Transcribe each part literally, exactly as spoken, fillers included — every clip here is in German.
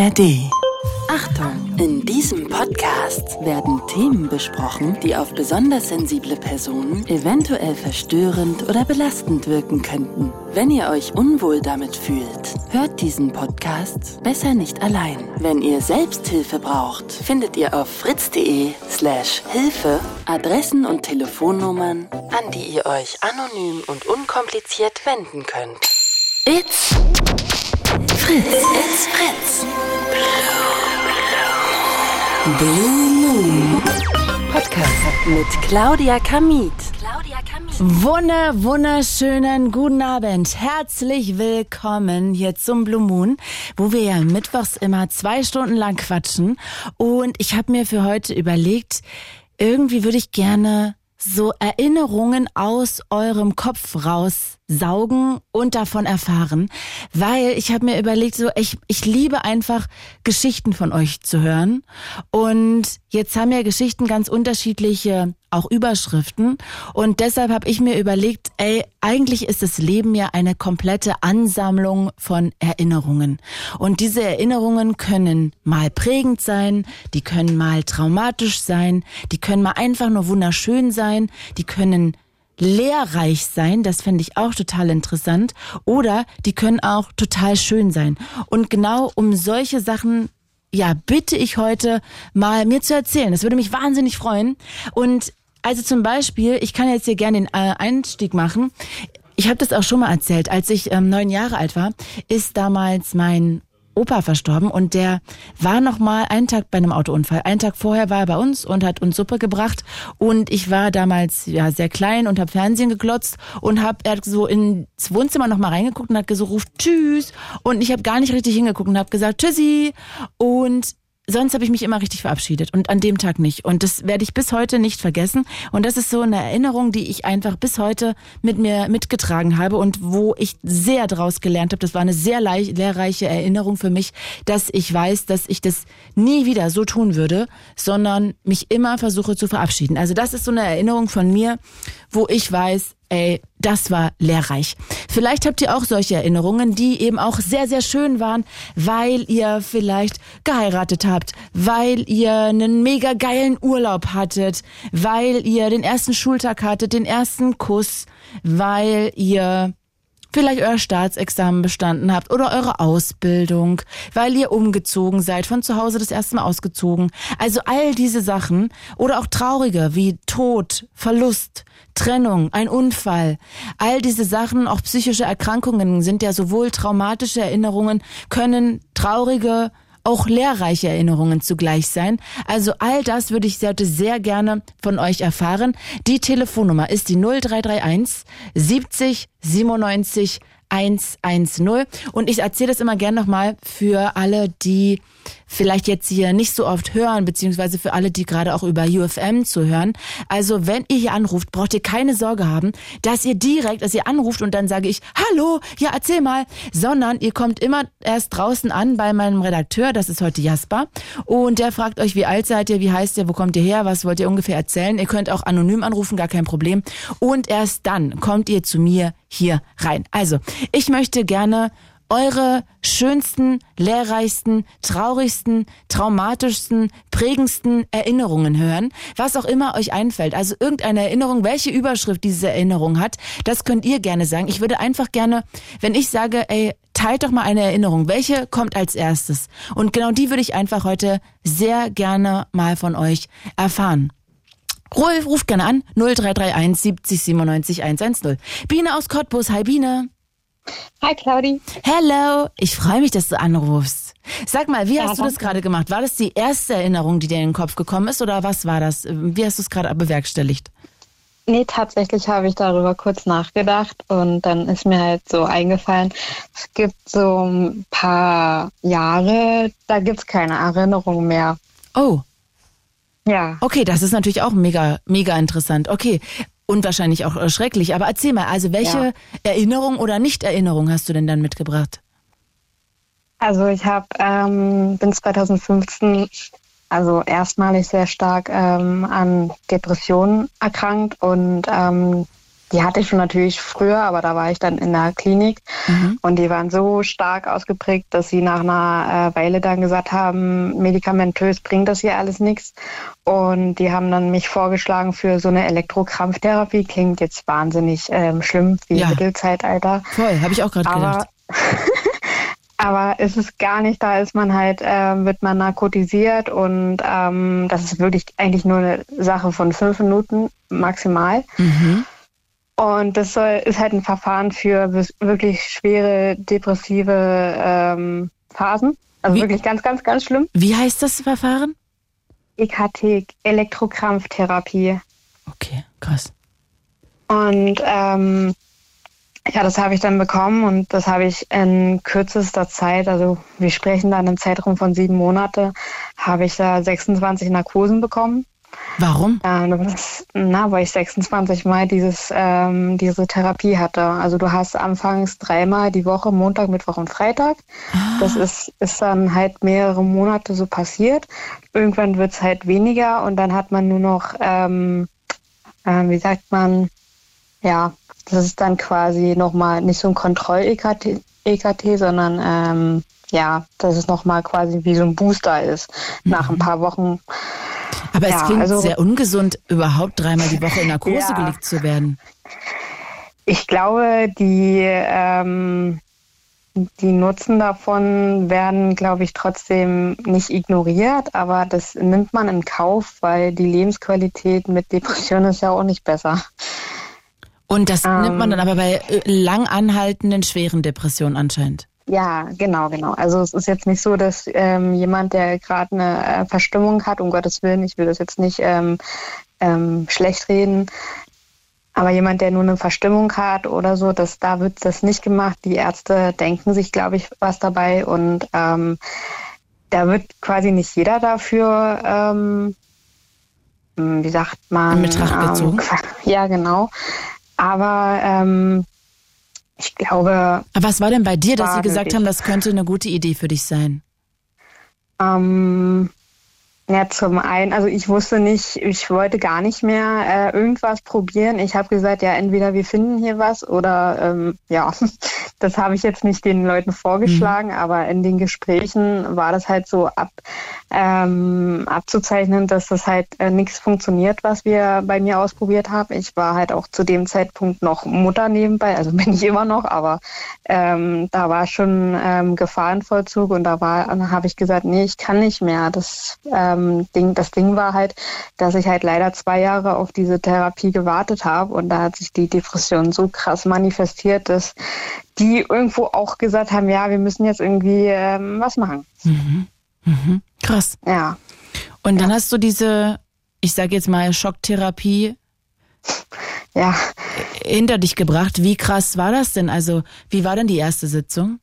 A R D. Achtung! In diesem Podcast werden Themen besprochen, die auf besonders sensible Personen eventuell verstörend oder belastend wirken könnten. Wenn ihr euch unwohl damit fühlt, hört diesen Podcast besser nicht allein. Wenn ihr Selbsthilfe braucht, findet ihr auf fritz.de slash Hilfe Adressen und Telefonnummern, an die ihr euch anonym und unkompliziert wenden könnt. It's Fritz. It's Fritz. Blue Moon Podcast mit Claudia Kamit. Claudia Kamit. Wunder, wunderschönen guten Abend. Herzlich willkommen hier zum Blue Moon, wo wir ja mittwochs immer zwei Stunden lang quatschen. Und ich habe mir für heute überlegt, irgendwie würde ich gerne so Erinnerungen aus eurem Kopf raussaugen und davon erfahren, weil ich habe mir überlegt, so ich ich liebe einfach Geschichten von euch zu hören, und jetzt haben ja Geschichten ganz unterschiedliche auch Überschriften, und deshalb habe ich mir überlegt, ey, eigentlich ist das Leben ja eine komplette Ansammlung von Erinnerungen, und diese Erinnerungen können mal prägend sein, die können mal traumatisch sein, die können mal einfach nur wunderschön sein, die können lehrreich sein, das finde ich auch total interessant, oder die können auch total schön sein. Und genau um solche Sachen, ja, bitte ich heute mal mir zu erzählen. Das würde mich wahnsinnig freuen. Und also zum Beispiel, ich kann jetzt hier gerne den äh, Einstieg machen. Ich habe das auch schon mal erzählt. Als ich ähm, neun Jahre alt war, ist damals mein Opa verstorben, und der war noch mal einen Tag bei einem Autounfall. Einen Tag vorher war er bei uns und hat uns Suppe gebracht, und ich war damals ja sehr klein und habe Fernsehen geglotzt und hab, er hat so ins Wohnzimmer noch mal reingeguckt und hat gerufen, tschüss, und ich habe gar nicht richtig hingeguckt und habe gesagt, tschüssi, und sonst habe ich mich immer richtig verabschiedet, und an dem Tag nicht. Und das werde ich bis heute nicht vergessen. Und das ist so eine Erinnerung, die ich einfach bis heute mit mir mitgetragen habe und wo ich sehr draus gelernt habe. Das war eine sehr lehrreiche Erinnerung für mich, dass ich weiß, dass ich das nie wieder so tun würde, sondern mich immer versuche zu verabschieden. Also das ist so eine Erinnerung von mir, wo ich weiß, ey, das war lehrreich. Vielleicht habt ihr auch solche Erinnerungen, die eben auch sehr, sehr schön waren, weil ihr vielleicht geheiratet habt, weil ihr einen mega geilen Urlaub hattet, weil ihr den ersten Schultag hattet, den ersten Kuss, weil ihr vielleicht euer Staatsexamen bestanden habt oder eure Ausbildung, weil ihr umgezogen seid, von zu Hause das erste Mal ausgezogen. Also all diese Sachen, oder auch traurige wie Tod, Verlust, Trennung, ein Unfall. All diese Sachen, auch psychische Erkrankungen, sind ja sowohl traumatische Erinnerungen, können traurige, auch lehrreiche Erinnerungen zugleich sein. Also all das würde ich heute sehr gerne von euch erfahren. Die Telefonnummer ist die null drei drei eins siebzig siebenundneunzig hundertzehn. Und ich erzähle das immer gern nochmal für alle, die vielleicht jetzt hier nicht so oft hören, beziehungsweise für alle, die gerade auch über U F M zuhören. Also wenn ihr hier anruft, braucht ihr keine Sorge haben, dass ihr direkt, dass ihr anruft und dann sage ich, hallo, ja, erzähl mal, sondern ihr kommt immer erst draußen an bei meinem Redakteur, das ist heute Jasper, und der fragt euch, wie alt seid ihr, wie heißt ihr, wo kommt ihr her, was wollt ihr ungefähr erzählen. Ihr könnt auch anonym anrufen, gar kein Problem. Und erst dann kommt ihr zu mir hier rein. Also, ich möchte gerne eure schönsten, lehrreichsten, traurigsten, traumatischsten, prägendsten Erinnerungen hören, was auch immer euch einfällt. Also irgendeine Erinnerung, welche Überschrift diese Erinnerung hat, das könnt ihr gerne sagen. Ich würde einfach gerne, wenn ich sage, ey, teilt doch mal eine Erinnerung, welche kommt als erstes? Und genau die würde ich einfach heute sehr gerne mal von euch erfahren. Rolf, ruft gerne an, null drei drei eins siebzig siebenundneunzig hundertzehn. Biene aus Cottbus, hi Biene. Hi Claudi. Hello, ich freue mich, dass du anrufst. Sag mal, wie ja, hast du das gerade gemacht? War das die erste Erinnerung, die dir in den Kopf gekommen ist, oder was war das? Wie hast du es gerade bewerkstelligt? Nee, tatsächlich habe ich darüber kurz nachgedacht, und dann ist mir halt so eingefallen, es gibt so ein paar Jahre, da gibt es keine Erinnerung mehr. Oh. Ja. Okay, das ist natürlich auch mega, mega interessant. Okay. Und wahrscheinlich auch schrecklich. Aber erzähl mal, also welche ja. Erinnerung oder Nicht-Erinnerung hast du denn dann mitgebracht? Also ich habe, ähm, bin zwanzig fünfzehn also erstmalig sehr stark ähm, an Depressionen erkrankt, und ähm, die hatte ich schon natürlich früher, aber da war ich dann in der Klinik mhm. und die waren so stark ausgeprägt, dass sie nach einer äh, Weile dann gesagt haben, medikamentös bringt das hier alles nichts. Und die haben dann mich vorgeschlagen für so eine Elektrokrampftherapie. Klingt jetzt wahnsinnig ähm, schlimm, wie ja. Mittelzeitalter. Voll, habe ich auch gerade gedacht. Aber es ist gar nicht, da ist man halt, äh, wird man narkotisiert und ähm, das ist wirklich eigentlich nur eine Sache von fünf Minuten maximal. Mhm. Und das soll, ist halt ein Verfahren für wirklich schwere depressive ähm, Phasen. Also wie, wirklich ganz, ganz, ganz schlimm. Wie heißt das Verfahren? E K T, Elektrokrampftherapie. Okay, krass. Und ähm, ja, das habe ich dann bekommen und das habe ich in kürzester Zeit, also wir sprechen da in einem Zeitraum von sieben Monate, habe ich da sechsundzwanzig Narkosen bekommen. Warum? Ähm, das, na, weil ich sechsundzwanzig Mal dieses, ähm, diese Therapie hatte. Also du hast anfangs dreimal die Woche, Montag, Mittwoch und Freitag. Ah. Das ist, ist dann halt mehrere Monate so passiert. Irgendwann wird es halt weniger und dann hat man nur noch, ähm, äh, wie sagt man, ja, das ist dann quasi nochmal nicht so ein Kontroll-E K T, E K T, sondern ähm, ja, dass es nochmal quasi wie so ein Booster ist mhm. nach ein paar Wochen. Aber ja, es klingt also, sehr ungesund, überhaupt dreimal die Woche in Narkose ja. gelegt zu werden. Ich glaube, die, ähm, die Nutzen davon werden, glaube ich, trotzdem nicht ignoriert, aber das nimmt man in Kauf, weil die Lebensqualität mit Depressionen ist ja auch nicht besser. Und das ähm, nimmt man dann aber bei lang anhaltenden, schweren Depressionen anscheinend. Ja, genau, genau. Also es ist jetzt nicht so, dass ähm, jemand, der gerade eine äh, Verstimmung hat, um Gottes Willen, ich will das jetzt nicht ähm, ähm, schlecht reden, aber jemand, der nur eine Verstimmung hat oder so, dass da wird das nicht gemacht. Die Ärzte denken sich, glaube ich, was dabei und ähm, da wird quasi nicht jeder dafür, ähm, wie sagt man? In Betracht gezogen. Ähm, ja, genau. Aber ähm, ich glaube... Aber was war denn bei dir, dass sie gesagt haben, das könnte eine gute Idee für dich sein? Ähm, ja, zum einen, also ich wusste nicht, ich wollte gar nicht mehr äh, irgendwas probieren. Ich habe gesagt, ja, entweder wir finden hier was oder ähm, ja, das habe ich jetzt nicht den Leuten vorgeschlagen, mhm. aber in den Gesprächen war das halt so ab, ähm, abzuzeichnen, dass das halt äh, nichts funktioniert, was wir bei mir ausprobiert haben. Ich war halt auch zu dem Zeitpunkt noch Mutter nebenbei, also bin ich immer noch, aber ähm, da war schon ähm, Gefahrenvollzug und da war, dann habe ich gesagt, nee, ich kann nicht mehr. Das ähm, Ding, das Ding war halt, dass ich halt leider zwei Jahre auf diese Therapie gewartet habe und da hat sich die Depression so krass manifestiert, dass die irgendwo auch gesagt haben, ja, wir müssen jetzt irgendwie ähm, was machen. Mhm. Mhm. Krass. Ja. Und dann ja. hast du diese, ich sage jetzt mal, Schocktherapie ja. hinter dich gebracht. Wie krass war das denn? Also, wie war denn die erste Sitzung?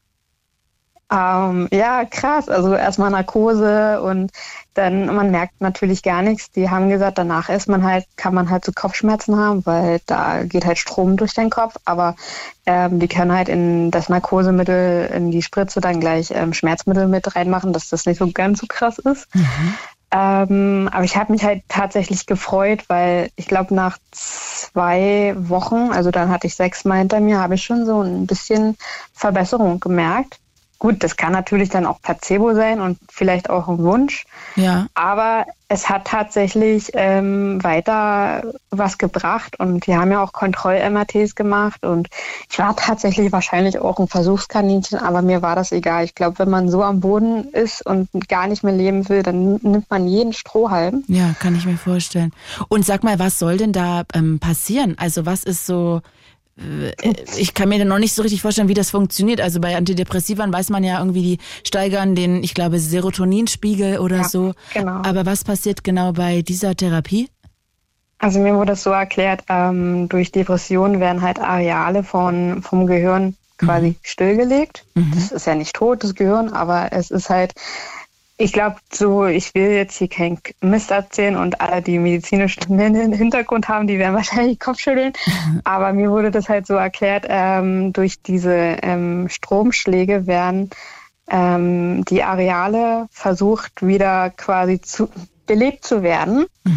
Ähm, ja, krass. Also erstmal Narkose und dann, man merkt natürlich gar nichts. Die haben gesagt, danach ist man halt, kann man halt so Kopfschmerzen haben, weil da geht halt Strom durch den Kopf. Aber ähm, die können halt in das Narkosemittel, in die Spritze dann gleich ähm, Schmerzmittel mit reinmachen, dass das nicht so ganz so krass ist. Mhm. Ähm, aber ich habe mich halt tatsächlich gefreut, weil ich glaube nach zwei Wochen, also dann hatte ich sechsmal hinter mir, habe ich schon so ein bisschen Verbesserung gemerkt. Gut, das kann natürlich dann auch Placebo sein und vielleicht auch ein Wunsch. Ja. Aber es hat tatsächlich ähm, weiter was gebracht und die haben ja auch Kontroll-M R Ts gemacht und ich war tatsächlich wahrscheinlich auch ein Versuchskaninchen, aber mir war das egal. Ich glaube, wenn man so am Boden ist und gar nicht mehr leben will, dann nimmt man jeden Strohhalm. Ja, kann ich mir vorstellen. Und sag mal, was soll denn da ähm, passieren? Also was ist so... Ich kann mir noch nicht so richtig vorstellen, wie das funktioniert. Also bei Antidepressivern weiß man ja irgendwie, die steigern den, ich glaube, Serotoninspiegel oder ja, so. Genau. Aber was passiert genau bei dieser Therapie? Also mir wurde es so erklärt, ähm, durch Depressionen werden halt Areale von, vom Gehirn quasi mhm. stillgelegt. Mhm. Das ist ja nicht tot, das Gehirn, aber es ist halt... Ich glaube, so, ich will jetzt hier keinen Mist erzählen und alle, die medizinischen Hintergrund haben, die werden wahrscheinlich Kopfschütteln. Aber mir wurde das halt so erklärt, ähm, durch diese ähm, Stromschläge werden ähm, die Areale versucht, wieder quasi zu, belebt zu werden. Mhm.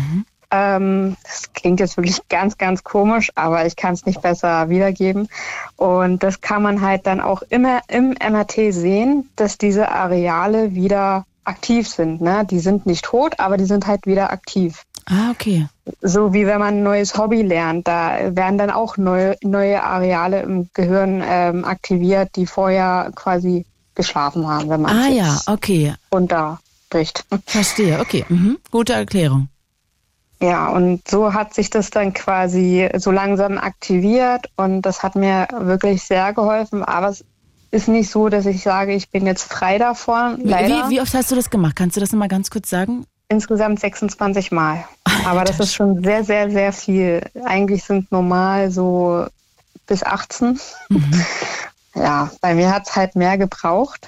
Ähm, das klingt jetzt wirklich ganz, ganz komisch, aber ich kann es nicht besser wiedergeben. Und das kann man halt dann auch immer im M R T sehen, dass diese Areale wieder aktiv sind. Ne? Die sind nicht tot, aber die sind halt wieder aktiv. Ah, okay. So wie wenn man ein neues Hobby lernt, da werden dann auch neue, neue Areale im Gehirn ähm, aktiviert, die vorher quasi geschlafen haben, wenn man Ah es ja, okay. unterbricht. Verstehe, okay. Mhm. Gute Erklärung. Ja, und so hat sich das dann quasi so langsam aktiviert und das hat mir wirklich sehr geholfen, aber es ist nicht so, dass ich sage, ich bin jetzt frei davon, leider. Wie, wie oft hast du das gemacht? Kannst du das nochmal ganz kurz sagen? Insgesamt sechsundzwanzig Mal. Aber das ist schon sehr, sehr, sehr viel. Eigentlich sind normal so bis achtzehn. Mhm. Ja, bei mir hat es halt mehr gebraucht.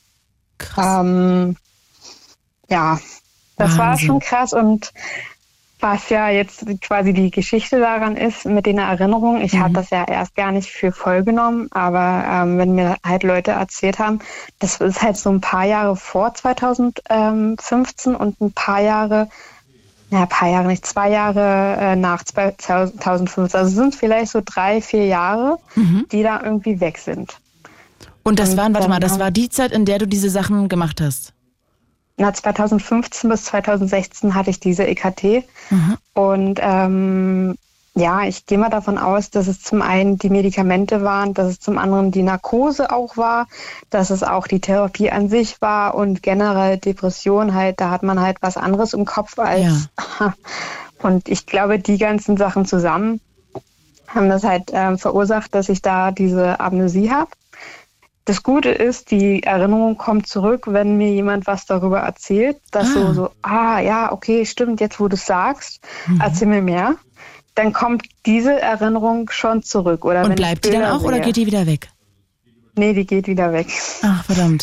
Krass. Ähm, ja, das Wahnsinn. War schon krass. Und was ja jetzt quasi die Geschichte daran ist mit den Erinnerungen, ich mhm. hatte das ja erst gar nicht für voll genommen, aber ähm, wenn mir halt Leute erzählt haben, das ist halt so ein paar Jahre vor zweitausendfünfzehn und ein paar Jahre, ja, ein paar Jahre nicht, zwei Jahre äh, nach zweitausendfünfzehn. Also sind vielleicht so drei, vier Jahre, mhm. die da irgendwie weg sind. Und das und waren, warte mal, das war die Zeit, in der du diese Sachen gemacht hast? Na, zweitausendfünfzehn bis zweitausendsechzehn hatte ich diese E K T. Mhm. Und ähm, ja, ich gehe mal davon aus, dass es zum einen die Medikamente waren, dass es zum anderen die Narkose auch war, dass es auch die Therapie an sich war und generell Depression halt, da hat man halt was anderes im Kopf als... Ja. Und ich glaube, die ganzen Sachen zusammen haben das halt äh, verursacht, dass ich da diese Amnesie habe. Das Gute ist, die Erinnerung kommt zurück, wenn mir jemand was darüber erzählt, dass ah. so, so, ah ja, okay, stimmt, jetzt wo du es sagst, mhm. erzähl mir mehr. Dann kommt diese Erinnerung schon zurück. Oder Und wenn bleibt die dann auch sehe. Oder geht die wieder weg? Nee, die geht wieder weg. Ach, verdammt.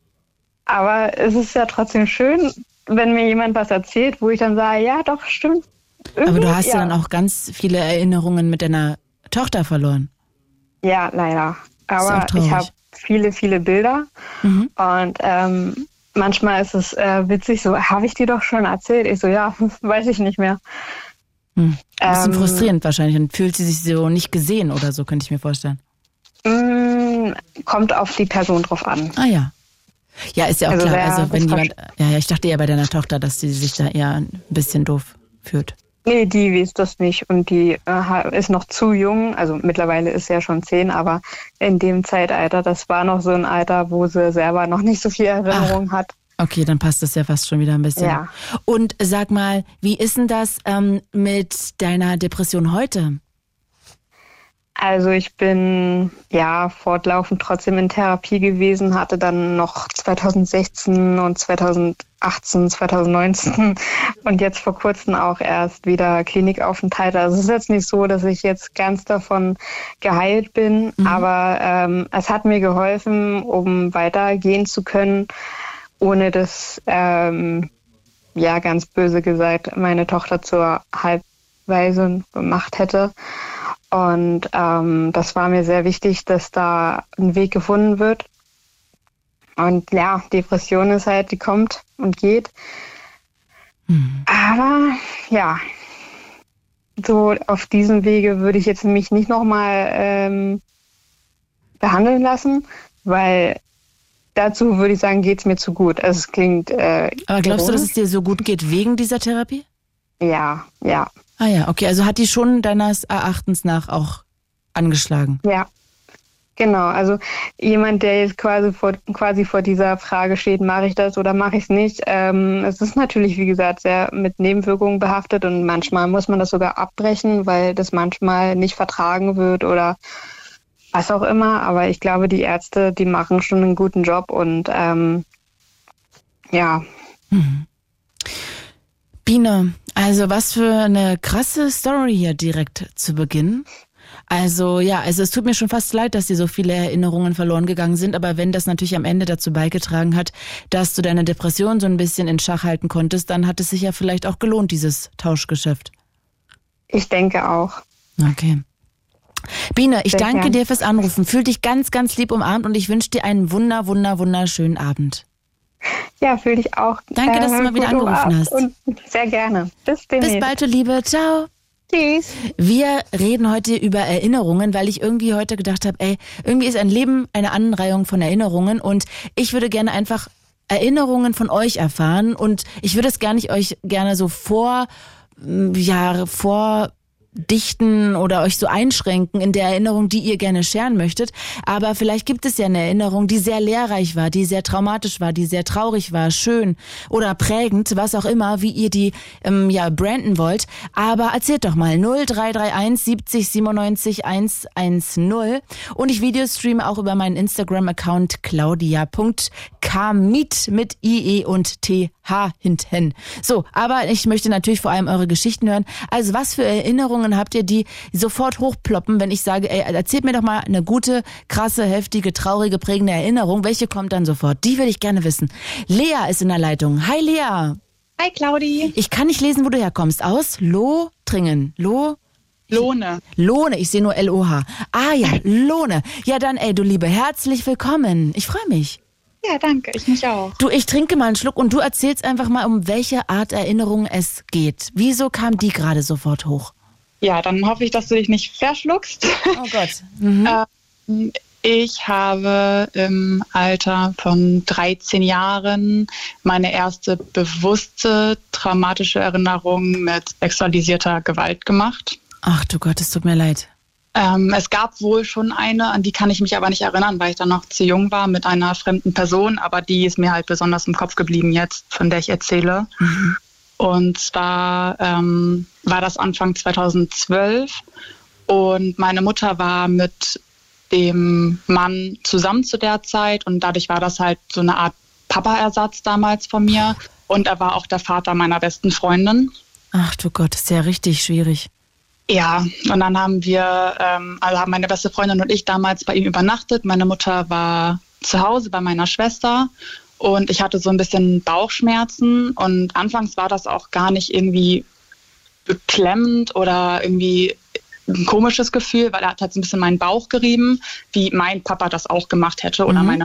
Aber es ist ja trotzdem schön, wenn mir jemand was erzählt, wo ich dann sage, ja doch, stimmt. Irgendwie, aber du hast ja dann auch ganz viele Erinnerungen mit deiner Tochter verloren. Ja, leider. Aber ich habe viele, viele Bilder mhm. und ähm, manchmal ist es äh, witzig, so, habe ich dir doch schon erzählt? Ich so, ja, weiß ich nicht mehr. Hm. Ein bisschen ähm, frustrierend wahrscheinlich und fühlt sie sich so nicht gesehen oder so, könnte ich mir vorstellen. Mh, kommt auf die Person drauf an. Ah ja. Ja, ist ja auch also klar, also wenn jemand, ja, ja, ich dachte ja bei deiner Tochter, dass sie sich da eher ein bisschen doof fühlt. Nee, die weiß das nicht und die äh, ist noch zu jung, also mittlerweile ist sie ja schon zehn, aber in dem Zeitalter, das war noch so ein Alter, wo sie selber noch nicht so viel Erinnerung Ach, hat. Okay, dann passt das ja fast schon wieder ein bisschen. Ja. Und sag mal, wie ist denn das ähm, mit deiner Depression heute? Also ich bin ja fortlaufend trotzdem in Therapie gewesen, hatte dann noch zweitausendsechzehn und zweitausendachtzehn, zweitausendneunzehn und jetzt vor kurzem auch erst wieder Klinikaufenthalte. Also es ist jetzt nicht so, dass ich jetzt ganz davon geheilt bin, mhm. aber ähm, es hat mir geholfen, um weitergehen zu können, ohne dass, ähm, ja ganz böse gesagt, meine Tochter zur Halbwaise gemacht hätte. Und ähm, das war mir sehr wichtig, dass da ein Weg gefunden wird. Und ja, Depression ist halt, die kommt und geht. Mhm. Aber ja, so auf diesem Wege würde ich jetzt mich nicht nochmal ähm, behandeln lassen, weil dazu würde ich sagen, geht es mir zu gut. Also es klingt. Äh, Aber glaubst du, dass es dir so gut geht wegen dieser Therapie? Ja, ja. Ah ja, okay, also hat die schon deines Erachtens nach auch angeschlagen? Ja, genau. Also jemand, der jetzt quasi vor, quasi vor dieser Frage steht, mache ich das oder mache ich es nicht, ähm, es ist natürlich, wie gesagt, sehr mit Nebenwirkungen behaftet und manchmal muss man das sogar abbrechen, weil das manchmal nicht vertragen wird oder was auch immer. Aber ich glaube, die Ärzte, die machen schon einen guten Job und ähm, ja. Mhm. Biene, also was für eine krasse Story hier direkt zu Beginn. Also ja, also es tut mir schon fast leid, dass dir so viele Erinnerungen verloren gegangen sind, aber wenn das natürlich am Ende dazu beigetragen hat, dass du deine Depression so ein bisschen in Schach halten konntest, dann hat es sich ja vielleicht auch gelohnt, dieses Tauschgeschäft. Ich denke auch. Okay. Biene, ich Sehr danke gern. dir fürs Anrufen. Fühl dich ganz, ganz lieb umarmt und ich wünsche dir einen wunder, wunder, wunderschönen Abend. Ja, fühle ich auch. Danke, dass du mal wieder angerufen hast. Und sehr gerne. Bis demnächst. Bis bald, du Liebe. Ciao. Tschüss. Wir reden heute über Erinnerungen, weil ich irgendwie heute gedacht habe, ey, irgendwie ist ein Leben eine Anreihung von Erinnerungen und ich würde gerne einfach Erinnerungen von euch erfahren und ich würde es gar nicht euch gerne so vor, ja, vor dichten oder euch so einschränken in der Erinnerung, die ihr gerne scheren möchtet. Aber vielleicht gibt es ja eine Erinnerung, die sehr lehrreich war, die sehr traumatisch war, die sehr traurig war, schön oder prägend, was auch immer, wie ihr die ähm, ja branden wollt. Aber erzählt doch mal null drei drei eins siebzig siebenundneunzig hundertzehn und ich videostreame auch über meinen Instagram-Account claudia punkt kamit mit I E und T H hinten. So, aber ich möchte natürlich vor allem eure Geschichten hören. Also was für Erinnerungen habt ihr, die sofort hochploppen, wenn ich sage, ey, erzählt mir doch mal eine gute, krasse, heftige, traurige, prägende Erinnerung. Welche kommt dann sofort? Die will ich gerne wissen. Lea ist in der Leitung. Hi Lea. Hi Claudi. Ich kann nicht lesen, wo du herkommst. Aus Lothringen. Lo... Lohne. Lohne, ich sehe nur L O H. Ah ja, Lohne. Ja dann, ey, du Liebe, herzlich willkommen. Ich freue mich. Ja, danke, ich mich auch. Du, ich trinke mal einen Schluck und du erzählst einfach mal, um welche Art Erinnerung es geht. Wieso kam die gerade sofort hoch? Ja, dann hoffe ich, dass du dich nicht verschluckst. Oh Gott. Mhm. ähm, ich habe im Alter von dreizehn Jahren meine erste bewusste traumatische Erinnerung mit sexualisierter Gewalt gemacht. Ach du Gott, es tut mir leid. Ähm, es gab wohl schon eine, an die kann ich mich aber nicht erinnern, weil ich dann noch zu jung war, mit einer fremden Person, aber die ist mir halt besonders im Kopf geblieben jetzt, von der ich erzähle. Mhm. Und zwar ähm, war das Anfang zweitausendzwölf und meine Mutter war mit dem Mann zusammen zu der Zeit und dadurch war das halt so eine Art Papa-Ersatz damals von mir und er war auch der Vater meiner besten Freundin. Ach du Gott, ist ja richtig schwierig. Ja, und dann haben wir, ähm, also haben meine beste Freundin und ich damals bei ihm übernachtet. Meine Mutter war zu Hause bei meiner Schwester und ich hatte so ein bisschen Bauchschmerzen und anfangs war das auch gar nicht irgendwie beklemmend oder irgendwie ein komisches Gefühl, weil er hat halt so ein bisschen meinen Bauch gerieben, wie mein Papa das auch gemacht hätte oder mhm. meine.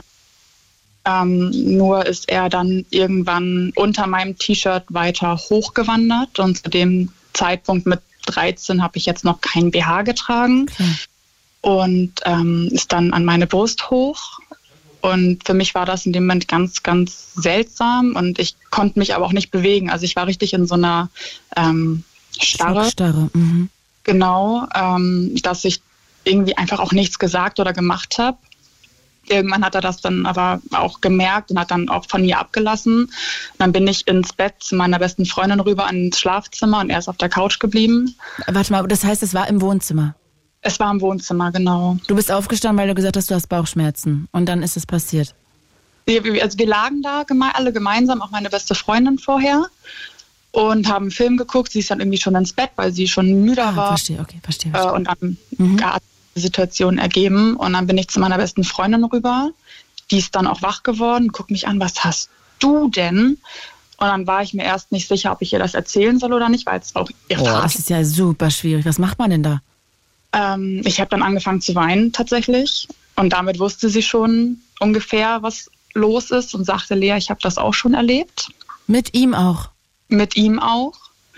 Ähm, nur ist er dann irgendwann unter meinem T-Shirt weiter hochgewandert und zu dem Zeitpunkt mit dreizehn habe ich jetzt noch kein B H getragen okay. und ähm, ist dann an meine Brust hoch. Und für mich war das in dem Moment ganz, ganz seltsam und ich konnte mich aber auch nicht bewegen. Also ich war richtig in so einer ähm, Starre. Starre. Mhm. Genau, ähm, dass ich irgendwie einfach auch nichts gesagt oder gemacht habe. Irgendwann hat er das dann aber auch gemerkt und hat dann auch von mir abgelassen. Und dann bin ich ins Bett zu meiner besten Freundin rüber ins Schlafzimmer und er ist auf der Couch geblieben. Warte mal, das heißt, es war im Wohnzimmer? Es war im Wohnzimmer, genau. Du bist aufgestanden, weil du gesagt hast, du hast Bauchschmerzen. Und dann ist es passiert? Wir, also wir lagen da geme- alle gemeinsam, auch meine beste Freundin vorher. Und haben einen Film geguckt. Sie ist dann irgendwie schon ins Bett, weil sie schon müde ah, war. Verstehe, okay, verstehe. verstehe. Äh, und dann mhm. hat die Situation ergeben. Und dann bin ich zu meiner besten Freundin rüber. Die ist dann auch wach geworden, guckt mich an, was hast du denn? Und dann war ich mir erst nicht sicher, ob ich ihr das erzählen soll oder nicht, weil es auch ihr Vater. Oh, das ist ja super schwierig. Was macht man denn da? Ähm, ich habe dann angefangen zu weinen tatsächlich. Und damit wusste sie schon ungefähr, was los ist und sagte, Lea, ich habe das auch schon erlebt. Mit ihm auch? Mit ihm auch.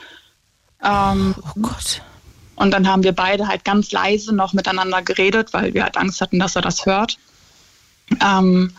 Ähm, oh Gott. Und dann haben wir beide halt ganz leise noch miteinander geredet, weil wir halt Angst hatten, dass er das hört. Ähm,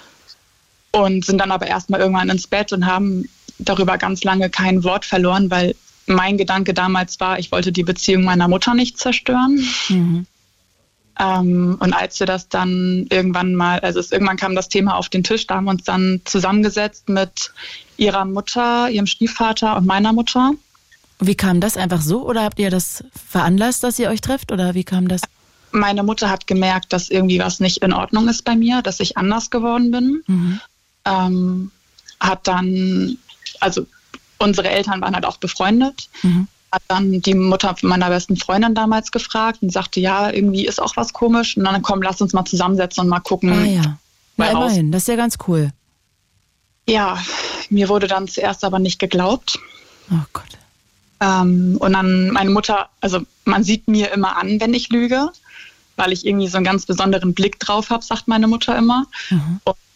und sind dann aber erstmal irgendwann ins Bett und haben darüber ganz lange kein Wort verloren, weil mein Gedanke damals war, ich wollte die Beziehung meiner Mutter nicht zerstören. Mhm. Ähm, und als wir das dann irgendwann mal, also es, irgendwann kam das Thema auf den Tisch, da haben wir uns dann zusammengesetzt mit ihrer Mutter, ihrem Stiefvater und meiner Mutter. Wie kam das? Einfach so? Oder habt ihr das veranlasst, dass ihr euch trefft? Oder wie kam das? Meine Mutter hat gemerkt, dass irgendwie was nicht in Ordnung ist bei mir, dass ich anders geworden bin. Mhm. Ähm, hat dann, also unsere Eltern waren halt auch befreundet. Mhm. Hat dann die Mutter meiner besten Freundin damals gefragt und sagte, ja, irgendwie ist auch was komisch. Und dann, komm, lass uns mal zusammensetzen und mal gucken. Ah ja, na immerhin, das ist ja ganz cool. Ja, mir wurde dann zuerst aber nicht geglaubt. Oh Gott. Ähm, und dann meine Mutter, also man sieht mir immer an, wenn ich lüge, weil ich irgendwie so einen ganz besonderen Blick drauf habe, sagt meine Mutter immer. Mhm. Und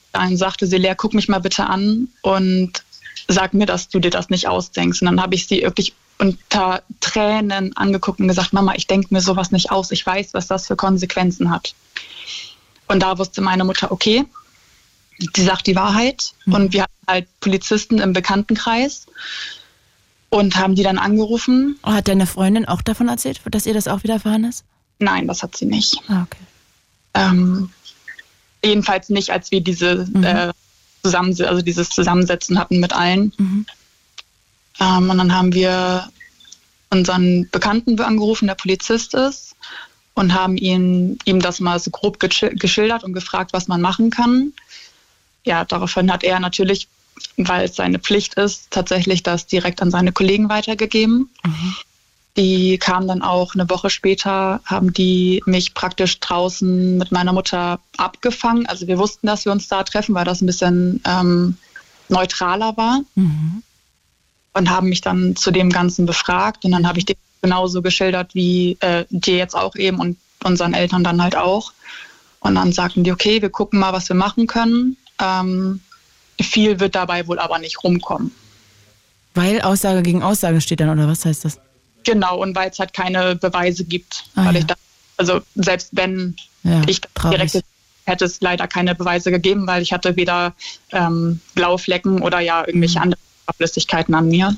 Dann sagte sie, Lea, guck mich mal bitte an und sag mir, dass du dir das nicht ausdenkst. Und dann habe ich sie wirklich unter Tränen angeguckt und gesagt, Mama, ich denke mir sowas nicht aus. Ich weiß, was das für Konsequenzen hat. Und da wusste meine Mutter, okay, die sagt die Wahrheit. Mhm. Und wir hatten halt Polizisten im Bekanntenkreis und haben die dann angerufen. Oh, hat deine Freundin auch davon erzählt, dass ihr das auch widerfahren ist? Nein, das hat sie nicht. Ah, okay. Ähm, jedenfalls nicht, als wir diese mhm. äh, zusammen, also dieses Zusammensetzen hatten mit allen. Mhm. Ähm, und dann haben wir unseren Bekannten angerufen, der Polizist ist, und haben ihn, ihm das mal so grob geschildert und gefragt, was man machen kann. Ja, daraufhin hat er natürlich, weil es seine Pflicht ist, tatsächlich das direkt an seine Kollegen weitergegeben. Mhm. Die kamen dann auch eine Woche später, haben die mich praktisch draußen mit meiner Mutter abgefangen. Also wir wussten, dass wir uns da treffen, weil das ein bisschen ähm, neutraler war. Mhm. Und haben mich dann zu dem Ganzen befragt. Und dann habe ich dir genauso geschildert wie äh, dir jetzt auch eben und unseren Eltern dann halt auch. Und dann sagten die, okay, wir gucken mal, was wir machen können. Ähm, viel wird dabei wohl aber nicht rumkommen. Weil Aussage gegen Aussage steht dann, oder was heißt das? Genau, und weil es halt keine Beweise gibt. Ah, weil ja. ich da, also selbst wenn ja, ich direkt hätte es leider keine Beweise gegeben, weil ich hatte weder ähm, blaue Flecken oder ja irgendwelche mhm. anderen Flüssigkeiten an mir.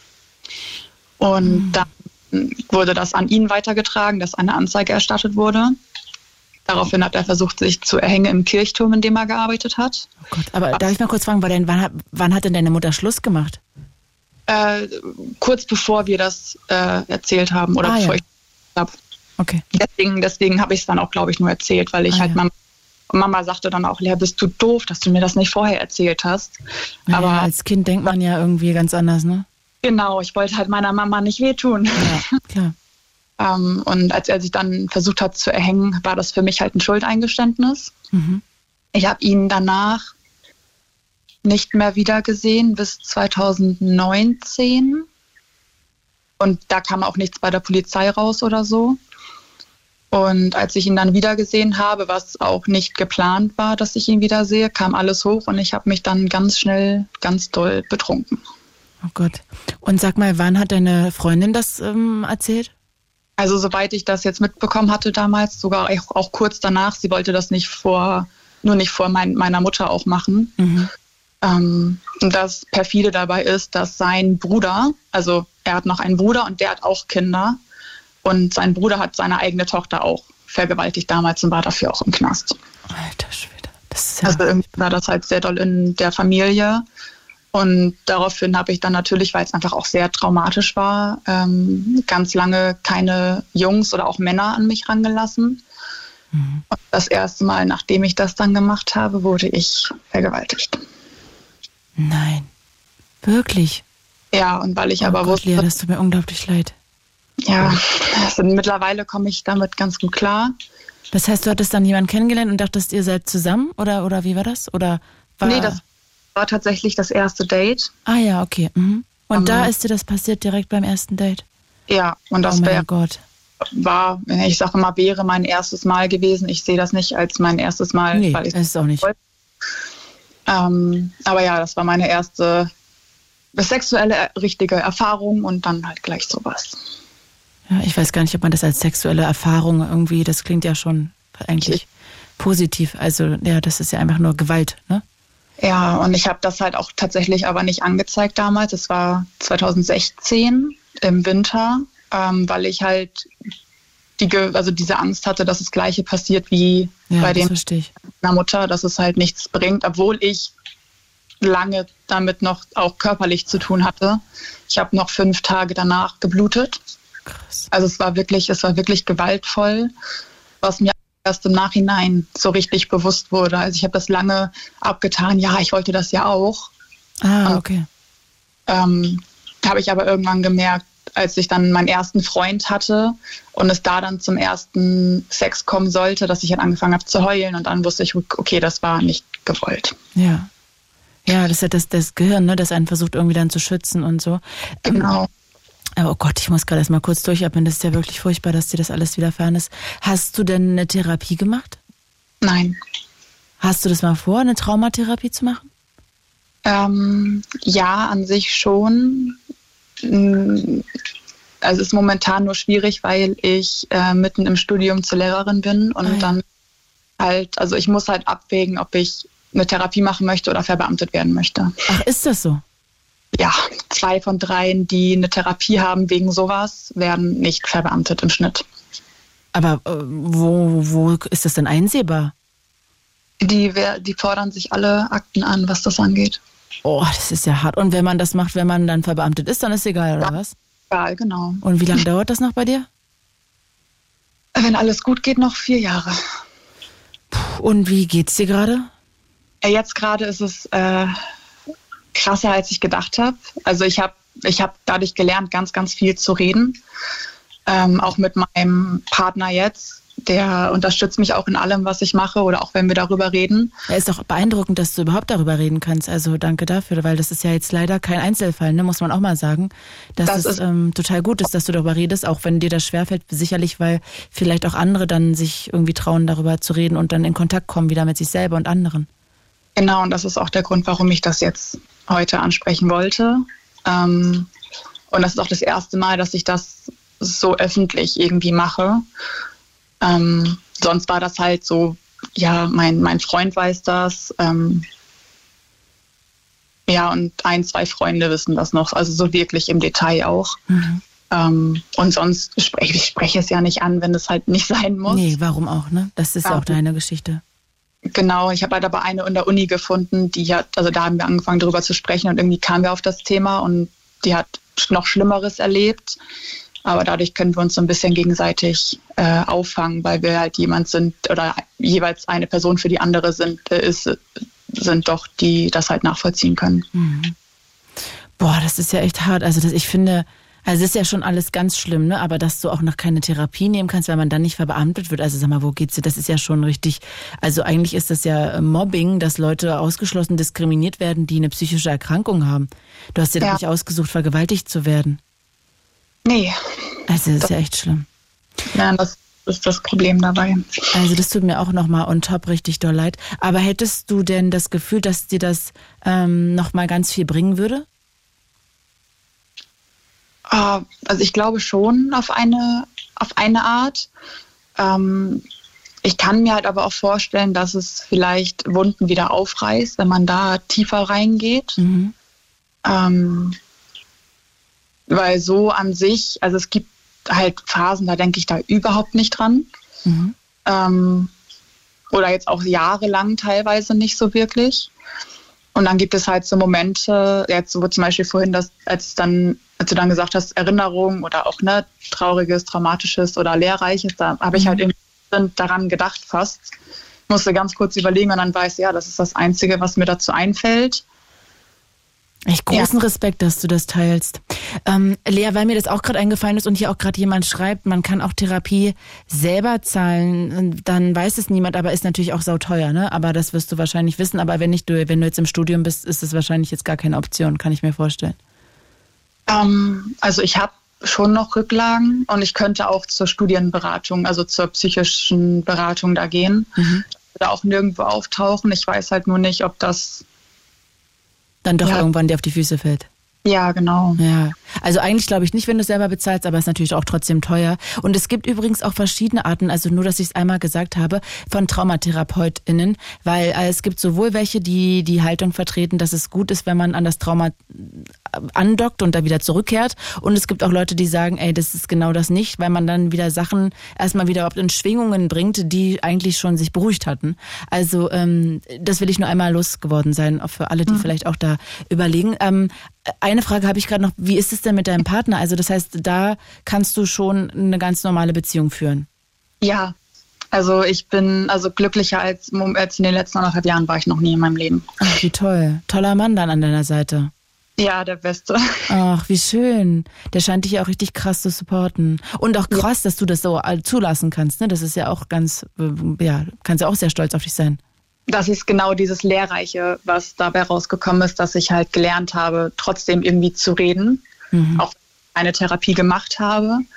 Und mhm. dann wurde das an ihn weitergetragen, dass eine Anzeige erstattet wurde. Daraufhin hat er versucht, sich zu erhängen im Kirchturm, in dem er gearbeitet hat. Oh Gott, aber darf ich mal kurz fragen, wann, wann, hat, wann hat denn deine Mutter Schluss gemacht? Äh, kurz bevor wir das äh, erzählt haben oder ah, bevor ja. ich habe. Okay. Deswegen, deswegen habe ich es dann auch, glaube ich, nur erzählt, weil ich ah, halt ja. Mama, Mama sagte dann auch, Lea, bist du doof, dass du mir das nicht vorher erzählt hast. Naja, aber als Kind denkt man ja irgendwie ganz anders, ne? Genau, ich wollte halt meiner Mama nicht wehtun. Ja, klar. ähm, und als er sich dann versucht hat zu erhängen, war das für mich halt ein Schuldeingeständnis. Mhm. Ich habe ihn danach nicht mehr wiedergesehen bis zweitausendneunzehn. Und da kam auch nichts bei der Polizei raus oder so. Und als ich ihn dann wiedergesehen habe, was auch nicht geplant war, dass ich ihn wiedersehe, kam alles hoch und ich habe mich dann ganz schnell, ganz doll betrunken. Oh Gott. Und sag mal, wann hat deine Freundin das ähm, erzählt? Also soweit ich das jetzt mitbekommen hatte damals, sogar auch, auch kurz danach, sie wollte das nicht vor, nur nicht vor mein, meiner Mutter auch machen. Mhm. Ähm, und das perfide dabei ist, dass sein Bruder, also er hat noch einen Bruder und der hat auch Kinder. Und sein Bruder hat seine eigene Tochter auch vergewaltigt damals und war dafür auch im Knast. Alter Schwede. Das ist ja also irgendwie war das halt sehr doll in der Familie. Und daraufhin habe ich dann natürlich, weil es einfach auch sehr traumatisch war, ähm, ganz lange keine Jungs oder auch Männer an mich rangelassen. Mhm. Und das erste Mal, nachdem ich das dann gemacht habe, wurde ich vergewaltigt. Nein. Wirklich? Ja, und weil ich oh aber Gott, wusste... Lea, das tut mir unglaublich leid. Ja, also mittlerweile komme ich damit ganz gut klar. Das heißt, du hattest dann jemanden kennengelernt und dachtest, ihr seid zusammen? Oder, oder wie war das? Oder war nee, das war tatsächlich das erste Date. Ah ja, okay. Mhm. Und um, da ist dir das passiert direkt beim ersten Date? Ja, und das oh mein wär, Gott. war, ich sage immer, wäre mein erstes Mal gewesen. Ich sehe das nicht als mein erstes Mal. Nee, weil ich das ist auch nicht. Ähm, aber ja, das war meine erste sexuelle richtige Erfahrung und dann halt gleich sowas. Ja, ich weiß gar nicht, ob man das als sexuelle Erfahrung irgendwie, das klingt ja schon eigentlich ich, positiv. Also ja, das ist ja einfach nur Gewalt, ne? Ja, und ich habe das halt auch tatsächlich aber nicht angezeigt damals. Es war zweitausendsechzehn im Winter, ähm, weil ich halt die, also diese Angst hatte, dass das Gleiche passiert wie ja, bei dem meiner Mutter, dass es halt nichts bringt, obwohl ich lange damit noch auch körperlich zu tun hatte. Ich habe noch fünf Tage danach geblutet. Krass. Also es war wirklich, es war wirklich gewaltvoll, was mir erst im Nachhinein so richtig bewusst wurde. Also ich habe das lange abgetan. Ja, ich wollte das ja auch. Ah, okay. Und, ähm, habe ich aber irgendwann gemerkt, als ich dann meinen ersten Freund hatte und es da dann zum ersten Sex kommen sollte, dass ich dann angefangen habe zu heulen und dann wusste ich, okay, das war nicht gewollt. Ja. Ja, das ist ja das, das Gehirn, ne, das einen versucht irgendwie dann zu schützen und so. Genau. Aber oh Gott, ich muss gerade erst mal kurz durchatmen. Das ist ja wirklich furchtbar, dass dir das alles widerfahren ist. Hast du denn eine Therapie gemacht? Nein. Hast du das mal vor, eine Traumatherapie zu machen? Ähm, ja, an sich schon. Also es ist momentan nur schwierig, weil ich äh, mitten im Studium zur Lehrerin bin und ah, ja. dann halt, also ich muss halt abwägen, ob ich eine Therapie machen möchte oder verbeamtet werden möchte. Ach, ist das so? Ja, zwei von dreien, die eine Therapie haben wegen sowas, werden nicht verbeamtet im Schnitt. Aber äh, wo, wo ist das denn einsehbar? Die, die fordern sich alle Akten an, was das angeht. Oh, das ist ja hart. Und wenn man das macht, wenn man dann verbeamtet ist, dann ist egal, oder ja, was? Egal, genau. Und wie lange dauert das noch bei dir? Wenn alles gut geht, noch vier Jahre. Puh, und wie geht's dir gerade? Jetzt gerade ist es äh, krasser, als ich gedacht habe. Also ich habe ich hab dadurch gelernt, ganz, ganz viel zu reden. Ähm, auch mit meinem Partner jetzt. Der unterstützt mich auch in allem, was ich mache oder auch wenn wir darüber reden. Ja, ist doch beeindruckend, dass du überhaupt darüber reden kannst. Also danke dafür, weil das ist ja jetzt leider kein Einzelfall, ne? Muss man auch mal sagen. Dass das es ist ähm, total gut ist, dass du darüber redest, auch wenn dir das schwerfällt. Sicherlich, weil vielleicht auch andere dann sich irgendwie trauen, darüber zu reden und dann in Kontakt kommen wieder mit sich selber und anderen. Genau, und das ist auch der Grund, warum ich das jetzt heute ansprechen wollte. Ähm, und das ist auch das erste Mal, dass ich das so öffentlich irgendwie mache. Ähm, sonst war das halt so, ja, mein, mein Freund weiß das, ähm, ja, und ein, zwei Freunde wissen das noch, also so wirklich im Detail auch. Mhm. Ähm, und sonst spreche ich spreche es ja nicht an, wenn es halt nicht sein muss. Nee, warum auch, ne? Das ist ja auch deine Geschichte. Genau, ich habe halt aber eine in der Uni gefunden, die hat, also da haben wir angefangen darüber zu sprechen und irgendwie kamen wir auf das Thema und die hat noch Schlimmeres erlebt. Aber dadurch können wir uns so ein bisschen gegenseitig äh, auffangen, weil wir halt jemand sind oder jeweils eine Person für die andere sind, äh, ist, sind doch, die das halt nachvollziehen können. Mhm. Boah, das ist ja echt hart. Also das, ich finde, also es ist ja schon alles ganz schlimm, ne? Aber dass du auch noch keine Therapie nehmen kannst, weil man dann nicht verbeamtet wird. Also sag mal, wo geht's dir? Das ist ja schon richtig, also eigentlich ist das ja Mobbing, dass Leute ausgeschlossen, diskriminiert werden, die eine psychische Erkrankung haben. Du hast dir ja doch nicht ausgesucht, vergewaltigt zu werden. Nee. Also das ist ja echt schlimm. Ja, das ist das Problem dabei. Also das tut mir auch nochmal on top richtig doll leid. Aber hättest du denn das Gefühl, dass dir das ähm, nochmal ganz viel bringen würde? Uh, also ich glaube schon auf eine, auf eine Art. Ähm, ich kann mir halt aber auch vorstellen, dass es vielleicht Wunden wieder aufreißt, wenn man da tiefer reingeht. Mhm. Ähm, Weil so an sich, also es gibt halt Phasen, da denke ich da überhaupt nicht dran. Mhm. Ähm, oder jetzt auch jahrelang teilweise nicht so wirklich. Und dann gibt es halt so Momente, jetzt wo zum Beispiel vorhin, das, als, dann, als du dann gesagt hast, Erinnerung oder auch ne, Trauriges, Traumatisches oder Lehrreiches, da habe ich mhm. halt irgendwie daran gedacht fast. Ich musste ganz kurz überlegen und dann weiß, ja, das ist das Einzige, was mir dazu einfällt. Echt großen ja. Respekt, dass du das teilst. Ähm, Lea, weil mir das auch gerade eingefallen ist und hier auch gerade jemand schreibt, man kann auch Therapie selber zahlen, dann weiß es niemand, aber ist natürlich auch sauteuer, ne? Aber das wirst du wahrscheinlich wissen. Aber wenn nicht du, wenn du jetzt im Studium bist, ist es wahrscheinlich jetzt gar keine Option, kann ich mir vorstellen. Ähm, also ich habe schon noch Rücklagen und ich könnte auch zur Studienberatung, also zur psychischen Beratung da gehen. Mhm. Da auch nirgendwo auftauchen. Ich weiß halt nur nicht, ob das dann doch ja. irgendwann dir auf die Füße fällt. Ja, genau. Ja, also eigentlich glaube ich nicht, wenn du es selber bezahlst, aber es ist natürlich auch trotzdem teuer. Und es gibt übrigens auch verschiedene Arten, also nur, dass ich es einmal gesagt habe, von TraumatherapeutInnen, weil äh, es gibt sowohl welche, die die Haltung vertreten, dass es gut ist, wenn man an das Trauma andockt und da wieder zurückkehrt. Und es gibt auch Leute, die sagen, ey, das ist genau das nicht, weil man dann wieder Sachen erstmal wieder überhaupt in Schwingungen bringt, die eigentlich schon sich beruhigt hatten. Also ähm, das will ich nur einmal losgeworden sein, auch für alle, die mhm. vielleicht auch da überlegen. Ähm, Eine Frage habe ich gerade noch, wie ist es denn mit deinem Partner? Also das heißt, da kannst du schon eine ganz normale Beziehung führen? Ja, also ich bin also glücklicher als, als in den letzten anderthalb Jahren war ich noch nie in meinem Leben. Ach, wie toll. Toller Mann dann an deiner Seite. Ja, der Beste. Ach, wie schön. Der scheint dich ja auch richtig krass zu supporten. Und auch krass, ja. dass du das so zulassen kannst. Ne? Das ist ja auch ganz, ja, kannst ja auch sehr stolz auf dich sein. Das ist genau dieses Lehrreiche, was dabei rausgekommen ist, dass ich halt gelernt habe, trotzdem irgendwie zu reden. Mhm. Auch eine Therapie gemacht habe.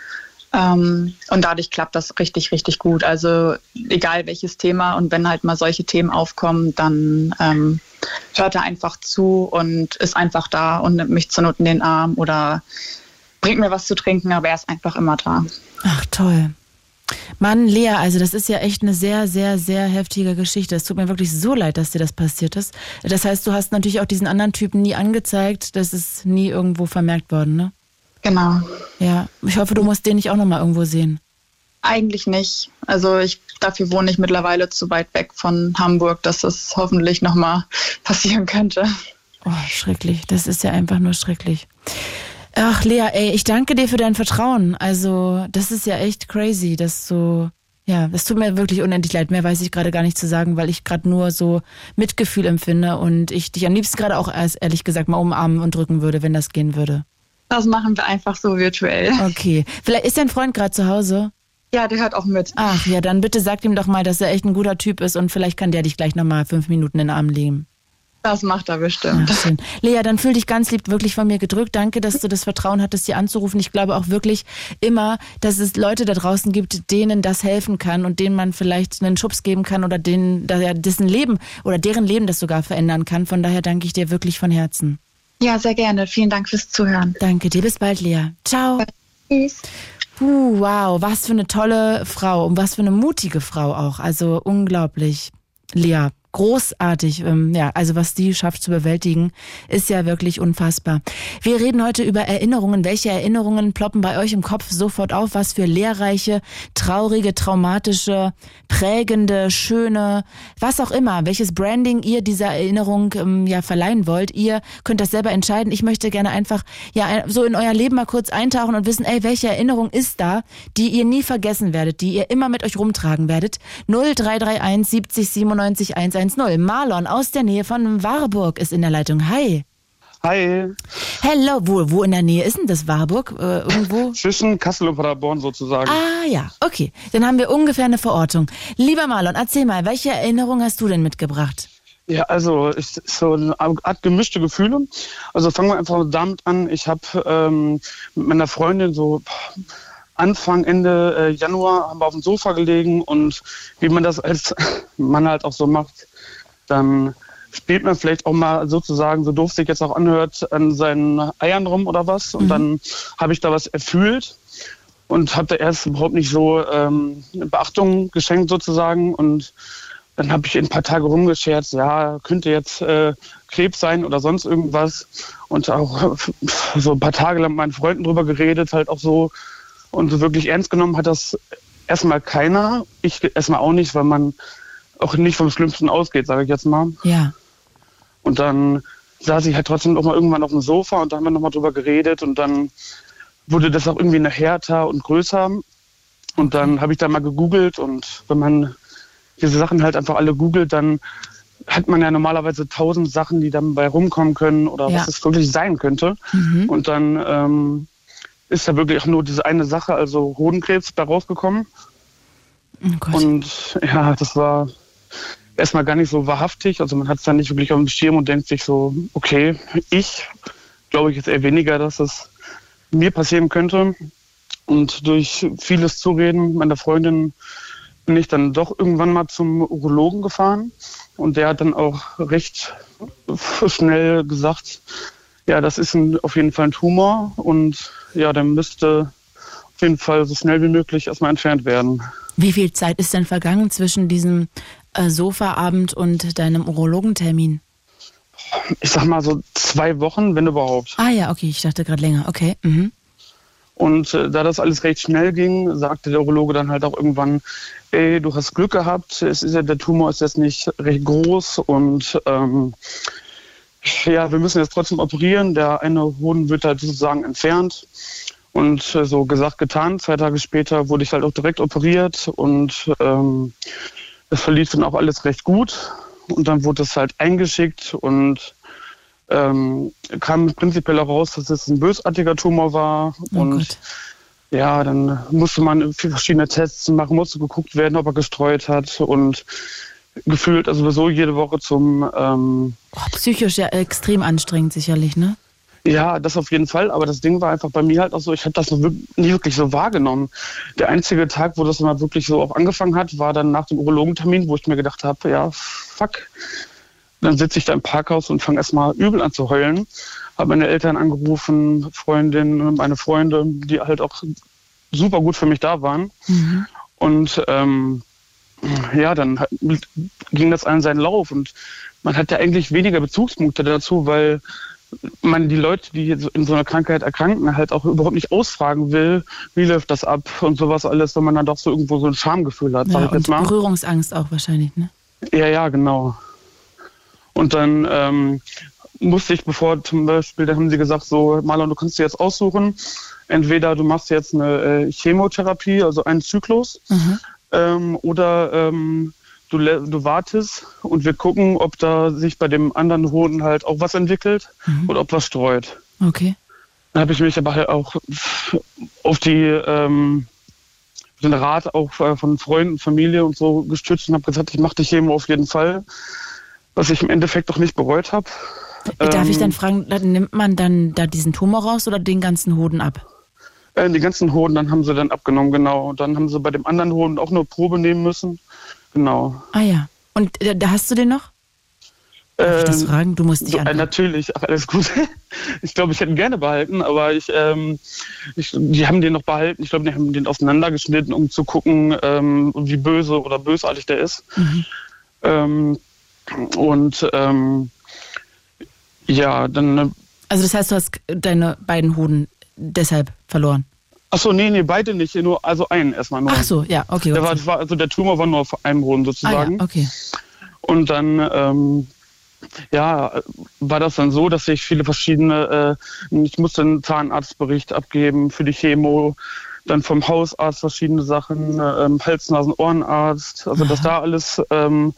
Ähm, und dadurch klappt das richtig, richtig gut. Also egal welches Thema und wenn halt mal solche Themen aufkommen, dann ähm, hört er einfach zu und ist einfach da und nimmt mich zur Not in den Arm oder bringt mir was zu trinken, aber er ist einfach immer da. Ach, toll. Mann, Lea, also das ist ja echt eine sehr, sehr, sehr heftige Geschichte. Es tut mir wirklich so leid, dass dir das passiert ist. Das heißt, du hast natürlich auch diesen anderen Typen nie angezeigt. Das ist nie irgendwo vermerkt worden, ne? Genau. Ja, ich hoffe, du musst den nicht auch nochmal irgendwo sehen. Eigentlich nicht. Also ich, dafür wohne ich mittlerweile zu weit weg von Hamburg, dass das hoffentlich nochmal passieren könnte. Oh, schrecklich. Das ist ja einfach nur schrecklich. Ach, Lea, ey, ich danke dir für dein Vertrauen. Also, das ist ja echt crazy, dass du, ja, es tut mir wirklich unendlich leid. Mehr weiß ich gerade gar nicht zu sagen, weil ich gerade nur so Mitgefühl empfinde und ich dich am liebsten gerade auch erst, ehrlich gesagt, mal umarmen und drücken würde, wenn das gehen würde. Das machen wir einfach so virtuell. Okay. Vielleicht ist dein Freund gerade zu Hause? Ja, der hört auch mit. Ach ja, dann bitte sag ihm doch mal, dass er echt ein guter Typ ist und vielleicht kann der dich gleich nochmal fünf Minuten in den Arm legen. Das macht er bestimmt. Ach, schön. Lea, dann fühl dich ganz lieb wirklich von mir gedrückt. Danke, dass du das Vertrauen hattest, hier anzurufen. Ich glaube auch wirklich immer, dass es Leute da draußen gibt, denen das helfen kann und denen man vielleicht einen Schubs geben kann oder denen, dessen Leben oder deren Leben das sogar verändern kann. Von daher danke ich dir wirklich von Herzen. Ja, sehr gerne. Vielen Dank fürs Zuhören. Danke dir. Bis bald, Lea. Ciao. Tschüss. Uh, wow, was für eine tolle Frau und was für eine mutige Frau auch. Also unglaublich. Lea, großartig. Ja, also was die schafft zu bewältigen, ist ja wirklich unfassbar. Wir reden heute über Erinnerungen. Welche Erinnerungen ploppen bei euch im Kopf sofort auf? Was für lehrreiche, traurige, traumatische, prägende, schöne, was auch immer. Welches Branding ihr dieser Erinnerung ähm, ja verleihen wollt. Ihr könnt das selber entscheiden. Ich möchte gerne einfach ja so in euer Leben mal kurz eintauchen und wissen, ey, welche Erinnerung ist da, die ihr nie vergessen werdet, die ihr immer mit euch rumtragen werdet. null drei drei eins siebzig siebenundneunzig hundertzehn. Marlon aus der Nähe von Warburg ist in der Leitung. Hi. Hi. Hello. Wo, wo in der Nähe ist denn das Warburg? Äh, irgendwo? Zwischen Kassel und Paderborn sozusagen. Ah ja, okay. Dann haben wir ungefähr eine Verortung. Lieber Marlon, erzähl mal, welche Erinnerung hast du denn mitgebracht? Ja, also ich, so eine Art gemischte Gefühle. Also fangen wir einfach damit an. Ich habe ähm, mit meiner Freundin so Anfang, Ende äh, Januar haben wir auf dem Sofa gelegen und wie man das als Mann halt auch so macht, dann spielt man vielleicht auch mal sozusagen, so doof sich jetzt auch anhört, an seinen Eiern rum oder was. Und mhm. dann habe ich da was erfüllt und habe da erst überhaupt nicht so ähm, Beachtung geschenkt sozusagen. Und dann habe ich ein paar Tage rumgescherzt, ja, könnte jetzt äh, Krebs sein oder sonst irgendwas. Und auch so ein paar Tage lang mit meinen Freunden drüber geredet, halt auch so. Und so wirklich ernst genommen hat das erstmal keiner. Ich erstmal auch nicht, weil man auch nicht vom Schlimmsten ausgeht, sage ich jetzt mal. Ja. Und dann saß ich halt trotzdem auch mal irgendwann auf dem Sofa und da haben wir nochmal drüber geredet und dann wurde das auch irgendwie noch härter und größer. Und dann habe ich da mal gegoogelt und wenn man diese Sachen halt einfach alle googelt, dann hat man ja normalerweise tausend Sachen, die dann bei rumkommen können oder ja. was es wirklich sein könnte. Mhm. Und dann ähm, ist da wirklich auch nur diese eine Sache, also Hodenkrebs, da rausgekommen. Oh Gott. Und ja, das war erstmal gar nicht so wahrhaftig. Also man hat es dann nicht wirklich auf dem Schirm und denkt sich so, okay, ich glaube ich jetzt eher weniger, dass das mir passieren könnte. Und durch vieles Zureden meiner Freundin bin ich dann doch irgendwann mal zum Urologen gefahren. Und der hat dann auch recht schnell gesagt, ja, das ist ein, auf jeden Fall ein Tumor. Und ja, der müsste auf jeden Fall so schnell wie möglich erstmal entfernt werden. Wie viel Zeit ist denn vergangen zwischen diesem äh, Sofaabend und deinem Urologentermin? Ich sag mal so zwei Wochen, wenn überhaupt. Ah ja, okay, ich dachte gerade länger, okay. Mhm. Und äh, da das alles recht schnell ging, sagte der Urologe dann halt auch irgendwann, ey, du hast Glück gehabt, es ist ja, der Tumor ist jetzt nicht recht groß und ähm, ja, wir müssen jetzt trotzdem operieren. Der eine Hoden wird halt sozusagen entfernt. Und äh, so gesagt, getan. Zwei Tage später wurde ich halt auch direkt operiert und ähm, es verlief dann auch alles recht gut. Und dann wurde es halt eingeschickt und ähm, kam prinzipiell heraus, dass es ein bösartiger Tumor war. Oh und Gott. Ja, dann musste man verschiedene Tests machen, musste geguckt werden, ob er gestreut hat und gefühlt also sowieso jede Woche zum... Ähm, oh, psychisch ja extrem anstrengend sicherlich, ne? Ja, das auf jeden Fall. Aber das Ding war einfach bei mir halt auch so, ich habe das noch wirklich, nie wirklich so wahrgenommen. Der einzige Tag, wo das mal wirklich so auch angefangen hat, war dann nach dem Urologentermin, wo ich mir gedacht habe, ja, fuck. Dann sitze ich da im Parkhaus und fange erstmal übel an zu heulen. Habe meine Eltern angerufen, Freundinnen, meine Freunde, die halt auch super gut für mich da waren. Mhm. Und ähm, ja, dann hat, ging das an seinen Lauf. Und man hat ja eigentlich weniger Bezugspunkte dazu, weil man die Leute, die in so einer Krankheit erkranken, halt auch überhaupt nicht ausfragen will, wie läuft das ab und sowas alles, wenn man dann doch so irgendwo so ein Schamgefühl hat. Ja, sag ich und jetzt mal. Berührungsangst auch wahrscheinlich, ne? Ja, ja, genau. Und dann ähm, musste ich, bevor zum Beispiel, da haben sie gesagt, so, Marlon, du kannst dir jetzt aussuchen, entweder du machst jetzt eine äh, Chemotherapie, also einen Zyklus, mhm. ähm, oder ähm, du, du wartest und wir gucken, ob da sich bei dem anderen Hoden halt auch was entwickelt mhm. oder ob was streut. Okay. Dann habe ich mich aber halt auch auf die ähm, den Rat auch von Freunden, Familie und so gestützt und habe gesagt, ich mache die Chemo auf jeden Fall, was ich im Endeffekt auch nicht bereut habe. Darf ähm, ich dann fragen, nimmt man dann da diesen Tumor raus oder den ganzen Hoden ab? Äh, die ganzen Hoden, dann haben sie dann abgenommen, genau. Und dann haben sie bei dem anderen Hoden auch nur Probe nehmen müssen. Genau. Ah ja. Und äh, da hast du den noch? Darf ähm, ich das fragen? Du musst dich so, äh, natürlich, ach, alles gut. Ich glaube, ich hätte ihn gerne behalten, aber ich, ähm, ich, die haben den noch behalten. Ich glaube, die haben den auseinandergeschnitten, um zu gucken, ähm, wie böse oder bösartig der ist. Mhm. Ähm, und ähm, ja, dann... Also das heißt, du hast deine beiden Hoden deshalb verloren? Ach so, nee, nee, beide nicht, nur, also einen erstmal nur. Ach so, ja, okay. Der war, das war, also der Tumor war nur auf einem Hoden sozusagen. Ah, ja, okay. Und dann, ähm, ja, war das dann so, dass ich viele verschiedene, äh, ich musste einen Zahnarztbericht abgeben für die Chemo, dann vom Hausarzt verschiedene Sachen, äh, Hals-Nasen-Ohrenarzt, also Aha. dass da alles ähm,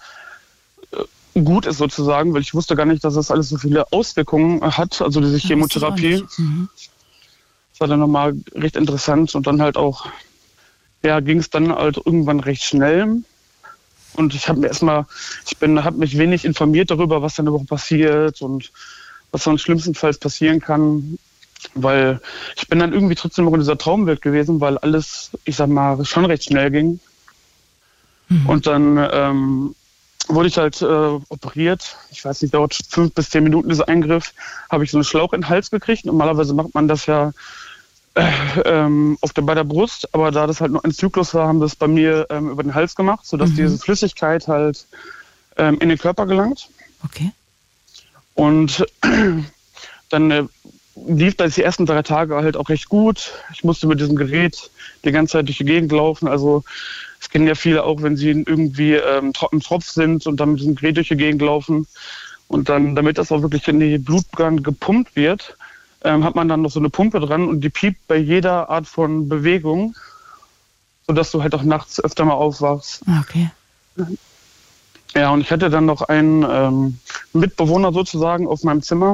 gut ist sozusagen, weil ich wusste gar nicht, dass das alles so viele Auswirkungen hat, also diese Chemotherapie. Mhm. Das war dann nochmal recht interessant und dann halt auch, ja, ging es dann halt irgendwann recht schnell. Und ich habe mir erstmal, ich bin, habe mich wenig informiert darüber, was dann überhaupt passiert und was sonst schlimmstenfalls passieren kann, weil ich bin dann irgendwie trotzdem noch in dieser Traumwelt gewesen, weil alles, ich sag mal, schon recht schnell ging. Mhm. Und dann ähm, wurde ich halt äh, operiert. Ich weiß nicht, dauert fünf bis zehn Minuten dieser Eingriff. Habe ich so einen Schlauch in den Hals gekriegt. Normalerweise macht man das ja äh, ähm, auf der, bei der Brust, aber da das halt nur ein Zyklus war, haben wir es bei mir ähm, über den Hals gemacht, sodass mhm. diese Flüssigkeit halt ähm, in den Körper gelangt. Okay. Und dann äh, lief das die ersten drei Tage halt auch recht gut. Ich musste mit diesem Gerät die ganze Zeit durch die Gegend laufen. Also es kennen ja viele auch, wenn sie irgendwie ähm, im Tropf sind und dann mit diesem Gerät durch die Gegend laufen. Und dann, damit das auch wirklich in die Blutbahn gepumpt wird, ähm, hat man dann noch so eine Pumpe dran und die piept bei jeder Art von Bewegung, sodass du halt auch nachts öfter mal aufwachst. Okay. Ja, und ich hatte dann noch einen ähm, Mitbewohner sozusagen auf meinem Zimmer.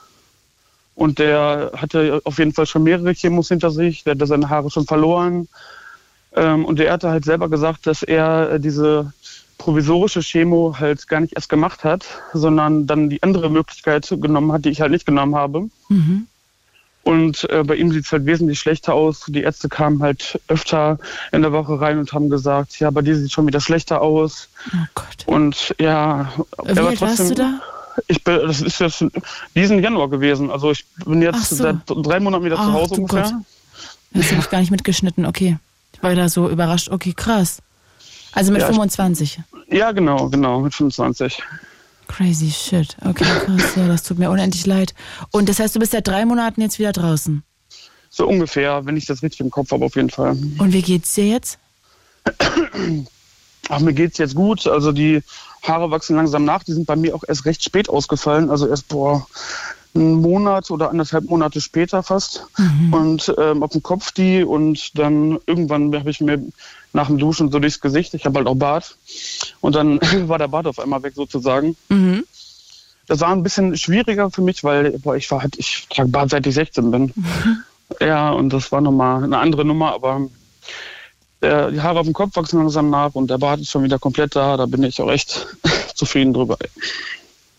Und der hatte auf jeden Fall schon mehrere Chemos hinter sich, der hatte seine Haare schon verloren. Ähm, und der hatte halt selber gesagt, dass er äh, diese provisorische Chemo halt gar nicht erst gemacht hat, sondern dann die andere Möglichkeit genommen hat, die ich halt nicht genommen habe. Mhm. Und äh, bei ihm sieht es halt wesentlich schlechter aus. Die Ärzte kamen halt öfter in der Woche rein und haben gesagt, ja, bei dir sieht es schon wieder schlechter aus. Oh Gott. Und ja... Wie alt warst du da? Ich bin, das ist jetzt diesen Januar gewesen. Also ich bin jetzt so. seit drei Monaten wieder Ach, zu Hause ungefähr. Gott. Das habe ich gar nicht mitgeschnitten, okay. Ich war da so überrascht, okay, krass. Also mit ja, fünfundzwanzig? Ich, ja, genau, genau, mit fünfundzwanzig. Crazy shit. Okay, krass, ja, das tut mir unendlich leid. Und das heißt, du bist seit drei Monaten jetzt wieder draußen? So ungefähr, wenn ich das richtig im Kopf habe, auf jeden Fall. Und wie geht's dir jetzt? Ach, mir geht's jetzt gut. Also die Haare wachsen langsam nach. Die sind bei mir auch erst recht spät ausgefallen. Also erst, boah, einen Monat oder anderthalb Monate später fast. Mhm. Und ähm, auf dem Kopf die. Und dann irgendwann habe ich mir nach dem Duschen so durchs Gesicht. Ich habe halt auch Bart. Und dann war der Bart auf einmal weg sozusagen. Mhm. Das war ein bisschen schwieriger für mich, weil boah, ich war halt, ich trage Bart seit ich sechzehn bin. Mhm. Ja, und das war nochmal eine andere Nummer, aber die Haare auf dem Kopf wachsen langsam nach und der Bart ist schon wieder komplett da. Da bin ich auch echt zufrieden drüber.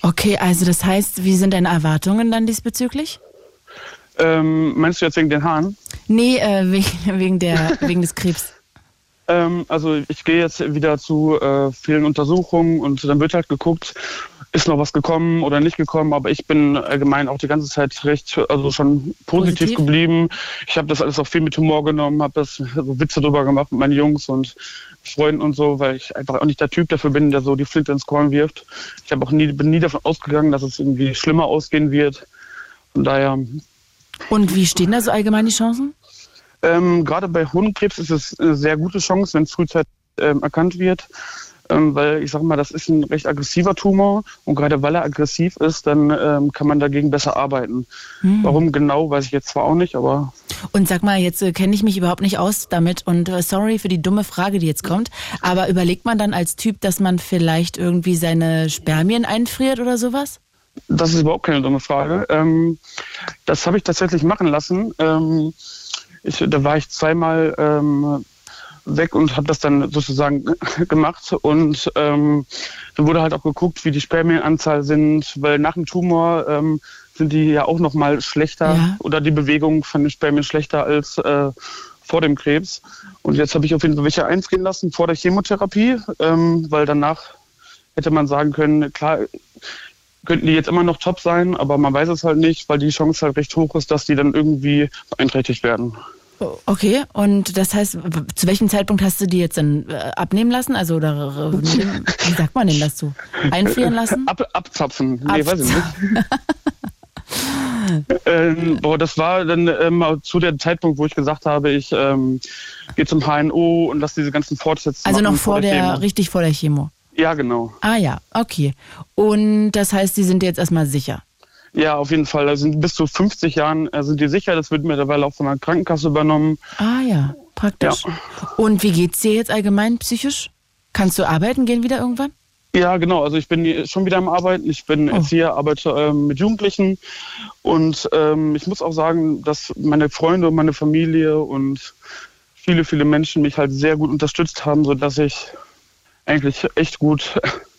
Okay, also das heißt, wie sind deine Erwartungen dann diesbezüglich? Ähm, meinst du jetzt wegen den Haaren? Nee, äh, wegen, wegen, der, wegen des Krebs. Ähm, also ich gehe jetzt wieder zu äh, vielen Untersuchungen und dann wird halt geguckt, ist noch was gekommen oder nicht gekommen, aber ich bin allgemein auch die ganze Zeit recht, also schon positiv, positiv? geblieben. Ich habe das alles auch viel mit Humor genommen, habe das so Witze drüber gemacht mit meinen Jungs und Freunden und so, weil ich einfach auch nicht der Typ dafür bin, der so die Flinte ins Korn wirft. Ich habe auch nie, bin nie davon ausgegangen, dass es irgendwie schlimmer ausgehen wird. Von daher. Und wie stehen da so allgemein die Chancen? Ähm, gerade bei Hodenkrebs ist es eine sehr gute Chance, wenn es frühzeitig ähm, erkannt wird. Ähm, weil ich sage mal, das ist ein recht aggressiver Tumor und gerade weil er aggressiv ist, dann ähm, kann man dagegen besser arbeiten. Hm. Warum genau, weiß ich jetzt zwar auch nicht, aber... Und sag mal, jetzt äh, kenne ich mich überhaupt nicht aus damit und äh, sorry für die dumme Frage, die jetzt kommt, aber überlegt man dann als Typ, dass man vielleicht irgendwie seine Spermien einfriert oder sowas? Das ist überhaupt keine dumme Frage. Ähm, das habe ich tatsächlich machen lassen. Ähm, ich, da war ich zweimal... Ähm, weg und habe das dann sozusagen gemacht und ähm, dann wurde halt auch geguckt, wie die Spermienanzahl sind, weil nach dem Tumor ähm, sind die ja auch noch mal schlechter ja. oder die Bewegung von den Spermien schlechter als äh, vor dem Krebs. Und jetzt habe ich auf jeden Fall welche einfrieren lassen vor der Chemotherapie, ähm, weil danach hätte man sagen können, klar, könnten die jetzt immer noch top sein, aber man weiß es halt nicht, weil die Chance halt recht hoch ist, dass die dann irgendwie beeinträchtigt werden. Okay, und das heißt, zu welchem Zeitpunkt hast du die jetzt dann äh, abnehmen lassen? Also, oder wie sagt man denn das so? Einfrieren lassen? Ab, abzapfen. Nee, Abz- weiß ich nicht. ähm, boah, das war dann ähm, zu dem Zeitpunkt, wo ich gesagt habe, ich ähm, gehe zum H N O und lasse diese ganzen Fortsätze Also noch vor, vor der, der richtig vor der Chemo? Ja, genau. Ah ja, okay. Und das heißt, die sind jetzt erstmal sicher? Ja, auf jeden Fall. Also bis zu fünfzig Jahren sind die sicher. Das wird mittlerweile auch von der Krankenkasse übernommen. Ah ja, praktisch. Ja. Und wie geht's dir jetzt allgemein psychisch? Kannst du arbeiten gehen wieder irgendwann? Ja, genau. Also ich bin schon wieder am Arbeiten. Ich bin oh. Erzieher, arbeite ähm, mit Jugendlichen. Und ähm, ich muss auch sagen, dass meine Freunde und meine Familie und viele, viele Menschen mich halt sehr gut unterstützt haben, sodass ich eigentlich echt gut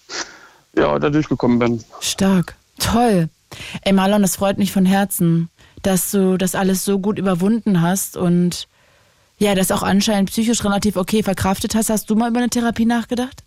ja, da durchgekommen bin. Stark. Toll. Ey Marlon, es freut mich von Herzen, dass du das alles so gut überwunden hast und ja, das auch anscheinend psychisch relativ okay verkraftet hast. Hast du mal über eine Therapie nachgedacht?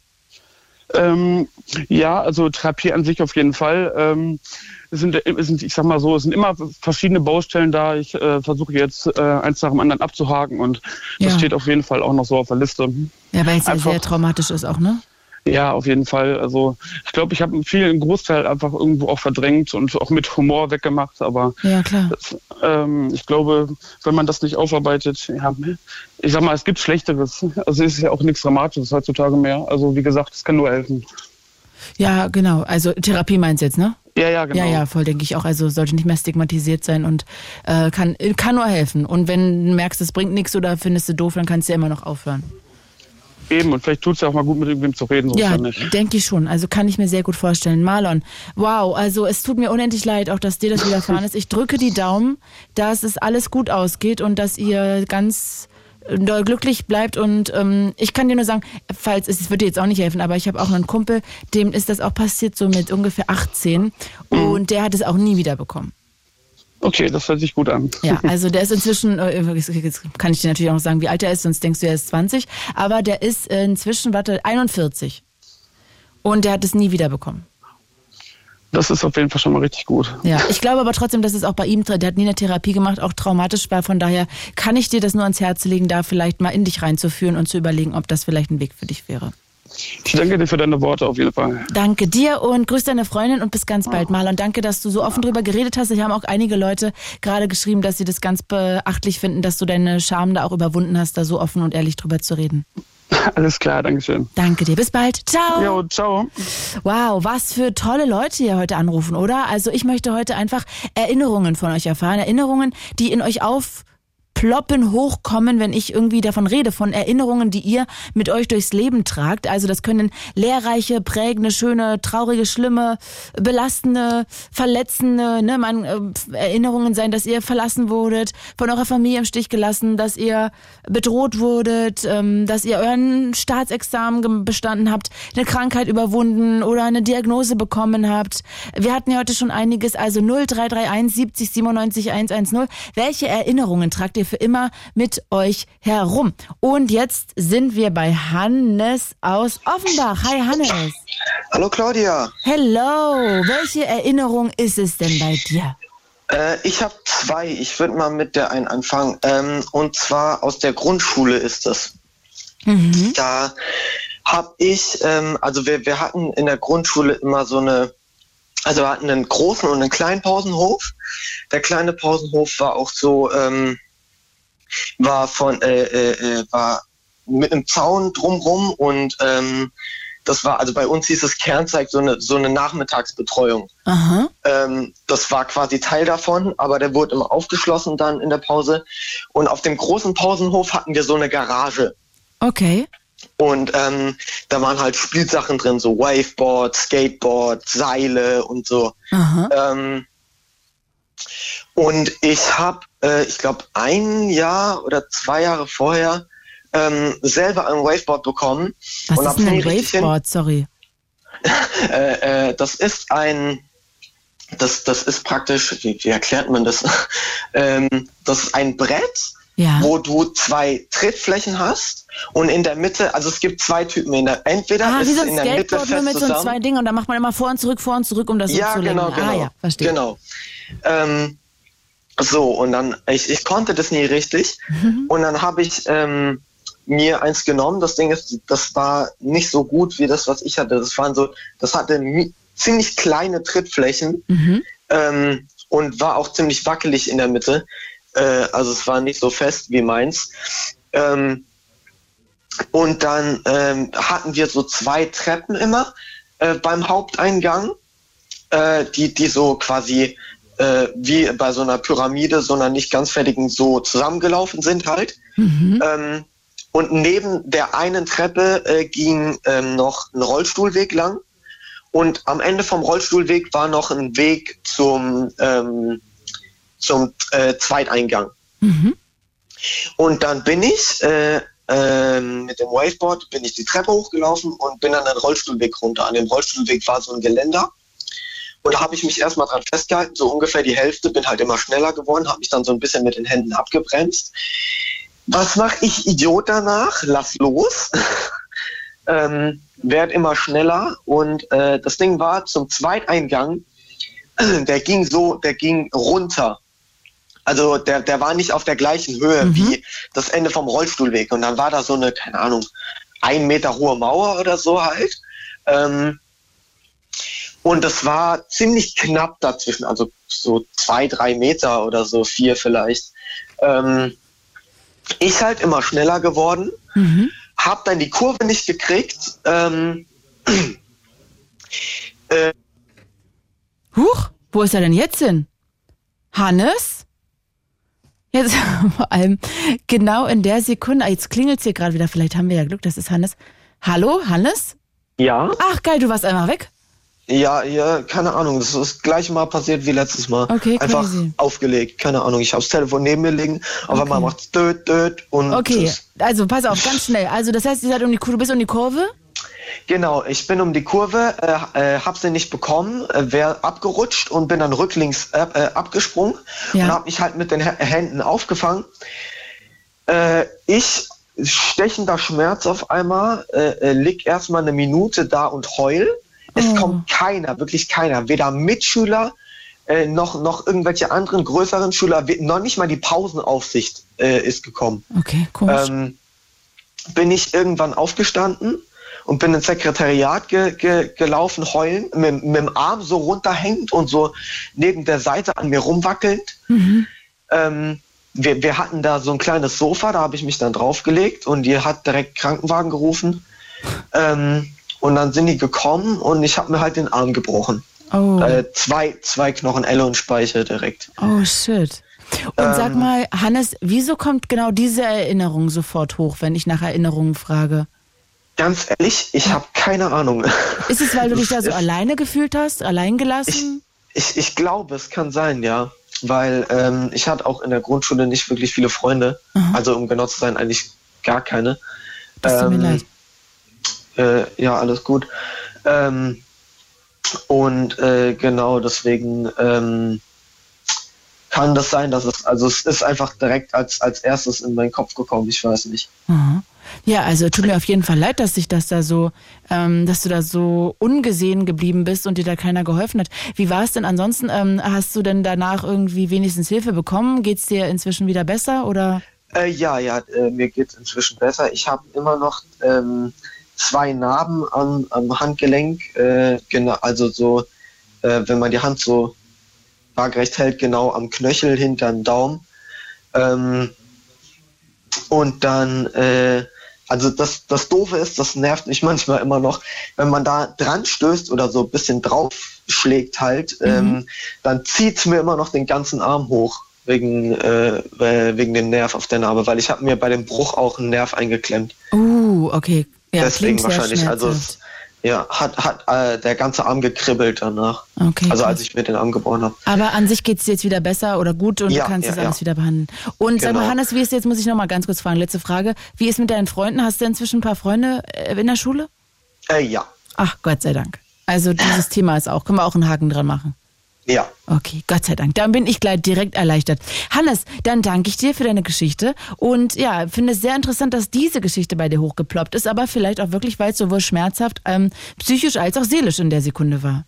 Ähm, ja, also Therapie an sich auf jeden Fall. Ähm, es sind, es sind, ich sag mal so, es sind immer verschiedene Baustellen da. Ich äh, versuche jetzt äh, eins nach dem anderen abzuhaken und das ja. steht auf jeden Fall auch noch so auf der Liste. Ja, weil es ja sehr traumatisch ist auch, ne? Ja, auf jeden Fall. Also ich glaube, ich habe viel, einen Großteil einfach irgendwo auch verdrängt und auch mit Humor weggemacht. Aber ja, klar. Das, ähm, ich glaube, wenn man das nicht aufarbeitet, ja, ich sag mal, es gibt Schlechteres. Also es ist ja auch nichts Dramatisches heutzutage mehr. Also wie gesagt, es kann nur helfen. Ja, genau. Also Therapie meinst du jetzt, ne? Ja, ja, genau. Ja, ja, voll, denke ich auch. Also sollte nicht mehr stigmatisiert sein und äh, kann, kann nur helfen. Und wenn du merkst, es bringt nichts oder findest du doof, dann kannst du ja immer noch aufhören. Eben, und vielleicht tut es ja auch mal gut, mit irgendwem zu reden. So ja, denke ich schon. Also kann ich mir sehr gut vorstellen. Marlon, wow, also es tut mir unendlich leid, auch dass dir das widerfahren ist. Ich drücke die Daumen, dass es alles gut ausgeht und dass ihr ganz doll glücklich bleibt. Und ähm, ich kann dir nur sagen, falls es, es wird dir jetzt auch nicht helfen, aber ich habe auch einen Kumpel, dem ist das auch passiert, so mit ungefähr achtzehn. Mhm. Und der hat es auch nie wieder bekommen. Okay, das hört sich gut an. Ja, also der ist inzwischen, jetzt kann ich dir natürlich auch noch sagen, wie alt er ist, sonst denkst du, er ist zwanzig, aber der ist inzwischen, warte, einundvierzig. Und der hat es nie wieder bekommen. Das ist auf jeden Fall schon mal richtig gut. Ja, ich glaube aber trotzdem, dass es auch bei ihm, der hat nie eine Therapie gemacht, auch traumatisch war. Von daher kann ich dir das nur ans Herz legen, da vielleicht mal in dich reinzuführen und zu überlegen, ob das vielleicht ein Weg für dich wäre. Ich danke dir für deine Worte auf jeden Fall. Danke dir und grüß deine Freundin und bis ganz bald, Marlon. Danke, dass du so offen drüber geredet hast. Ich habe auch einige Leute gerade geschrieben, dass sie das ganz beachtlich finden, dass du deine Scham da auch überwunden hast, da so offen und ehrlich drüber zu reden. Alles klar, danke schön. Danke dir, bis bald. Ciao. Jo, ciao. Wow, was für tolle Leute hier heute anrufen, oder? Also ich möchte heute einfach Erinnerungen von euch erfahren. Erinnerungen, die in euch auf... ploppen, hochkommen, wenn ich irgendwie davon rede, von Erinnerungen, die ihr mit euch durchs Leben tragt. Also das können lehrreiche, prägende, schöne, traurige, schlimme, belastende, verletzende, ne, man, äh, Erinnerungen sein, dass ihr verlassen wurdet, von eurer Familie im Stich gelassen, dass ihr bedroht wurdet, ähm, dass ihr euren Staatsexamen bestanden habt, eine Krankheit überwunden oder eine Diagnose bekommen habt. Wir hatten ja heute schon einiges, also null drei drei eins siebzig siebenundneunzig hundertzehn. Welche Erinnerungen tragt ihr für immer mit euch herum? Und jetzt sind wir bei Hannes aus Offenbach. Hi Hannes. Hallo Claudia. Hello. Welche Erinnerung ist es denn bei dir? Äh, ich habe zwei. Ich würde mal mit der einen anfangen. Ähm, und zwar aus der Grundschule ist das. Mhm. Da habe ich, ähm, also wir, wir hatten in der Grundschule immer so eine, also wir hatten einen großen und einen kleinen Pausenhof. Der kleine Pausenhof war auch so, ähm, war von, äh, äh, war mit einem Zaun drumrum und ähm, das war, also bei uns hieß es Kernzeit, so eine, so eine Nachmittagsbetreuung. Aha. Ähm, das war quasi Teil davon, aber der wurde immer aufgeschlossen dann in der Pause. Und auf dem großen Pausenhof hatten wir so eine Garage. Okay. Und ähm, da waren halt Spielsachen drin, so Waveboard, Skateboard, Seile und so. Aha. Ähm, und ich habe, äh, ich glaube, ein Jahr oder zwei Jahre vorher ähm, selber ein Waveboard bekommen. Was und ist denn ein Waveboard? Sorry. äh, äh, das ist ein, das, das ist praktisch, wie, wie erklärt man das? ähm, das ist ein Brett, ja, wo du zwei Trittflächen hast und in der Mitte, also es gibt zwei Typen. In der, entweder ah, ist wie so es in der Mitte fest nur mit zusammen. So zwei Dingen und da macht man immer vor und zurück, vor und zurück, um das so ja, zu genau, lenken. genau, Ah ja, verstehe. Genau. Ähm, so, und dann, ich, ich konnte das nie richtig. Mhm. Und dann habe ich ähm, mir eins genommen. Das Ding ist, das war nicht so gut wie das, was ich hatte. Das waren so, das hatte mi- ziemlich kleine Trittflächen mhm. ähm, und war auch ziemlich wackelig in der Mitte. Äh, also es war nicht so fest wie meins. Ähm, und dann ähm, hatten wir so zwei Treppen immer äh, beim Haupteingang, äh, die, die so quasi äh, wie bei so einer Pyramide, so einer nicht ganz fertigen, so zusammengelaufen sind halt. Mhm. Ähm, und neben der einen Treppe äh, ging ähm, noch ein Rollstuhlweg lang. Und am Ende vom Rollstuhlweg war noch ein Weg zum, ähm, zum äh, Zweiteingang. Mhm. Und dann bin ich äh, äh, mit dem Waveboard bin ich die Treppe hochgelaufen und bin an den Rollstuhlweg runter. An dem Rollstuhlweg war so ein Geländer. Und da habe ich mich erstmal dran festgehalten, so ungefähr die Hälfte, bin halt immer schneller geworden, habe mich dann so ein bisschen mit den Händen abgebremst. Was mache ich, Idiot, danach? Lass los. ähm, werd immer schneller und äh, das Ding war zum Zweiteingang, der ging so, der ging runter. Also der, der war nicht auf der gleichen Höhe mhm. wie das Ende vom Rollstuhlweg. Und dann war da so eine, keine Ahnung, ein Meter hohe Mauer oder so halt. Ähm, und das war ziemlich knapp dazwischen, also so zwei, drei Meter oder so, vier vielleicht. Ähm, ich halt immer schneller geworden, mhm. hab dann die Kurve nicht gekriegt. Ähm, äh, Huch, wo ist er denn jetzt hin? Hannes? Jetzt vor allem genau in der Sekunde, jetzt klingelt es hier gerade wieder, vielleicht haben wir ja Glück, das ist Hannes. Hallo, Hannes? Ja? Ach geil, du warst einmal weg? Ja, ja, keine Ahnung, das ist das gleiche Mal passiert wie letztes Mal. Okay, einfach crazy. Aufgelegt, keine Ahnung, ich habe das Telefon neben mir liegen, auf einmal macht es död, död und okay, tschüss. Also pass auf, ganz schnell, also das heißt, ihr seid um die, du bist um die Kurve? Genau, ich bin um die Kurve, äh, äh, hab sie nicht bekommen, äh, wär abgerutscht und bin dann rücklings äh, äh, abgesprungen ja. und hab mich halt mit den H- Händen aufgefangen. Äh, ich, stechender Schmerz auf einmal, äh, äh, lieg erstmal eine Minute da und heul. Es oh. kommt keiner, wirklich keiner, weder Mitschüler äh, noch, noch irgendwelche anderen größeren Schüler, noch nicht mal die Pausenaufsicht äh, ist gekommen. Okay, komisch. Ähm, bin ich irgendwann aufgestanden und bin ins Sekretariat ge, ge, gelaufen, heulen, mit, mit dem Arm so runterhängend und so neben der Seite an mir rumwackelnd. Mhm. Ähm, wir, wir hatten da so ein kleines Sofa, da habe ich mich dann draufgelegt und die hat direkt Krankenwagen gerufen. Ähm, und dann sind die gekommen und ich habe mir halt den Arm gebrochen. Oh. Äh, zwei, zwei Knochen, Elle und Speiche direkt. Oh shit. Und Ähm, sag mal, Hannes, wieso kommt genau diese Erinnerung sofort hoch, wenn ich nach Erinnerungen frage? Ganz ehrlich, ich habe keine Ahnung. Ist es, weil du dich da so Es- alleine gefühlt hast, allein gelassen? Ich, ich glaube, es kann sein, ja. Weil ähm, ich hatte auch in der Grundschule nicht wirklich viele Freunde. Aha. Also um genau zu sein, eigentlich gar keine. Das tut mir leid. Äh, ja, alles gut. Ähm, und äh, genau deswegen ähm, kann das sein, dass es, also es ist einfach direkt als, als erstes in meinen Kopf gekommen, ich weiß nicht. Aha. Ja, also tut mir auf jeden Fall leid, dass sich das da so, ähm, dass du da so ungesehen geblieben bist und dir da keiner geholfen hat. Wie war es denn ansonsten? Ähm, hast du denn danach irgendwie wenigstens Hilfe bekommen? Geht's dir inzwischen wieder besser oder? Äh, ja, ja, äh, mir geht's inzwischen besser. Ich habe immer noch ähm, zwei Narben am, am Handgelenk, äh, genau, also so, äh, wenn man die Hand so waagerecht hält, genau am Knöchel hinterm Daumen. Ähm, und dann, äh, also das, das Doofe ist, das nervt mich manchmal immer noch, wenn man da dran stößt oder so ein bisschen drauf schlägt halt, Mhm. ähm, dann zieht's mir immer noch den ganzen Arm hoch. Wegen, äh, wegen dem Nerv auf der Narbe, weil ich habe mir bei dem Bruch auch einen Nerv eingeklemmt. Uh, okay. Ja, Deswegen klingt sehr wahrscheinlich. Also schmerzhaft. es, ja, hat, hat äh, der ganze Arm gekribbelt danach. Okay, also krass. als ich mir den Arm gebrochen habe. Aber an sich geht's dir jetzt wieder besser oder gut und Ja, du kannst ja, das alles ja. wieder behandeln. Und sag mal, Genau. Hannes, wie ist jetzt, muss ich noch mal ganz kurz fragen, letzte Frage. Wie ist mit deinen Freunden? Hast du inzwischen ein paar Freunde äh, in der Schule? Äh, ja, Ach, Gott sei Dank. Also dieses Thema ist auch, können wir auch einen Haken dran machen. ja. Okay, Gott sei Dank. Dann bin ich gleich direkt erleichtert. Hannes, dann danke ich dir für deine Geschichte und ja, finde es sehr interessant, dass diese Geschichte bei dir hochgeploppt ist, aber vielleicht auch wirklich, weil es sowohl schmerzhaft, ähm, psychisch als auch seelisch in der Sekunde war.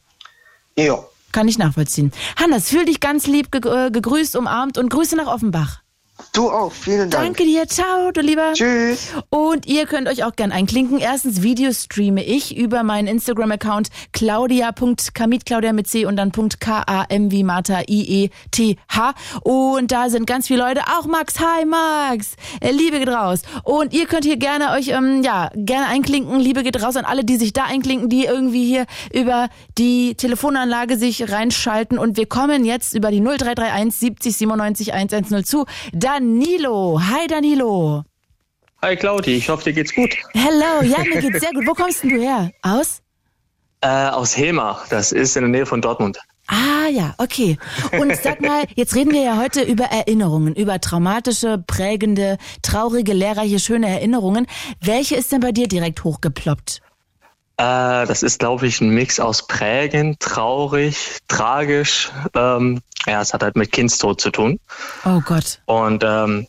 Ja. Kann ich nachvollziehen. Hannes, fühl dich ganz lieb ge äh, gegrüßt, umarmt und Grüße nach Offenbach. Du auch, vielen Dank. Danke dir, ciao, du Lieber. Tschüss. Und ihr könnt euch auch gern einklinken. Erstens Videos streame ich über meinen Instagram-Account claudia.kamit, Claudia mit C und dann K A M wie Martha I E T H. Und da sind ganz viele Leute, auch Max. Hi Max. Äh, Liebe geht raus. Und ihr könnt hier gerne euch, ähm, ja, gerne einklinken. Liebe geht raus an alle, die sich da einklinken, die irgendwie hier über die Telefonanlage sich reinschalten. Und wir kommen jetzt über die null drei drei eins siebzig siebenundneunzig hundertzehn zu Danilo. Hi Danilo. Hi Claudi, ich hoffe, dir geht's gut. Hello, ja, mir geht's sehr gut. Wo kommst denn du her? Aus? Äh, aus Hemach, das ist in der Nähe von Dortmund. Ah ja, okay. Und sag mal, jetzt reden wir ja heute über Erinnerungen, über traumatische, prägende, traurige, lehrreiche, schöne Erinnerungen. Welche ist denn bei dir direkt hochgeploppt? Äh, das ist, glaube ich, ein Mix aus prägend, traurig, tragisch. Ähm, ja, es hat halt mit Kindstod zu tun. Oh Gott. Und ähm,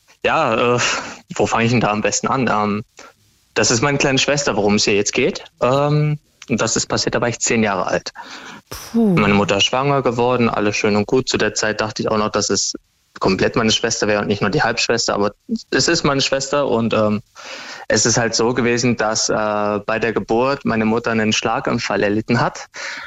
ja, äh, wo fange ich denn da am besten an? Ähm, das ist meine kleine Schwester, worum es hier jetzt geht. Ähm, und das ist passiert, da war ich zehn Jahre alt. Puh. Meine Mutter ist schwanger geworden, alles schön und gut. Zu der Zeit dachte ich auch noch, dass es komplett meine Schwester wäre und nicht nur die Halbschwester, aber es ist meine Schwester und ähm, es ist halt so gewesen, dass äh, bei der Geburt meine Mutter einen Schlaganfall erlitten hat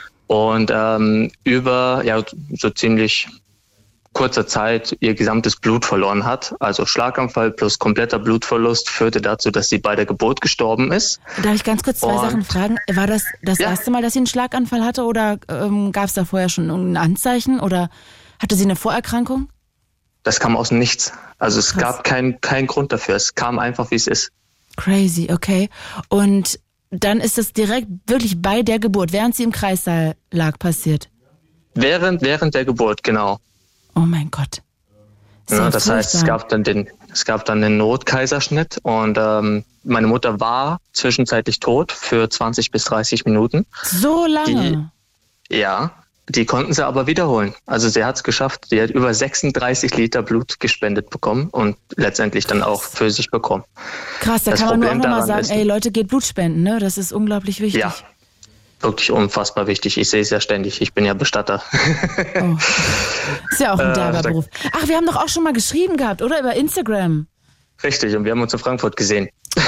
und ähm, über ja so ziemlich kurzer Zeit ihr gesamtes Blut verloren hat. Also Schlaganfall plus kompletter Blutverlust führte dazu, dass sie bei der Geburt gestorben ist. Darf ich ganz kurz zwei Und- Sachen fragen? War das das Ja. erste Mal, dass sie einen Schlaganfall hatte oder ähm, gab es da vorher schon irgendein Anzeichen oder hatte sie eine Vorerkrankung? Das kam aus dem Nichts. Also es Krass. gab keinen keinen Grund dafür. Es kam einfach, wie es ist. Crazy, okay. Und dann ist das direkt wirklich bei der Geburt, während sie im Kreissaal lag, passiert. Während, während der Geburt, genau. Oh mein Gott. Ist Ja, ja das heißt, es furchtbar. gab dann den, es gab dann den Notkaiserschnitt und ähm, meine Mutter war zwischenzeitlich tot für zwanzig bis dreißig Minuten. So lange. Ja, die konnten sie aber wiederholen. Also sie hat es geschafft. Sie hat über sechsunddreißig Liter Blut gespendet bekommen und letztendlich dann auch für sich bekommen. Krass, da das kann man nur auch Problem nochmal daran sagen, ist- ey Leute, geht Blut spenden, ne? Das ist unglaublich wichtig. Ja, wirklich unfassbar wichtig. Ich sehe es ja ständig. Ich bin ja Bestatter. Oh. Ist ja auch ein Äh, derber da- Beruf. Ach, wir haben doch auch schon mal geschrieben gehabt, oder? Über Instagram. Richtig, und wir haben uns in Frankfurt gesehen.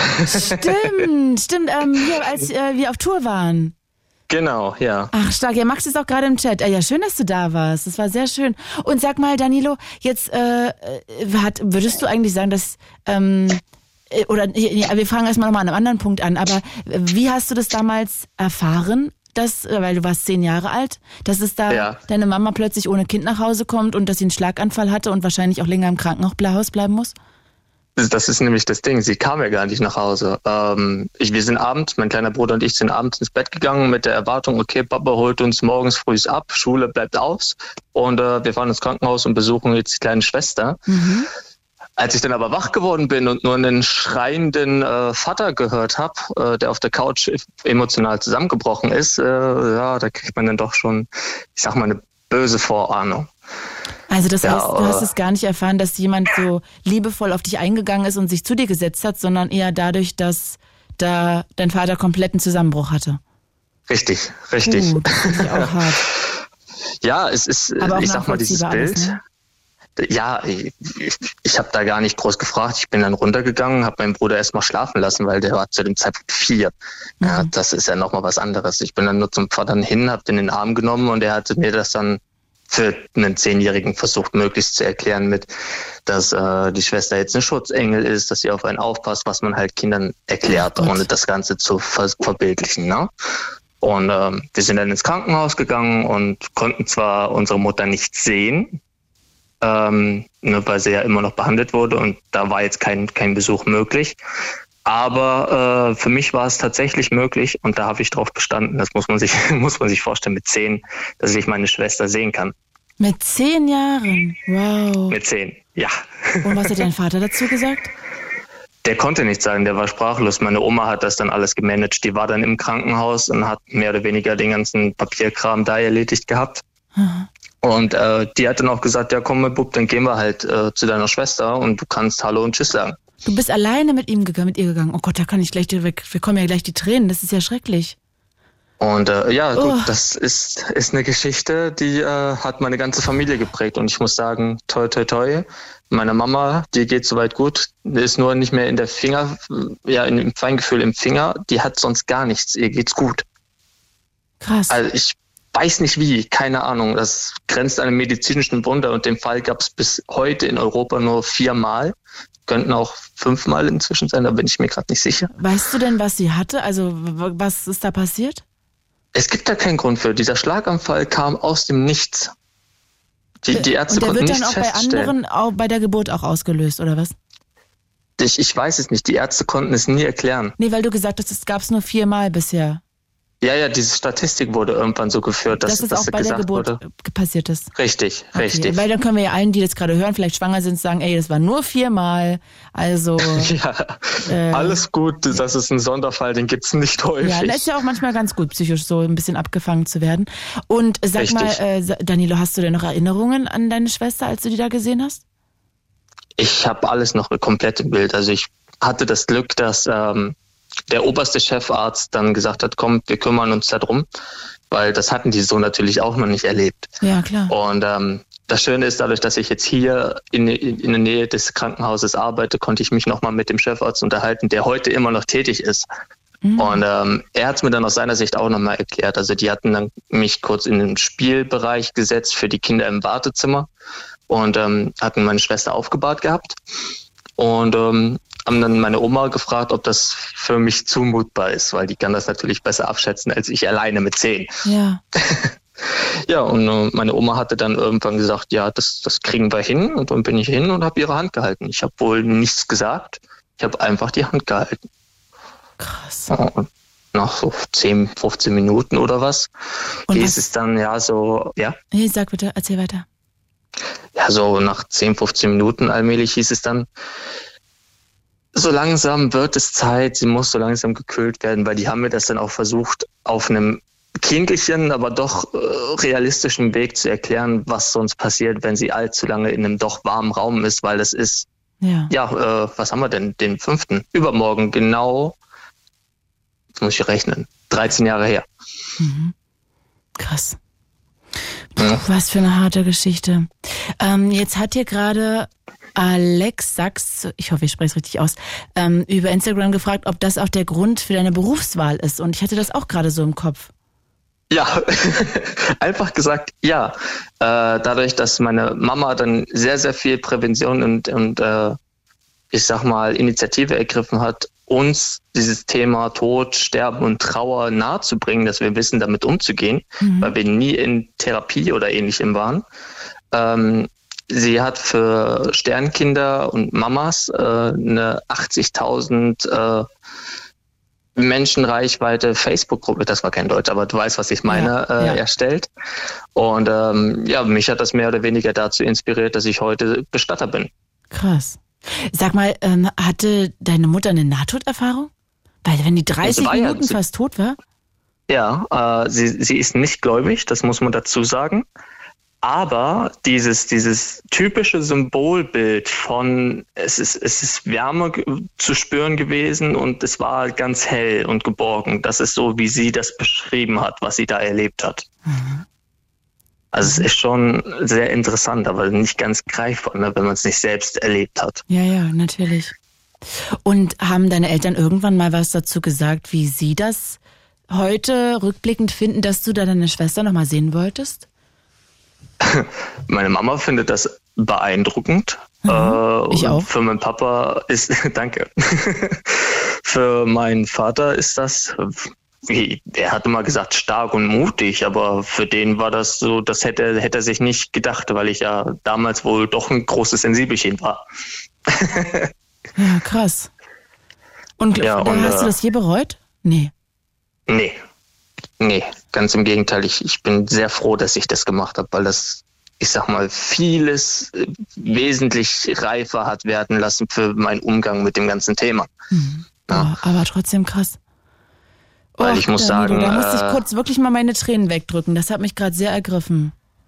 Stimmt, stimmt, ähm, hier, als äh, wir auf Tour waren. Genau, ja. Ach, stark. Ja, Max ist auch gerade im Chat. Äh, Ja, schön, dass du da warst. Das war sehr schön. Und sag mal, Danilo, jetzt äh, äh, hat, würdest du eigentlich sagen, dass ähm, äh, oder ja, wir fragen erstmal nochmal an einem anderen Punkt an, aber äh, wie hast du das damals erfahren, dass, weil du warst zehn Jahre alt, dass es da Ja. deine Mama plötzlich ohne Kind nach Hause kommt und dass sie einen Schlaganfall hatte und wahrscheinlich auch länger im Krankenhaus bleiben muss? Das ist nämlich das Ding, sie kam ja gar nicht nach Hause. Ähm, ich, wir sind abends, mein kleiner Bruder und ich sind abends ins Bett gegangen mit der Erwartung, okay, Papa holt uns morgens früh ab, Schule bleibt aus und äh, wir fahren ins Krankenhaus und besuchen jetzt die kleine Schwester. Mhm. Als ich dann aber wach geworden bin und nur einen schreienden äh, Vater gehört habe, äh, der auf der Couch emotional zusammengebrochen ist, äh, ja, da kriegt man dann doch schon, ich sag mal, eine böse Vorahnung. Also das Ja, heißt, du äh, hast es gar nicht erfahren, dass jemand so liebevoll auf dich eingegangen ist und sich zu dir gesetzt hat, sondern eher dadurch, dass da dein Vater kompletten Zusammenbruch hatte. Richtig, richtig. Uh, das finde ich auch hart. Ja, es ist, Aber auch ich sag mal, dieses nachvollziehbar Bild. alles, ne? Ja, ich, ich habe da gar nicht groß gefragt. Ich bin dann runtergegangen, habe meinen Bruder erstmal schlafen lassen, weil der war zu dem Zeitpunkt vier. Mhm. Ja, das ist ja nochmal was anderes. Ich bin dann nur zum Vater hin, habe den in den Arm genommen und er hatte mir das dann für einen Zehnjährigen versucht, möglichst zu erklären mit, dass äh, die Schwester jetzt ein Schutzengel ist, dass sie auf einen aufpasst, was man halt Kindern erklärt, Oh Gott. ohne das Ganze zu ver- verbildlichen. Ne? Und ähm, wir sind dann ins Krankenhaus gegangen und konnten zwar unsere Mutter nicht sehen, ähm, ne, weil sie ja immer noch behandelt wurde und da war jetzt kein, kein Besuch möglich. Aber äh, für mich war es tatsächlich möglich und da habe ich drauf bestanden. Das muss man sich muss man sich vorstellen mit zehn, dass ich meine Schwester sehen kann. Mit zehn Jahren? Wow. Mit zehn, ja. Und was hat dein Vater dazu gesagt? Der konnte nichts sagen, der war sprachlos. Meine Oma hat das dann alles gemanagt. Die war dann im Krankenhaus und hat mehr oder weniger den ganzen Papierkram da erledigt gehabt. Aha. Und äh, die hat dann auch gesagt, ja komm mein Bub, dann gehen wir halt äh, zu deiner Schwester und du kannst Hallo und Tschüss sagen. Du bist alleine mit ihm gegangen, mit ihr gegangen. Oh Gott, da kann ich gleich direkt, wir kommen ja gleich die Tränen. Das ist ja schrecklich. Und äh, ja, Oh. gut, das ist, ist eine Geschichte, die äh, hat meine ganze Familie geprägt. Und ich muss sagen, toi, toi, toi, meine Mama, die geht soweit gut, die ist nur nicht mehr in der Finger, ja, im Feingefühl im Finger, die hat sonst gar nichts, ihr geht's gut. Krass. Also ich weiß nicht wie, keine Ahnung, das grenzt an einem medizinischen Wunder und den Fall gab es bis heute in Europa nur viermal. Könnten auch fünfmal inzwischen sein, da bin ich mir gerade nicht sicher. Weißt du denn, was sie hatte? Also w- was ist da passiert? Es gibt da keinen Grund für. Dieser Schlaganfall kam aus dem Nichts. Die, die Ärzte Und der konnten wird dann nichts auch bei feststellen. anderen, auch bei der Geburt auch ausgelöst, oder was? Ich, ich weiß es nicht. Die Ärzte konnten es nie erklären. Nee, weil du gesagt hast, es gab es nur viermal bisher. Ja, ja, diese Statistik wurde irgendwann so geführt, dass, Dass es dass auch sie bei der gesagt Geburt wurde. äh, passiert ist. Richtig, Okay. richtig. Weil dann können wir ja allen, die das gerade hören, vielleicht schwanger sind, sagen, ey, das war nur viermal. Also, Ja, Äh, alles gut. Das ist ein Sonderfall, den gibt's nicht häufig. ja, das ist ja auch manchmal ganz gut, psychisch so ein bisschen abgefangen zu werden. Und sag Richtig. mal, äh, Sa- Danilo, hast du denn noch Erinnerungen an deine Schwester, als du die da gesehen hast? Ich habe alles noch komplett im Bild. Also ich hatte das Glück, dass ähm, der oberste Chefarzt dann gesagt hat, komm, wir kümmern uns darum, weil das hatten die so natürlich auch noch nicht erlebt. Ja, klar. Und ähm, das Schöne ist, dadurch, dass ich jetzt hier in, in, in der Nähe des Krankenhauses arbeite, konnte ich mich nochmal mit dem Chefarzt unterhalten, der heute immer noch tätig ist. Mhm. Und ähm, er hat es mir dann aus seiner Sicht auch nochmal erklärt. Also die hatten dann mich kurz in den Spielbereich gesetzt für die Kinder im Wartezimmer und ähm, hatten meine Schwester aufgebahrt gehabt. Und ähm, haben dann meine Oma gefragt, ob das für mich zumutbar ist, weil die kann das natürlich besser abschätzen als ich alleine mit zehn. Ja. Ja, und äh, meine Oma hatte dann irgendwann gesagt, ja, das, das kriegen wir hin. Und dann bin ich hin und habe ihre Hand gehalten. Ich habe wohl nichts gesagt. Ich habe einfach die Hand gehalten. Krass. Ja, und nach so zehn, fünfzehn Minuten oder was, Und hieß was- es dann ja so, ja, Nee, sag bitte, erzähl weiter. ja, so nach zehn, fünfzehn Minuten allmählich hieß es dann, so langsam wird es Zeit, sie muss so langsam gekühlt werden, weil die haben mir das dann auch versucht, auf einem kindlichen, aber doch äh, realistischen Weg zu erklären, was sonst passiert, wenn sie allzu lange in einem doch warmen Raum ist, weil das ist, Ja. ja, äh, was haben wir denn, den fünften Übermorgen, genau, jetzt muss ich rechnen, dreizehn Jahre her. Mhm. Krass. Ja. Puh, was für eine harte Geschichte. Ähm, jetzt hat hier gerade Alex Sachs, ich hoffe, ich spreche es richtig aus, ähm, über Instagram gefragt, ob das auch der Grund für deine Berufswahl ist. Und ich hatte das auch gerade so im Kopf. Ja, einfach gesagt, ja. Äh, dadurch, dass meine Mama dann sehr, sehr viel Prävention und, und äh, ich sag mal, Initiative ergriffen hat, uns dieses Thema Tod, Sterben und Trauer nahezubringen, dass wir wissen, damit umzugehen, mhm. weil wir nie in Therapie oder Ähnlichem waren. Ähm, sie hat für Sternkinder und Mamas äh, eine achtzigtausend äh, Menschenreichweite Facebook-Gruppe, das war kein Deutsch, aber du weißt, was ich meine, ja, äh, ja. erstellt. Und ähm, ja, mich hat das mehr oder weniger dazu inspiriert, dass ich heute Bestatter bin. Krass. Sag mal, ähm, hatte deine Mutter eine Nahtoderfahrung? Weil wenn die dreißig ja, Minuten sie, fast tot war? Ja, äh, sie, sie ist nicht gläubig, das muss man dazu sagen. Aber dieses, dieses typische Symbolbild von, es ist, es ist Wärme zu spüren gewesen und es war ganz hell und geborgen. Das ist so, wie sie das beschrieben hat, was sie da erlebt hat. Mhm. Also es ist schon sehr interessant, aber nicht ganz greifbar, ne, wenn man es nicht selbst erlebt hat. Ja, ja, natürlich. Und haben deine Eltern irgendwann mal was dazu gesagt, wie sie das heute rückblickend finden, dass du da deine Schwester noch mal sehen wolltest? Meine Mama findet das beeindruckend. Mhm, äh, ich auch. Für meinen Papa ist, danke. Für meinen Vater ist das, wie, er hat immer gesagt, stark und mutig, aber für den war das so, das hätte, hätte er sich nicht gedacht, weil ich ja damals wohl doch ein großes Sensibelchen war. Ja, krass. Und, ja, und hast äh, du das je bereut? Nee. Nee. Nee, ganz im Gegenteil. Ich, ich bin sehr froh, dass ich das gemacht habe, weil das, ich sag mal, vieles äh, wesentlich reifer hat werden lassen für meinen Umgang mit dem ganzen Thema. Mhm. Ja. Oh, aber trotzdem krass. Weil Och, ich muss Danilo, sagen... Da musste äh, ich kurz wirklich mal meine Tränen wegdrücken. Das hat mich gerade sehr ergriffen.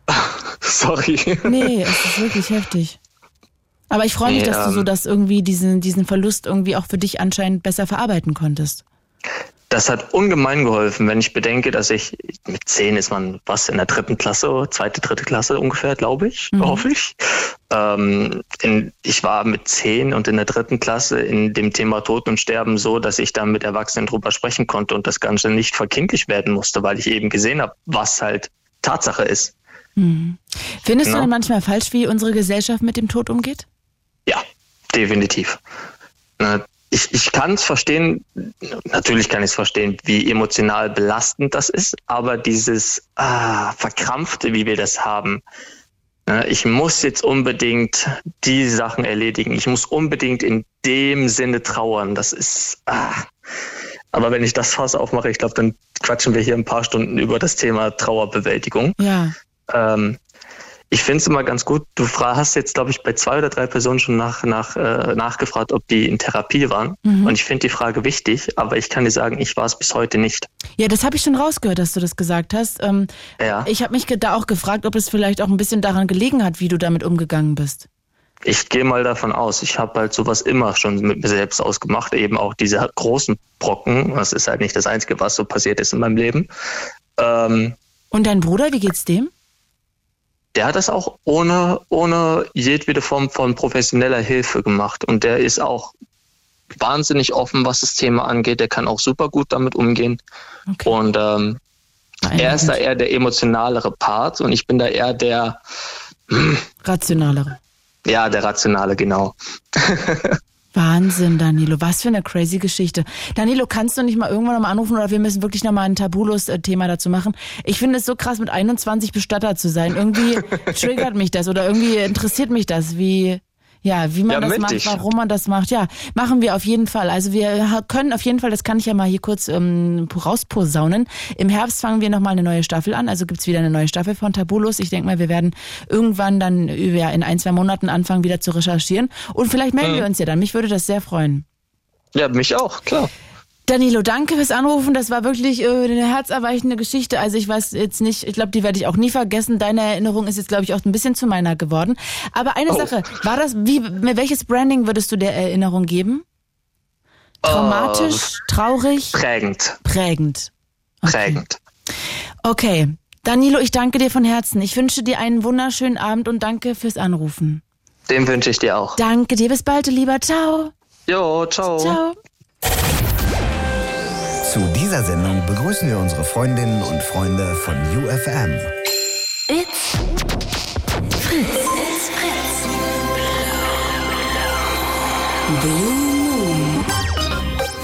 Sorry. Nee, es ist wirklich heftig. Aber ich freue mich, nee, dass du so das irgendwie diesen, diesen Verlust irgendwie auch für dich anscheinend besser verarbeiten konntest. Das hat ungemein geholfen, wenn ich bedenke, dass ich, mit zehn ist man was in der dritten Klasse, zweite, dritte Klasse ungefähr, glaube ich, mhm. hoffe ich. Ähm, in, ich war mit zehn und in der dritten Klasse in dem Thema Tod und Sterben so, dass ich dann mit Erwachsenen drüber sprechen konnte und das Ganze nicht verkindlich werden musste, weil ich eben gesehen habe, was halt Tatsache ist. Mhm. Findest ja. du denn manchmal falsch, wie unsere Gesellschaft mit dem Tod umgeht? Ja, definitiv. Na, Ich, ich kann es verstehen, natürlich kann ich es verstehen, wie emotional belastend das ist, aber dieses ah, Verkrampfte, wie wir das haben, ne, ich muss jetzt unbedingt die Sachen erledigen, ich muss unbedingt in dem Sinne trauern, das ist, ah. aber wenn ich das Fass aufmache, ich glaube, dann quatschen wir hier ein paar Stunden über das Thema Trauerbewältigung. Ja. Ähm, Ich finde es immer ganz gut. Du hast jetzt, glaube ich, bei zwei oder drei Personen schon nach, nach, äh, nachgefragt, ob die in Therapie waren. Mhm. Und ich finde die Frage wichtig, aber ich kann dir sagen, ich war es bis heute nicht. Ja, das habe ich schon rausgehört, dass du das gesagt hast. Ähm, ja. Ich habe mich da auch gefragt, ob es vielleicht auch ein bisschen daran gelegen hat, wie du damit umgegangen bist. Ich gehe mal davon aus. Ich habe halt sowas immer schon mit mir selbst ausgemacht. Eben auch diese großen Brocken. Das ist halt nicht das Einzige, was so passiert ist in meinem Leben. Ähm, Und dein Bruder, wie geht's dem? Der hat das auch ohne, ohne jedwede Form von professioneller Hilfe gemacht. Und der ist auch wahnsinnig offen, was das Thema angeht. Der kann auch super gut damit umgehen. Okay. Und ähm, er ist da eher der emotionalere Part und ich bin da eher der... Rationalere. Ja, der Rationale, genau. Wahnsinn, Danilo. Was für eine crazy Geschichte. Danilo, kannst du nicht mal irgendwann nochmal anrufen oder wir müssen wirklich nochmal ein Tabulos-Thema dazu machen? Ich finde es so krass, mit einundzwanzig Bestatter zu sein. Irgendwie triggert mich das oder irgendwie interessiert mich das, wie... Ja, wie man ja, das macht, dich. warum man das macht. Ja, machen wir auf jeden Fall. Also wir können auf jeden Fall, das kann ich ja mal hier kurz ähm, rausposaunen. Im Herbst fangen wir nochmal eine neue Staffel an. Also gibt's wieder eine neue Staffel von Tabulos. Ich denke mal, wir werden irgendwann dann ja, in ein, zwei Monaten anfangen, wieder zu recherchieren. Und vielleicht melden mhm. wir uns ja dann. Mich würde das sehr freuen. Ja, mich auch, klar. Danilo, danke fürs Anrufen. Das war wirklich äh, eine herzerweichende Geschichte. Also ich weiß jetzt nicht, ich glaube, die werde ich auch nie vergessen. Deine Erinnerung ist jetzt, glaube ich, auch ein bisschen zu meiner geworden. Aber eine oh. Sache, war das, wie, welches Branding würdest du der Erinnerung geben? Traumatisch, uh, traurig? Prägend. Prägend. Okay. Prägend. Okay. Danilo, ich danke dir von Herzen. Ich wünsche dir einen wunderschönen Abend und danke fürs Anrufen. Den wünsche ich dir auch. Danke dir, bis bald, lieber. Ciao. Jo, ciao. Ciao. Zu dieser Sendung begrüßen wir unsere Freundinnen und Freunde von U F M. It's Fritz. It's Fritz. Blue Moon.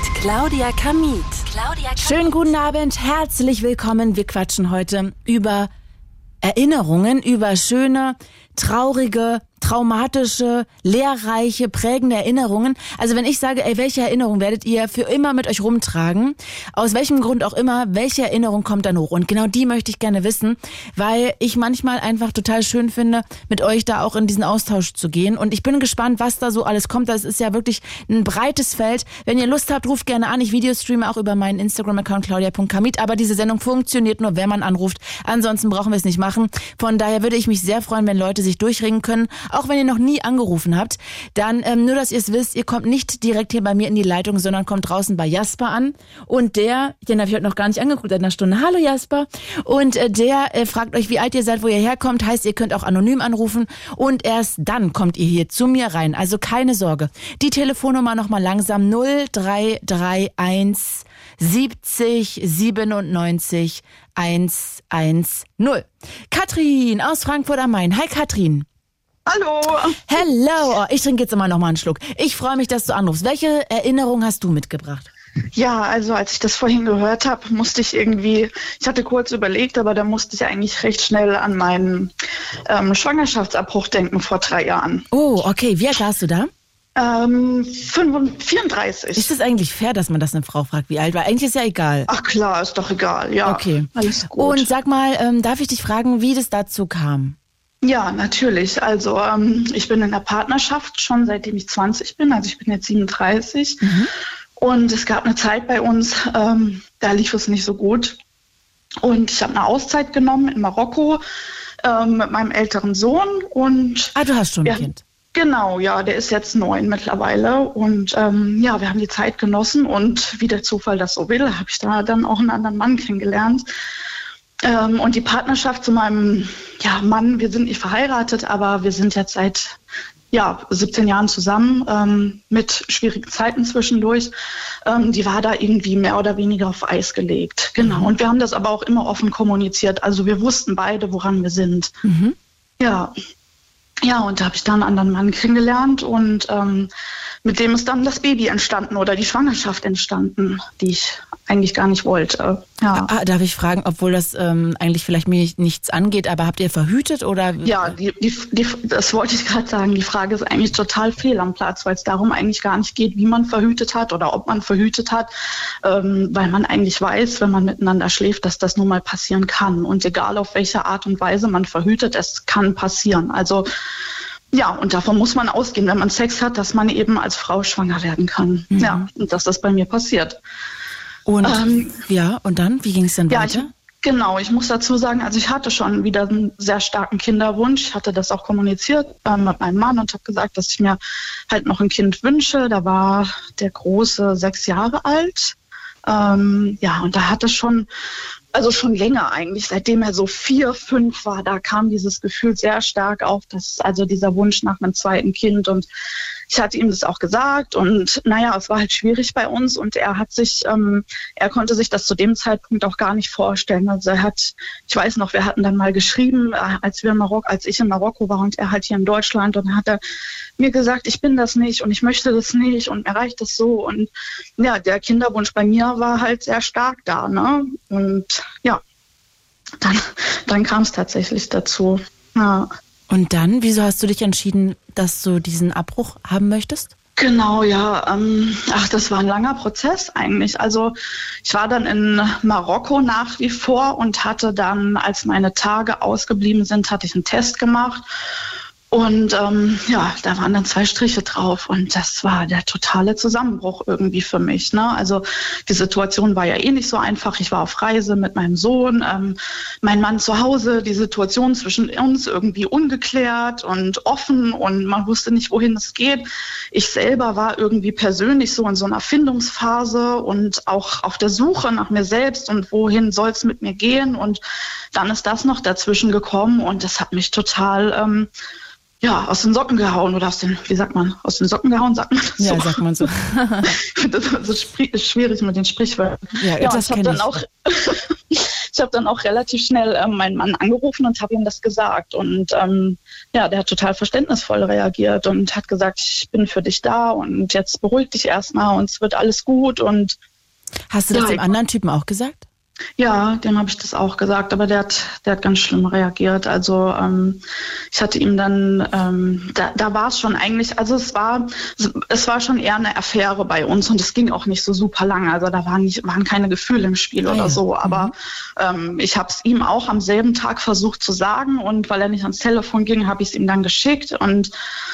Claudia Kamit. Claudia Kamit. Schönen guten Abend, herzlich willkommen. Wir quatschen heute über Erinnerungen, über schöne, traurige, traumatische, lehrreiche, prägende Erinnerungen. Also wenn ich sage, ey, welche Erinnerung werdet ihr für immer mit euch rumtragen? Aus welchem Grund auch immer, welche Erinnerung kommt dann hoch? Und genau die möchte ich gerne wissen, weil ich manchmal einfach total schön finde, mit euch da auch in diesen Austausch zu gehen. Und ich bin gespannt, was da so alles kommt. Das ist ja wirklich ein breites Feld. Wenn ihr Lust habt, ruft gerne an. Ich videostreame auch über meinen Instagram-Account claudia punkt kamit. Aber diese Sendung funktioniert nur, wenn man anruft. Ansonsten brauchen wir es nicht machen. Von daher würde ich mich sehr freuen, wenn Leute sich durchringen können. Auch wenn ihr noch nie angerufen habt, dann ähm, nur, dass ihr es wisst, ihr kommt nicht direkt hier bei mir in die Leitung, sondern kommt draußen bei Jasper an. Und der, den habe ich heute noch gar nicht angeguckt seit einer Stunde. Hallo Jasper. Und äh, der äh, fragt euch, wie alt ihr seid, wo ihr herkommt. Heißt, ihr könnt auch anonym anrufen. Und erst dann kommt ihr hier zu mir rein. Also keine Sorge. Die Telefonnummer nochmal langsam. null drei drei eins siebzig siebenundneunzig hundertzehn. Katrin aus Frankfurt am Main. Hi Katrin. Hallo. Hello. Oh, ich trinke jetzt immer noch mal einen Schluck. Ich freue mich, dass du anrufst. Welche Erinnerung hast du mitgebracht? Ja, also als ich das vorhin gehört habe, musste ich irgendwie, ich hatte kurz überlegt, aber da musste ich eigentlich recht schnell an meinen ähm, Schwangerschaftsabbruch denken vor drei Jahren. Oh, okay. Wie alt warst du da? Ähm, vierunddreißig. Ist es eigentlich fair, dass man das eine Frau fragt, wie alt war? Eigentlich ist ja egal. Ach klar, ist doch egal, ja. Okay. Alles gut. Und sag mal, ähm, darf ich dich fragen, wie das dazu kam? Ja, natürlich. Also ähm, ich bin in der Partnerschaft schon seitdem ich zwanzig bin. Also ich bin jetzt siebenunddreißig. Mhm. Und es gab eine Zeit bei uns, ähm, da lief es nicht so gut. Und ich habe eine Auszeit genommen in Marokko ähm, mit meinem älteren Sohn. Und ah, du hast schon ja, ein Kind. Genau, ja, der ist jetzt neun mittlerweile. Und ähm, ja, wir haben die Zeit genossen. Und wie der Zufall das so will, habe ich da dann auch einen anderen Mann kennengelernt. Ähm, und die Partnerschaft zu meinem ja, Mann, wir sind nicht verheiratet, aber wir sind jetzt seit ja, siebzehn Jahren zusammen, ähm, mit schwierigen Zeiten zwischendurch. Ähm, die war da irgendwie mehr oder weniger auf Eis gelegt. Genau. Und wir haben das aber auch immer offen kommuniziert. Also wir wussten beide, woran wir sind. Mhm. Ja. Ja, und da habe ich dann einen anderen Mann kennengelernt und ähm, mit dem ist dann das Baby entstanden oder die Schwangerschaft entstanden, die ich eigentlich gar nicht wollte. Ja. Ah, darf ich fragen, obwohl das ähm, eigentlich vielleicht mir nichts angeht, aber habt ihr verhütet oder? Ja, die, die, die, das wollte ich gerade sagen. Die Frage ist eigentlich total fehl am Platz, weil es darum eigentlich gar nicht geht, wie man verhütet hat oder ob man verhütet hat, ähm, weil man eigentlich weiß, wenn man miteinander schläft, dass das nun mal passieren kann. Und egal auf welche Art und Weise man verhütet, es kann passieren. Also ja, und davon muss man ausgehen, wenn man Sex hat, dass man eben als Frau schwanger werden kann. Mhm. Ja, und dass das bei mir passiert. Und ähm, ja, und dann, wie ging es denn ja, weiter? Ich, genau, ich muss dazu sagen, also ich hatte schon wieder einen sehr starken Kinderwunsch. Ich hatte das auch kommuniziert äh, mit meinem Mann und habe gesagt, dass ich mir halt noch ein Kind wünsche. Da war der Große sechs Jahre alt. Ähm, ja, und da hatte schon, also schon länger eigentlich, seitdem er so vier, fünf war, da kam dieses Gefühl sehr stark auf, dass also dieser Wunsch nach einem zweiten Kind, und ich hatte ihm das auch gesagt und naja, es war halt schwierig bei uns und er hat sich, ähm, er konnte sich das zu dem Zeitpunkt auch gar nicht vorstellen. Also er hat, ich weiß noch, wir hatten dann mal geschrieben, als wir in Marokko, als ich in Marokko war und er halt hier in Deutschland, und dann hat er mir gesagt, ich bin das nicht und ich möchte das nicht und mir reicht das so, und ja, der Kinderwunsch bei mir war halt sehr stark da, ne? Und ja, dann, dann kam es tatsächlich dazu. Ja. Und dann, wieso hast du dich entschieden, dass du diesen Abbruch haben möchtest? Genau, ja. Ähm, ach, das war ein langer Prozess eigentlich. Also ich war dann in Marokko nach wie vor und hatte dann, als meine Tage ausgeblieben sind, hatte ich einen Test gemacht. Und ähm, ja, da waren dann zwei Striche drauf und das war der totale Zusammenbruch irgendwie für mich. Ne? Also die Situation war ja eh nicht so einfach. Ich war auf Reise mit meinem Sohn, ähm, mein Mann zu Hause, die Situation zwischen uns irgendwie ungeklärt und offen und man wusste nicht, wohin es geht. Ich selber war irgendwie persönlich so in so einer Findungsphase und auch auf der Suche nach mir selbst und wohin soll es mit mir gehen. Und dann ist das noch dazwischen gekommen und das hat mich total... Ähm, Ja, aus den Socken gehauen oder aus den, wie sagt man, aus den Socken gehauen, sagt man das so? Ja, sagt man so. Das ist so schwierig mit den Sprichwörtern. Ja, ja das ich habe dann auch, ich ich habe dann auch relativ schnell ähm, meinen Mann angerufen und habe ihm das gesagt. Und ähm, ja, der hat total verständnisvoll reagiert und hat gesagt, ich bin für dich da und jetzt beruhig dich erstmal und es wird alles gut. Und hast du das ja, dem anderen Typen auch gesagt? Ja, dem habe ich das auch gesagt, aber der hat, der hat ganz schlimm reagiert. Also ähm, ich hatte ihm dann, ähm, da, da war es schon eigentlich, also es war, es war schon eher eine Affäre bei uns und es ging auch nicht so super lange. Also da waren nicht, waren keine Gefühle im Spiel ah, oder ja. so. Aber mhm. ähm, ich habe es ihm auch am selben Tag versucht zu sagen und weil er nicht ans Telefon ging, habe ich es ihm dann geschickt und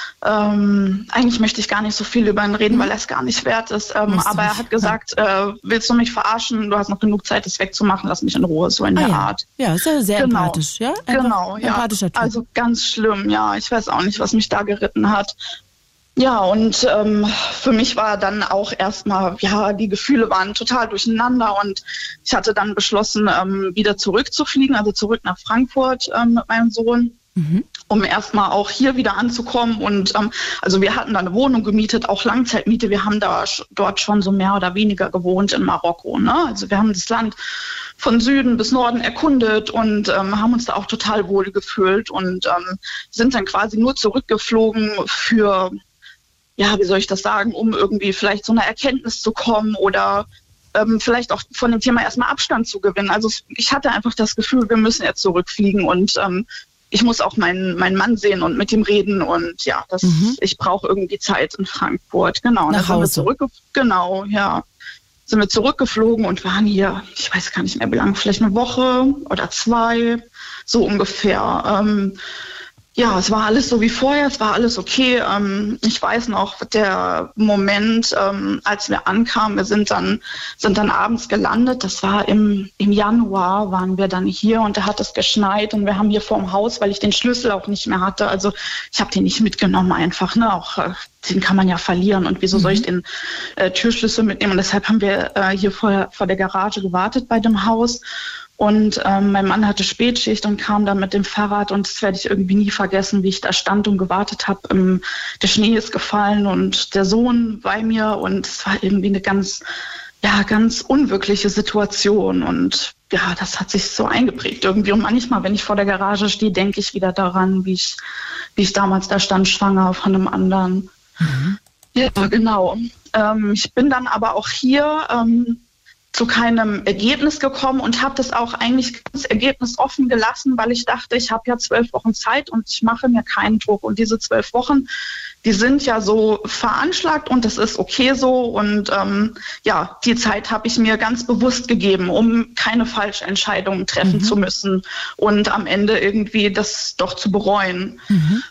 Ähm, eigentlich möchte ich gar nicht so viel über ihn reden, weil er es gar nicht wert ist. Ähm, aber er hat gesagt, äh, willst du mich verarschen? Du hast noch genug Zeit, das wegzumachen. Lass mich in Ruhe, so in ah, der ja. Art. Ja, ist ja sehr genau. empathisch. Ja? Einfach genau, ja. Empathischer Typ. Also ganz schlimm, ja. Ich weiß auch nicht, was mich da geritten hat. Ja, und ähm, für mich war dann auch erstmal, ja, die Gefühle waren total durcheinander und ich hatte dann beschlossen, ähm, wieder zurückzufliegen, also zurück nach Frankfurt ähm, mit meinem Sohn. Mhm. Um erstmal auch hier wieder anzukommen. Und ähm, also wir hatten da eine Wohnung gemietet, auch Langzeitmiete. Wir haben da dort schon so mehr oder weniger gewohnt in Marokko. Ne? Also wir haben das Land von Süden bis Norden erkundet und ähm, haben uns da auch total wohl gefühlt und ähm, sind dann quasi nur zurückgeflogen für, ja, wie soll ich das sagen, um irgendwie vielleicht zu einer Erkenntnis zu kommen oder ähm, vielleicht auch von dem Thema erstmal Abstand zu gewinnen. Also ich hatte einfach das Gefühl, wir müssen jetzt zurückfliegen und ähm, ich muss auch meinen, meinen Mann sehen und mit ihm reden und ja, das, mhm. ich brauche irgendwie Zeit in Frankfurt. Genau. Nach Hause. Hause. Sind wir zurück, genau, ja. Sind wir zurückgeflogen und waren hier, ich weiß gar nicht mehr wie lange, vielleicht eine Woche oder zwei, so ungefähr. Ähm, Ja, es war alles so wie vorher, es war alles okay. Ähm, ich weiß noch, der Moment, ähm, als wir ankamen, wir sind dann, sind dann abends gelandet, das war im, im Januar, waren wir dann hier und da hat es geschneit und wir haben hier vorm Haus, weil ich den Schlüssel auch nicht mehr hatte, also ich habe den nicht mitgenommen einfach, ne, auch äh, den kann man ja verlieren und wieso mhm. soll ich den äh, Türschlüssel mitnehmen und deshalb haben wir äh, hier vor, vor der Garage gewartet bei dem Haus. Und ähm, mein Mann hatte Spätschicht und kam dann mit dem Fahrrad und das werde ich irgendwie nie vergessen, wie ich da stand und gewartet habe. Ähm, der Schnee ist gefallen und der Sohn bei mir und es war irgendwie eine ganz, ja, ganz unwirkliche Situation und ja, das hat sich so eingeprägt irgendwie. Und manchmal, wenn ich vor der Garage stehe, denke ich wieder daran, wie ich, wie ich damals da stand, schwanger von einem anderen. Mhm. Ja, genau. Ähm, ich bin dann aber auch hier ähm, zu keinem Ergebnis gekommen und habe das auch eigentlich ganz ergebnisoffen gelassen, weil ich dachte, ich habe ja zwölf Wochen Zeit und ich mache mir keinen Druck. Und diese zwölf Wochen, die sind ja so veranschlagt und das ist okay so. Und ähm, ja, die Zeit habe ich mir ganz bewusst gegeben, um keine falschen Entscheidungen treffen mhm. zu müssen und am Ende irgendwie das doch zu bereuen. Mhm.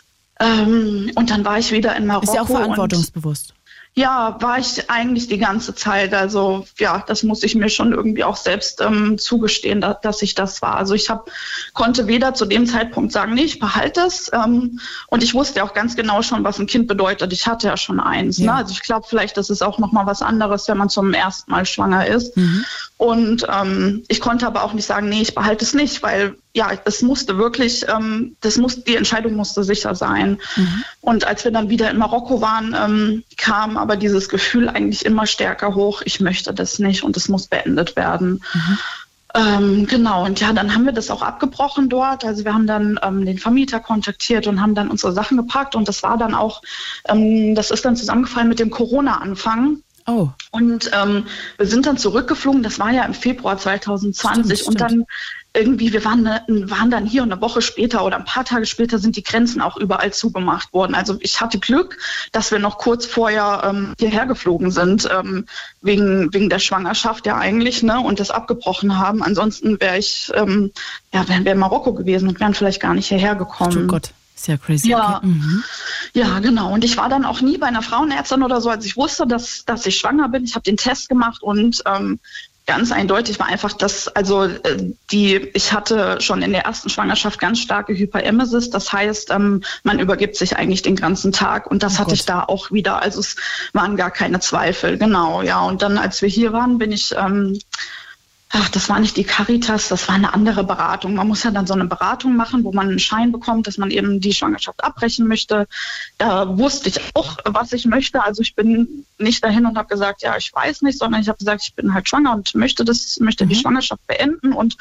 Ähm, und dann war ich wieder in Marokko. Ist ja auch verantwortungsbewusst. Ja, war ich eigentlich die ganze Zeit. Also ja, das muss ich mir schon irgendwie auch selbst ähm, zugestehen, da, dass ich das war. Also ich hab, konnte weder zu dem Zeitpunkt sagen, nee, ich behalte es. Ähm, und ich wusste auch ganz genau schon, was ein Kind bedeutet. Ich hatte ja schon eins. Ja. Ne? Also ich glaube, vielleicht ist es auch nochmal was anderes, wenn man zum ersten Mal schwanger ist. Mhm. Und ähm, ich konnte aber auch nicht sagen, nee, ich behalte es nicht, weil ja, es musste wirklich, ähm, das muss, die Entscheidung musste sicher sein. Mhm. Und als wir dann wieder in Marokko waren, ähm, kam aber dieses Gefühl eigentlich immer stärker hoch, ich möchte das nicht und es muss beendet werden. Mhm. Ähm, genau, und ja, dann haben wir das auch abgebrochen dort. Also wir haben dann ähm, den Vermieter kontaktiert und haben dann unsere Sachen gepackt und das war dann auch, ähm, das ist dann zusammengefallen mit dem Corona-Anfang. Oh. Und ähm, wir sind dann zurückgeflogen, das war ja im Februar zwanzig zwanzig stimmt, und stimmt. dann irgendwie, wir waren, waren dann hier und eine Woche später oder ein paar Tage später sind die Grenzen auch überall zugemacht worden. Also ich hatte Glück, dass wir noch kurz vorher ähm, hierher geflogen sind, ähm, wegen, wegen der Schwangerschaft ja eigentlich, ne, und das abgebrochen haben. Ansonsten wäre ich, ähm, ja, wären wir in Marokko gewesen und wären vielleicht gar nicht hierher gekommen. Oh Gott. Sehr crazy. Ja, okay. mhm. ja, genau. Und ich war dann auch nie bei einer Frauenärztin oder so, als ich wusste, dass, dass ich schwanger bin. Ich habe den Test gemacht und ähm, ganz eindeutig war einfach das, also die, ich hatte schon in der ersten Schwangerschaft ganz starke Hyperemesis. Das heißt, ähm, man übergibt sich eigentlich den ganzen Tag und das oh hatte Gott. ich da auch wieder. Also es waren gar keine Zweifel, genau, ja. Und dann, als wir hier waren, bin ich ähm, Ach, das war nicht die Caritas, das war eine andere Beratung. Man muss ja dann so eine Beratung machen, wo man einen Schein bekommt, dass man eben die Schwangerschaft abbrechen möchte. Da wusste ich auch, was ich möchte. Also ich bin nicht dahin und habe gesagt, ja, ich weiß nicht, sondern ich habe gesagt, ich bin halt schwanger und möchte das, möchte mhm. die Schwangerschaft beenden und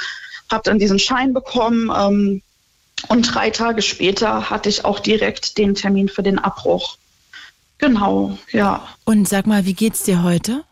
habe dann diesen Schein bekommen ähm, und drei Tage später hatte ich auch direkt den Termin für den Abbruch. Genau, ja. Und sag mal, wie geht's dir heute?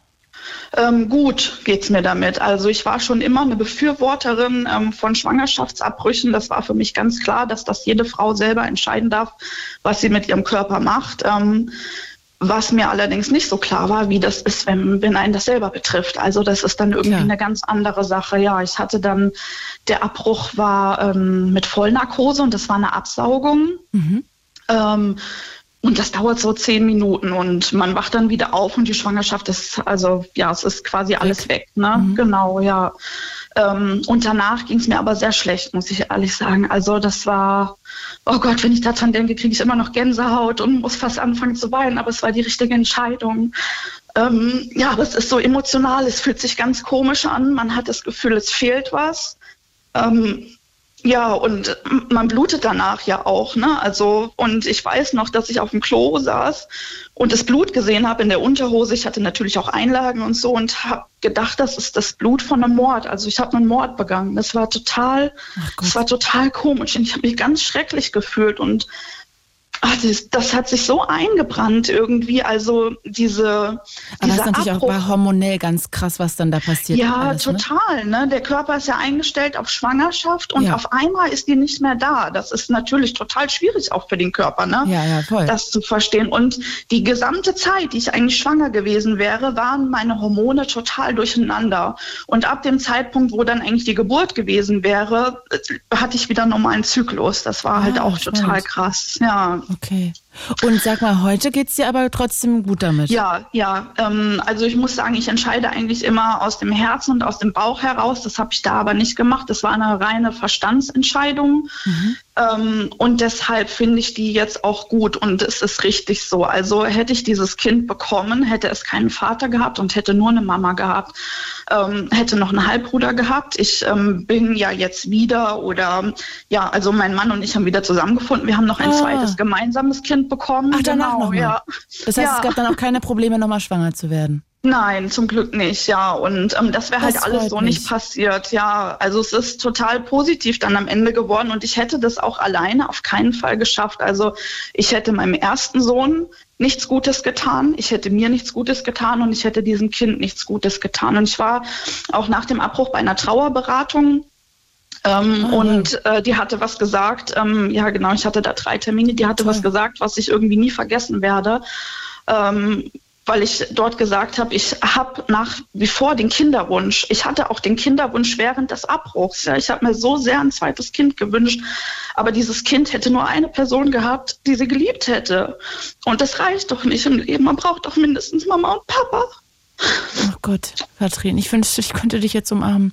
Ähm, gut geht's mir damit. Also ich war schon immer eine Befürworterin ähm, von Schwangerschaftsabbrüchen. Das war für mich ganz klar, dass das jede Frau selber entscheiden darf, was sie mit ihrem Körper macht. Ähm, was mir allerdings nicht so klar war, wie das ist, wenn, wenn einen das selber betrifft. Also das ist dann irgendwie ja. eine ganz andere Sache. Ja, ich hatte dann, der Abbruch war ähm, mit Vollnarkose und das war eine Absaugung. Mhm. Ähm, Und das dauert so zehn Minuten und man wacht dann wieder auf und die Schwangerschaft ist, also ja, es ist quasi alles weg, ne? Mhm. Genau, ja. Ähm, und danach ging es mir aber sehr schlecht, muss ich ehrlich sagen. Also das war, oh Gott, wenn ich daran denke, kriege ich immer noch Gänsehaut und muss fast anfangen zu weinen, aber es war die richtige Entscheidung. Ähm, ja, aber es ist so emotional, es fühlt sich ganz komisch an, man hat das Gefühl, es fehlt was. Ähm, Ja, und man blutet danach ja auch, ne? Also, und ich weiß noch, dass ich auf dem Klo saß und das Blut gesehen habe in der Unterhose. Ich hatte natürlich auch Einlagen und so und habe gedacht, das ist das Blut von einem Mord. Also ich habe einen Mord begangen. Das war total, das war total komisch und ich habe mich ganz schrecklich gefühlt und ach, das, das hat sich so eingebrannt irgendwie, also diese Aber das ist natürlich Abbruch. Auch hormonell ganz krass, was dann da passiert. Ja, alles, total. Ne? Der Körper ist ja eingestellt auf Schwangerschaft und ja. auf einmal ist die nicht mehr da. Das ist natürlich total schwierig auch für den Körper, ne? Ja, ja, voll. Das zu verstehen. Und die gesamte Zeit, die ich eigentlich schwanger gewesen wäre, waren meine Hormone total durcheinander. Und ab dem Zeitpunkt, wo dann eigentlich die Geburt gewesen wäre, hatte ich wieder einen normalen Zyklus. Das war ah, halt auch spannend. Total krass. Ja. Okay. Und sag mal, heute geht's dir aber trotzdem gut damit? Ja, ja. Ähm, also ich muss sagen, ich entscheide eigentlich immer aus dem Herzen und aus dem Bauch heraus. Das habe ich da aber nicht gemacht. Das war eine reine Verstandsentscheidung. Mhm. Ähm, und deshalb finde ich die jetzt auch gut und es ist richtig so. Also hätte ich dieses Kind bekommen, hätte es keinen Vater gehabt und hätte nur eine Mama gehabt, ähm, hätte noch einen Halbbruder gehabt. Ich ähm, bin ja jetzt wieder oder ja, also mein Mann und ich haben wieder zusammengefunden. Wir haben noch ein ah. zweites gemeinsames Kind bekommen. Ach, danach genau, noch mal. Ja. Das heißt, ja. es gab dann auch keine Probleme, nochmal schwanger zu werden? Nein, zum Glück nicht, ja. Und ähm, das wäre halt Das alles freut so mich. nicht passiert, ja. Also es ist total positiv dann am Ende geworden und ich hätte das auch alleine auf keinen Fall geschafft. Also ich hätte meinem ersten Sohn nichts Gutes getan, ich hätte mir nichts Gutes getan und ich hätte diesem Kind nichts Gutes getan. Und ich war auch nach dem Abbruch bei einer Trauerberatung. Ähm, oh. Und äh, die hatte was gesagt, ähm, ja genau, ich hatte da drei Termine, die hatte oh. was gesagt, was ich irgendwie nie vergessen werde. Ähm, weil ich dort gesagt habe, ich habe nach wie vor den Kinderwunsch. Ich hatte auch den Kinderwunsch während des Abbruchs. Ja. Ich habe mir so sehr ein zweites Kind gewünscht, aber dieses Kind hätte nur eine Person gehabt, die sie geliebt hätte. Und das reicht doch nicht im Leben. Man braucht doch mindestens Mama und Papa. Oh Gott, Katrin, ich wünschte, ich könnte dich jetzt umarmen.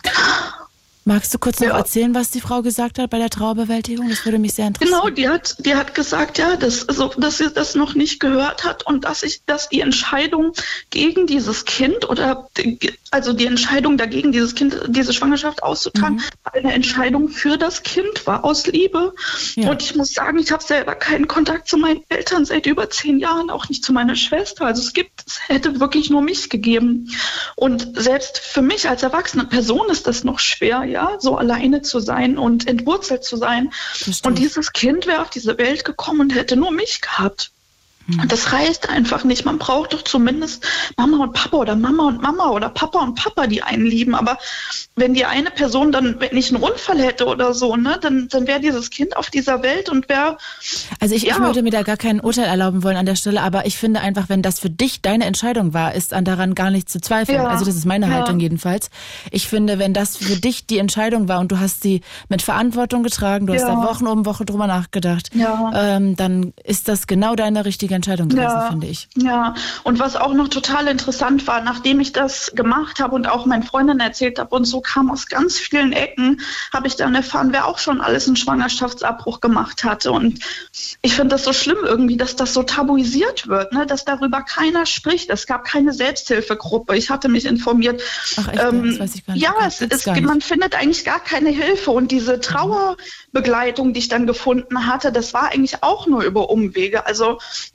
Magst du kurz noch ja. erzählen, was die Frau gesagt hat bei der Trauerbewältigung? Das würde mich sehr interessieren. Genau, die hat, die hat gesagt, ja, dass, also, dass sie das noch nicht gehört hat und dass ich, dass die Entscheidung gegen dieses Kind oder also die Entscheidung dagegen, dieses Kind, diese Schwangerschaft auszutragen, mhm. eine Entscheidung für das Kind war aus Liebe. Ja. Und ich muss sagen, ich habe selber keinen Kontakt zu meinen Eltern seit über zehn Jahren, auch nicht zu meiner Schwester. Also es gibt, es hätte wirklich nur mich gegeben. Und selbst für mich als erwachsene Person ist das noch schwer, ja, so alleine zu sein und entwurzelt zu sein. Verstehe. Und dieses Kind wäre auf diese Welt gekommen und hätte nur mich gehabt. Und das reicht einfach nicht. Man braucht doch zumindest Mama und Papa oder Mama und Mama oder Papa und Papa, die einen lieben. Aber wenn die eine Person dann nicht einen Unfall hätte oder so, ne, dann, dann wäre dieses Kind auf dieser Welt und wäre... Also ich, ja. ich würde mir da gar kein Urteil erlauben wollen an der Stelle, aber ich finde einfach, wenn das für dich deine Entscheidung war, ist an daran gar nicht zu zweifeln. Ja. Also das ist meine ja. Haltung jedenfalls. Ich finde, wenn das für dich die Entscheidung war und du hast sie mit Verantwortung getragen, du hast ja. da Wochen um Woche drüber nachgedacht, ja. ähm, dann ist das genau deine richtige Entscheidung gewesen, ja. finde ich. Ja, und was auch noch total interessant war, nachdem ich das gemacht habe und auch meinen Freundinnen erzählt habe und so kam aus ganz vielen Ecken, habe ich dann erfahren, wer auch schon alles einen Schwangerschaftsabbruch gemacht hatte. Und ich finde das so schlimm irgendwie, dass das so tabuisiert wird, ne? Dass darüber keiner spricht. Es gab keine Selbsthilfegruppe. Ich hatte mich informiert. Ach echt? Ähm, das weiß ich gar nicht. Ja, es, es, man findet eigentlich gar keine Hilfe. Und diese Trauerbegleitung, die ich dann gefunden hatte, das war eigentlich auch nur über Umwege. Also ja,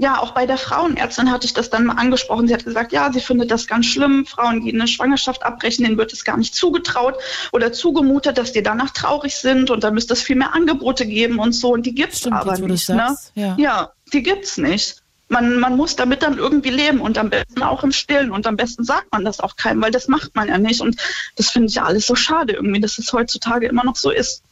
ja, auch bei der Frauenärztin hatte ich das dann mal angesprochen. Sie hat gesagt, ja, sie findet das ganz schlimm. Frauen, die eine Schwangerschaft abbrechen, denen wird es gar nicht zugetraut oder zugemutet, dass die danach traurig sind und dann müsste es viel mehr Angebote geben und so. Und die gibt es aber jetzt, nicht. Ne? Ja. ja, die gibt's nicht. Man, man muss damit dann irgendwie leben und am besten auch im Stillen und am besten sagt man das auch keinem, weil das macht man ja nicht. Und das finde ich ja alles so schade irgendwie, dass es heutzutage immer noch so ist.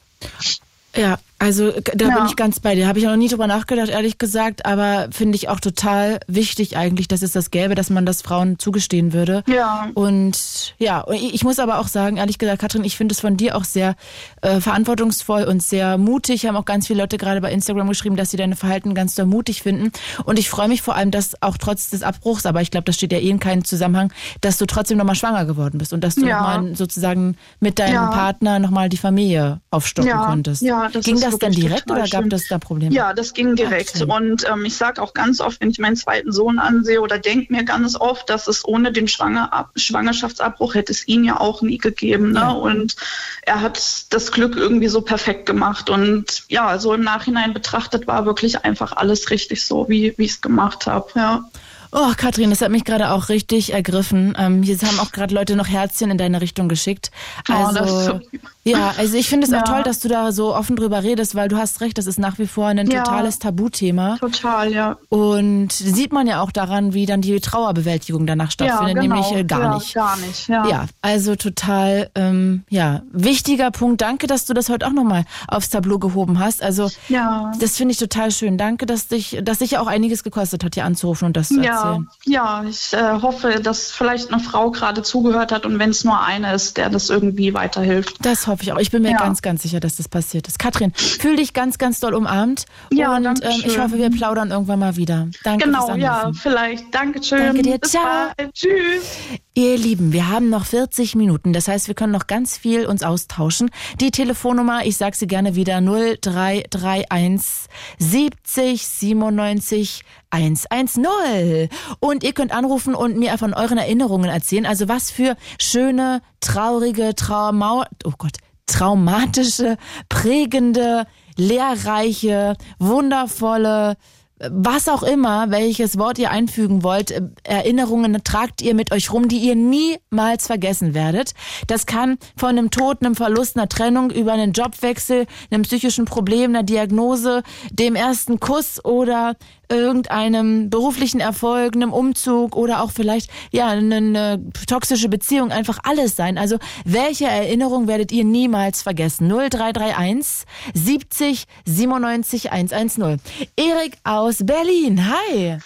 Ja, also da ja. bin ich ganz bei dir. Habe ich auch noch nie drüber nachgedacht, ehrlich gesagt, aber finde ich auch total wichtig eigentlich, dass es das gäbe, dass man das Frauen zugestehen würde. Ja. Und ja, ich muss aber auch sagen, ehrlich gesagt, Katrin, ich finde es von dir auch sehr äh, verantwortungsvoll und sehr mutig. Haben auch ganz viele Leute gerade bei Instagram geschrieben, dass sie deine Verhalten ganz doll mutig finden. Und ich freue mich vor allem, dass auch trotz des Abbruchs, aber ich glaube, das steht ja eh in keinem Zusammenhang, dass du trotzdem nochmal schwanger geworden bist und dass du ja. nochmal sozusagen mit deinem ja. Partner nochmal die Familie aufstocken ja. konntest. Ja, das Ging ist das dann direkt oder gab schön. das da Probleme? Ja, das ging direkt. Ach, und ähm, ich sage auch ganz oft, wenn ich meinen zweiten Sohn ansehe oder denke mir ganz oft, dass es ohne den Schwanger Schwangerschaftsabbruch hätte es ihn ja auch nie gegeben. Ne? Ja. Und er hat das Glück irgendwie so perfekt gemacht. Und ja, so im Nachhinein betrachtet war wirklich einfach alles richtig so, wie ich es gemacht habe. Ja. Oh, Katrin, das hat mich gerade auch richtig ergriffen. Ähm, hier haben auch gerade Leute noch Herzchen in deine Richtung geschickt. Also, oh, das ist so ja, also ich finde es ja. auch toll, dass du da so offen drüber redest, weil du hast recht, das ist nach wie vor ein ja. totales Tabuthema. Total, ja. Und sieht man ja auch daran, wie dann die Trauerbewältigung danach stattfindet, ja, genau. nämlich äh, gar ja, nicht. gar nicht, ja. Ja, also total, ähm, ja, wichtiger Punkt. Danke, dass du das heute auch nochmal aufs Tableau gehoben hast. Also, ja. das finde ich total schön. Danke, dass dich, dass dich ja auch einiges gekostet hat, hier anzurufen und das zu ja. erzählen. Ja, ich äh, hoffe, dass vielleicht eine Frau gerade zugehört hat und wenn es nur eine ist, der das irgendwie weiterhilft. Das hoffe ich auch. Ich bin mir ja. ganz, ganz sicher, dass das passiert ist. Katrin, fühl dich ganz, ganz doll umarmt. Ja, und danke ähm, ich schön. hoffe, wir plaudern irgendwann mal wieder. Danke genau, fürs ja, Anrufen. vielleicht. Dankeschön. Danke dir. Bis Ciao. bald. Tschüss. Ihr Lieben, wir haben noch vierzig Minuten. Das heißt, wir können noch ganz viel uns austauschen. Die Telefonnummer, ich sage sie gerne wieder, null drei drei eins siebzig siebenundneunzig hundertzehn. Und ihr könnt anrufen und mir von euren Erinnerungen erzählen. Also was für schöne, traurige, Trauma, oh Gott, traumatische, prägende, lehrreiche, wundervolle, was auch immer, welches Wort ihr einfügen wollt, Erinnerungen tragt ihr mit euch rum, die ihr niemals vergessen werdet. Das kann von einem Tod, einem Verlust, einer Trennung über einen Jobwechsel, einem psychischen Problem, einer Diagnose, dem ersten Kuss oder irgendeinem beruflichen Erfolg, einem Umzug oder auch vielleicht ja eine, eine toxische Beziehung, einfach alles sein. Also welche Erinnerung werdet ihr niemals vergessen? null drei drei eins siebzig siebenundneunzig hundertzehn. Erik aus Berlin, hi.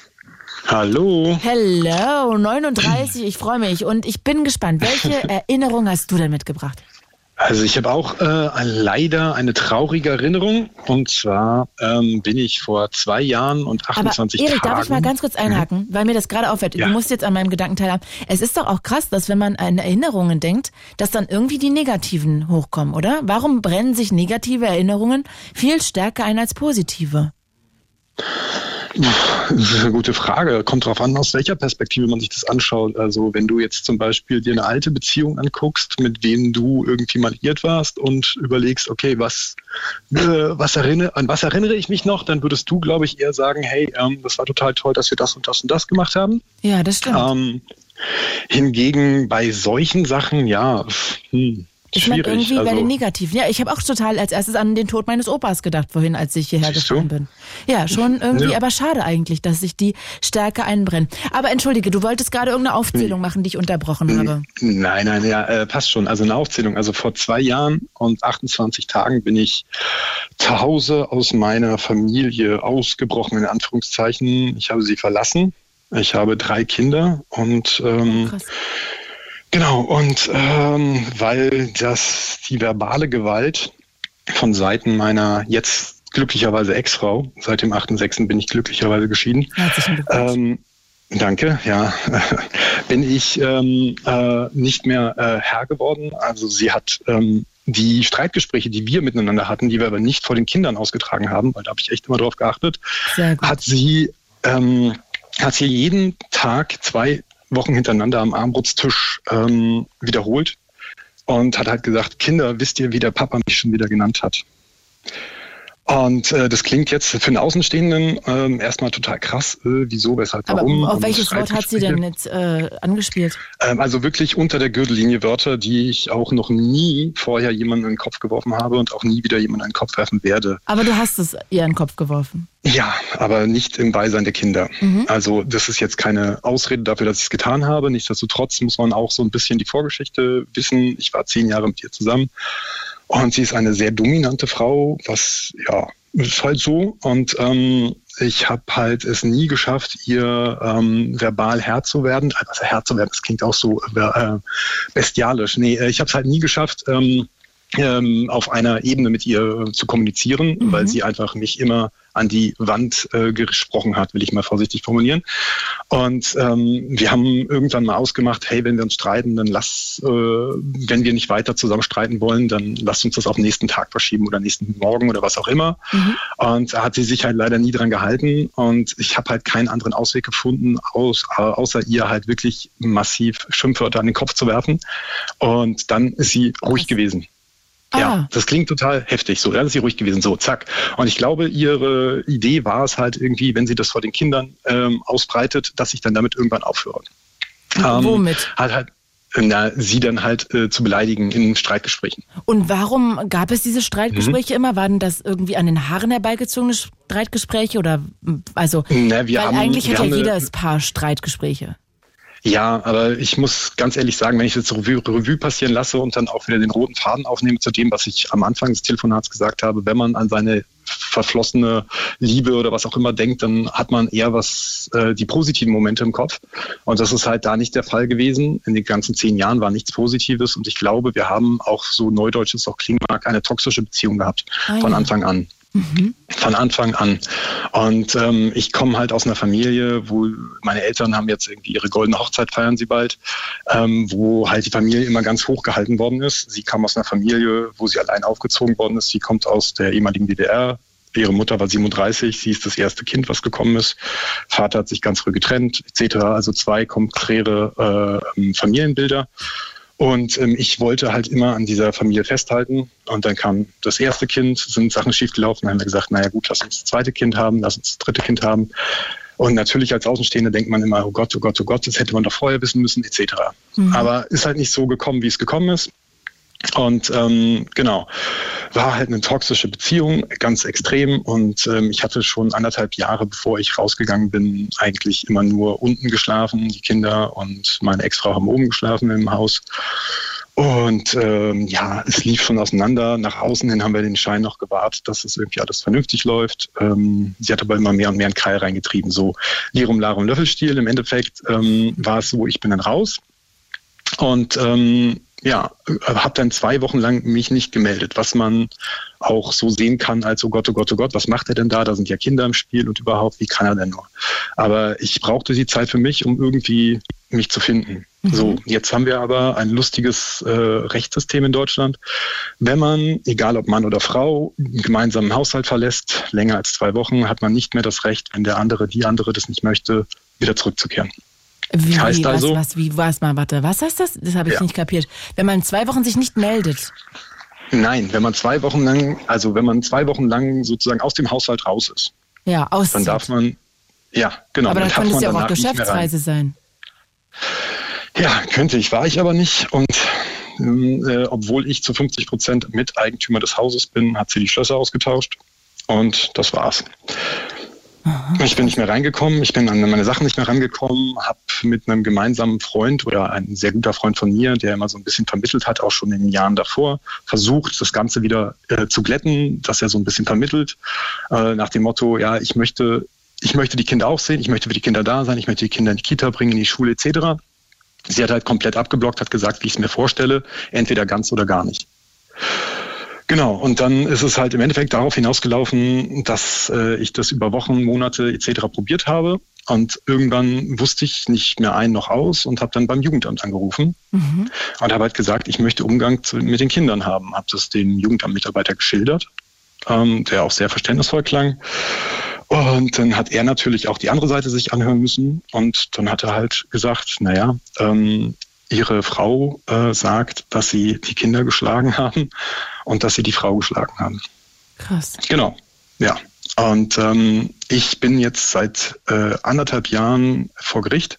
Hallo. Hello, neununddreißig, ich freue mich und ich bin gespannt. Welche Erinnerung hast du denn mitgebracht? Also ich habe auch äh, leider eine traurige Erinnerung und zwar ähm, bin ich vor zwei Jahren und achtundzwanzig Aber Erik, Tagen... darf ich mal ganz kurz einhaken, mhm. weil mir das gerade auffällt. Ja. Du musst jetzt an meinem Gedanken teilhaben. Es ist doch auch krass, dass wenn man an Erinnerungen denkt, dass dann irgendwie die negativen hochkommen, oder? Warum brennen sich negative Erinnerungen viel stärker ein als positive? Das ist eine gute Frage. Kommt drauf an, aus welcher Perspektive man sich das anschaut. Also wenn du jetzt zum Beispiel dir eine alte Beziehung anguckst, mit wem du irgendwie mal liiert warst und überlegst, okay, was, äh, was erinnere, an was erinnere ich mich noch, dann würdest du, glaube ich, eher sagen, hey, ähm, das war total toll, dass wir das und das und das gemacht haben. Ja, das stimmt. Ähm, hingegen bei solchen Sachen, ja, hm. Ich meine, irgendwie also, bei den Negativen. Ja, ich habe auch total als erstes an den Tod meines Opas gedacht vorhin, als ich hierher gefahren bin. Ja, schon irgendwie, ja. Aber schade eigentlich, dass sich die stärker einbrennen. Aber entschuldige, du wolltest gerade irgendeine Aufzählung machen, die ich unterbrochen habe. Nein, nein, ja, äh, passt schon. Also eine Aufzählung. Also vor zwei Jahren und achtundzwanzig Tagen bin ich zu Hause aus meiner Familie ausgebrochen, in Anführungszeichen. Ich habe sie verlassen. Ich habe drei Kinder und ähm, Krass. Genau, und ähm, weil das die verbale Gewalt von Seiten meiner jetzt glücklicherweise Ex-Frau, seit dem achten sechsten bin ich glücklicherweise geschieden. Herzlichen Glückwunsch. Ähm, danke, ja, bin ich ähm, äh, nicht mehr äh, Herr geworden. Also sie hat ähm, die Streitgespräche, die wir miteinander hatten, die wir aber nicht vor den Kindern ausgetragen haben, weil da habe ich echt immer drauf geachtet, Sehr gut. hat sie ähm, hat sie jeden Tag zwei Wochen hintereinander am Abendbrotstisch ähm, wiederholt und hat halt gesagt, Kinder, wisst ihr, wie der Papa mich schon wieder genannt hat? Und äh, das klingt jetzt für einen Außenstehenden ähm, erstmal total krass. Äh, wieso, weshalb, warum? Aber auf welches Wort hat sie denn jetzt äh, angespielt? Ähm, also wirklich unter der Gürtellinie Wörter, die ich auch noch nie vorher jemanden in den Kopf geworfen habe und auch nie wieder jemanden in den Kopf werfen werde. Aber du hast es ihr in den Kopf geworfen? Ja, aber nicht im Beisein der Kinder. Mhm. Also das ist jetzt keine Ausrede dafür, dass ich es getan habe. Nichtsdestotrotz muss man auch so ein bisschen die Vorgeschichte wissen. Ich war zehn Jahre mit ihr zusammen. Und sie ist eine sehr dominante Frau, was, ja, ist halt so. Und ähm, ich habe halt es nie geschafft, ihr ähm, verbal Herr zu werden. Also Herr zu werden, das klingt auch so äh, bestialisch. Nee, ich habe es halt nie geschafft, ähm, ähm, auf einer Ebene mit ihr zu kommunizieren, mhm. weil sie einfach mich immer an die Wand äh, gesprochen hat, will ich mal vorsichtig formulieren. Und ähm, wir haben irgendwann mal ausgemacht, hey, wenn wir uns streiten, dann lass, äh, wenn wir nicht weiter zusammen streiten wollen, dann lasst uns das auf den nächsten Tag verschieben oder nächsten Morgen oder was auch immer. Mhm. Und da hat sie sich halt leider nie dran gehalten. Und ich habe halt keinen anderen Ausweg gefunden, aus, äh, außer ihr halt wirklich massiv Schimpfwörter an den Kopf zu werfen. Und dann ist sie ruhig gewesen. Ja, ah. Das klingt total heftig. So, dann ist sie ruhig gewesen. So, zack. Und ich glaube, ihre Idee war es halt irgendwie, wenn sie das vor den Kindern ähm, ausbreitet, dass ich dann damit irgendwann aufhöre. Ähm, Womit? Halt halt, na, sie dann halt äh, zu beleidigen in Streitgesprächen. Und warum gab es diese Streitgespräche mhm. immer? Waren das irgendwie an den Haaren herbeigezogene Streitgespräche oder also? Na, wir weil haben, eigentlich wir hat ja haben jedes Paar Streitgespräche. Ja, aber ich muss ganz ehrlich sagen, wenn ich das Revue, Revue passieren lasse und dann auch wieder den roten Faden aufnehme zu dem, was ich am Anfang des Telefonats gesagt habe, wenn man an seine verflossene Liebe oder was auch immer denkt, dann hat man eher was äh, die positiven Momente im Kopf. Und das ist halt da nicht der Fall gewesen. In den ganzen zehn Jahren war nichts Positives und ich glaube, wir haben auch, so neudeutsch es auch klingen mag, eine toxische Beziehung gehabt ah, von ja. Anfang an. Mhm. Von Anfang an. Und ähm, ich komme halt aus einer Familie, wo meine Eltern haben jetzt irgendwie ihre goldene Hochzeit, feiern sie bald, ähm, wo halt die Familie immer ganz hoch gehalten worden ist. Sie kam aus einer Familie, wo sie allein aufgezogen worden ist. Sie kommt aus der ehemaligen D D R. Ihre Mutter war siebenunddreißig, sie ist das erste Kind, was gekommen ist. Vater hat sich ganz früh getrennt, et cetera. Also zwei konträre äh, Familienbilder. Und ähm, ich wollte halt immer an dieser Familie festhalten. Und dann kam das erste Kind, sind Sachen schiefgelaufen. Dann haben wir gesagt, naja gut, lass uns das zweite Kind haben, lass uns das dritte Kind haben. Und natürlich als Außenstehender denkt man immer, oh Gott, oh Gott, oh Gott, das hätte man doch vorher wissen müssen, et cetera. Mhm. Aber ist halt nicht so gekommen, wie es gekommen ist. Und ähm, genau, war halt eine toxische Beziehung, ganz extrem. Und ähm, ich hatte schon anderthalb Jahre, bevor ich rausgegangen bin, eigentlich immer nur unten geschlafen. Die Kinder und meine Ex-Frau haben oben geschlafen im Haus. Und ähm, ja, es lief schon auseinander. Nach außen hin haben wir den Schein noch gewahrt, dass es irgendwie alles vernünftig läuft. Ähm, sie hat aber immer mehr und mehr einen Keil reingetrieben. So Lirum, Larum, Löffelstiel. Im Endeffekt ähm, war es so, ich bin dann raus. Und ähm, ja, habe dann zwei Wochen lang mich nicht gemeldet, was man auch so sehen kann als, oh Gott, oh Gott, oh Gott, was macht er denn da? Da sind ja Kinder im Spiel und überhaupt, wie kann er denn nur? Aber ich brauchte die Zeit für mich, um irgendwie mich zu finden. Mhm. So, jetzt haben wir aber ein lustiges äh, Rechtssystem in Deutschland. Wenn man, egal ob Mann oder Frau, einen gemeinsamen Haushalt verlässt, länger als zwei Wochen, hat man nicht mehr das Recht, wenn der andere, die andere das nicht möchte, wieder zurückzukehren. Wie, heißt was, also, was, wie, was mal, warte, was heißt das? Das habe ich ja. nicht kapiert. Wenn man zwei Wochen sich nicht meldet. Nein, wenn man zwei Wochen lang, also wenn man zwei Wochen lang sozusagen aus dem Haushalt raus ist. Ja, auszieht. Dann darf man, ja, genau. Aber dann, dann kann es ja auch auf Geschäftsreise sein. Ja, könnte ich, war ich aber nicht. Und äh, obwohl ich zu fünfzig Prozent Miteigentümer des Hauses bin, hat sie die Schlösser ausgetauscht. Und das war's. Aha. Ich bin nicht mehr reingekommen, ich bin an meine Sachen nicht mehr rangekommen, habe mit einem gemeinsamen Freund oder ein sehr guter Freund von mir, der immer so ein bisschen vermittelt hat, auch schon in den Jahren davor, versucht, das Ganze wieder äh, zu glätten, dass er so ein bisschen vermittelt, äh, nach dem Motto, ja, ich möchte, ich möchte die Kinder auch sehen, ich möchte für die Kinder da sein, ich möchte die Kinder in die Kita bringen, in die Schule et cetera. Sie hat halt komplett abgeblockt, hat gesagt, wie ich es mir vorstelle, entweder ganz oder gar nicht. Genau, und dann ist es halt im Endeffekt darauf hinausgelaufen, dass äh, ich das über Wochen, Monate et cetera probiert habe. Und irgendwann wusste ich nicht mehr ein noch aus und habe dann beim Jugendamt angerufen mhm. und habe halt gesagt, ich möchte Umgang zu, mit den Kindern haben. Habe das dem Jugendamtmitarbeiter geschildert, ähm, der auch sehr verständnisvoll klang. Und dann hat er natürlich auch die andere Seite sich anhören müssen. Und dann hat er halt gesagt, naja, ähm, ihre Frau äh, sagt, dass sie die Kinder geschlagen haben und dass sie die Frau geschlagen haben. Krass. Genau. Ja, und ähm, ich bin jetzt seit äh, anderthalb Jahren vor Gericht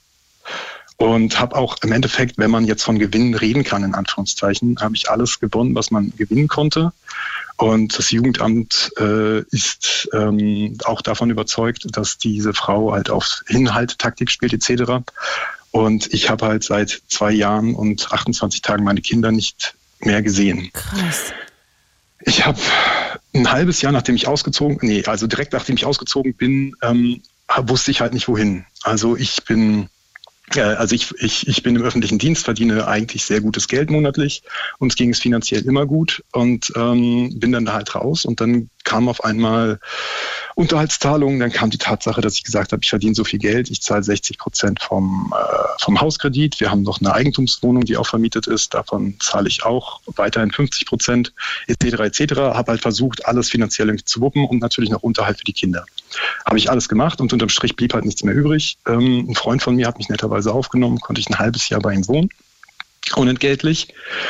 und habe auch im Endeffekt, wenn man jetzt von Gewinnen reden kann, in Anführungszeichen, habe ich alles gewonnen, was man gewinnen konnte. Und das Jugendamt äh, ist ähm, auch davon überzeugt, dass diese Frau halt auf Inhalt, Taktik spielt et cetera. Und ich habe halt seit zwei Jahren und achtundzwanzig Tagen meine Kinder nicht mehr gesehen. Krass. Ich habe ein halbes Jahr, nachdem ich ausgezogen, nee, also direkt nachdem ich ausgezogen bin, ähm, wusste ich halt nicht wohin. Also ich bin, äh, also ich, ich, ich bin im öffentlichen Dienst, verdiene eigentlich sehr gutes Geld monatlich. Uns ging es finanziell immer gut und ähm, bin dann da halt raus und dann kam auf einmal Unterhaltszahlungen, dann kam die Tatsache, dass ich gesagt habe, ich verdiene so viel Geld, ich zahle sechzig Prozent vom, äh, vom Hauskredit. Wir haben noch eine Eigentumswohnung, die auch vermietet ist, davon zahle ich auch weiterhin fünfzig Prozent, et cetera et cetera. Habe halt versucht, alles finanziell irgendwie zu wuppen und natürlich noch Unterhalt für die Kinder. Habe ich alles gemacht und unterm Strich blieb halt nichts mehr übrig. Ähm, ein Freund von mir hat mich netterweise aufgenommen, konnte ich ein halbes Jahr bei ihm wohnen, unentgeltlich.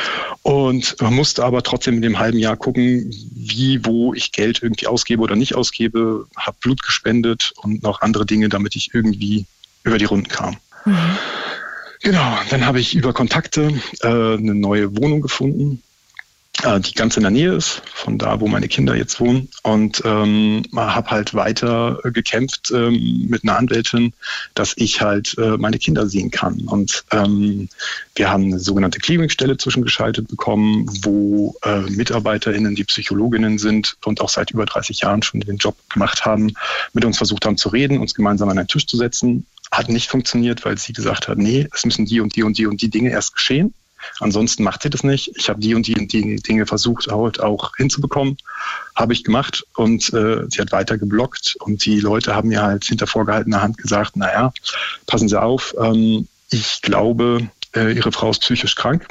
Und man musste aber trotzdem in dem halben Jahr gucken, wie, wo ich Geld irgendwie ausgebe oder nicht ausgebe, habe Blut gespendet und noch andere Dinge, damit ich irgendwie über die Runden kam. Mhm. Genau, dann habe ich über Kontakte äh, eine neue Wohnung gefunden, äh, die ganz in der Nähe ist, von da, wo meine Kinder jetzt wohnen. Und ähm, habe halt weiter gekämpft ähm, mit einer Anwältin, dass ich halt äh, meine Kinder sehen kann. Und ähm, wir haben eine sogenannte Clearingstelle zwischengeschaltet bekommen, wo äh, MitarbeiterInnen, die Psychologinnen sind und auch seit über dreißig Jahren schon den Job gemacht haben, mit uns versucht haben zu reden, uns gemeinsam an einen Tisch zu setzen. Hat nicht funktioniert, weil sie gesagt hat, nee, es müssen die und die und die und die Dinge erst geschehen. Ansonsten macht sie das nicht. Ich habe die und die und die Dinge versucht, halt auch hinzubekommen. Habe ich gemacht und äh, sie hat weiter geblockt. Und die Leute haben mir halt hinter vorgehaltener Hand gesagt, naja, passen Sie auf, ähm, ich glaube, äh, Ihre Frau ist psychisch krank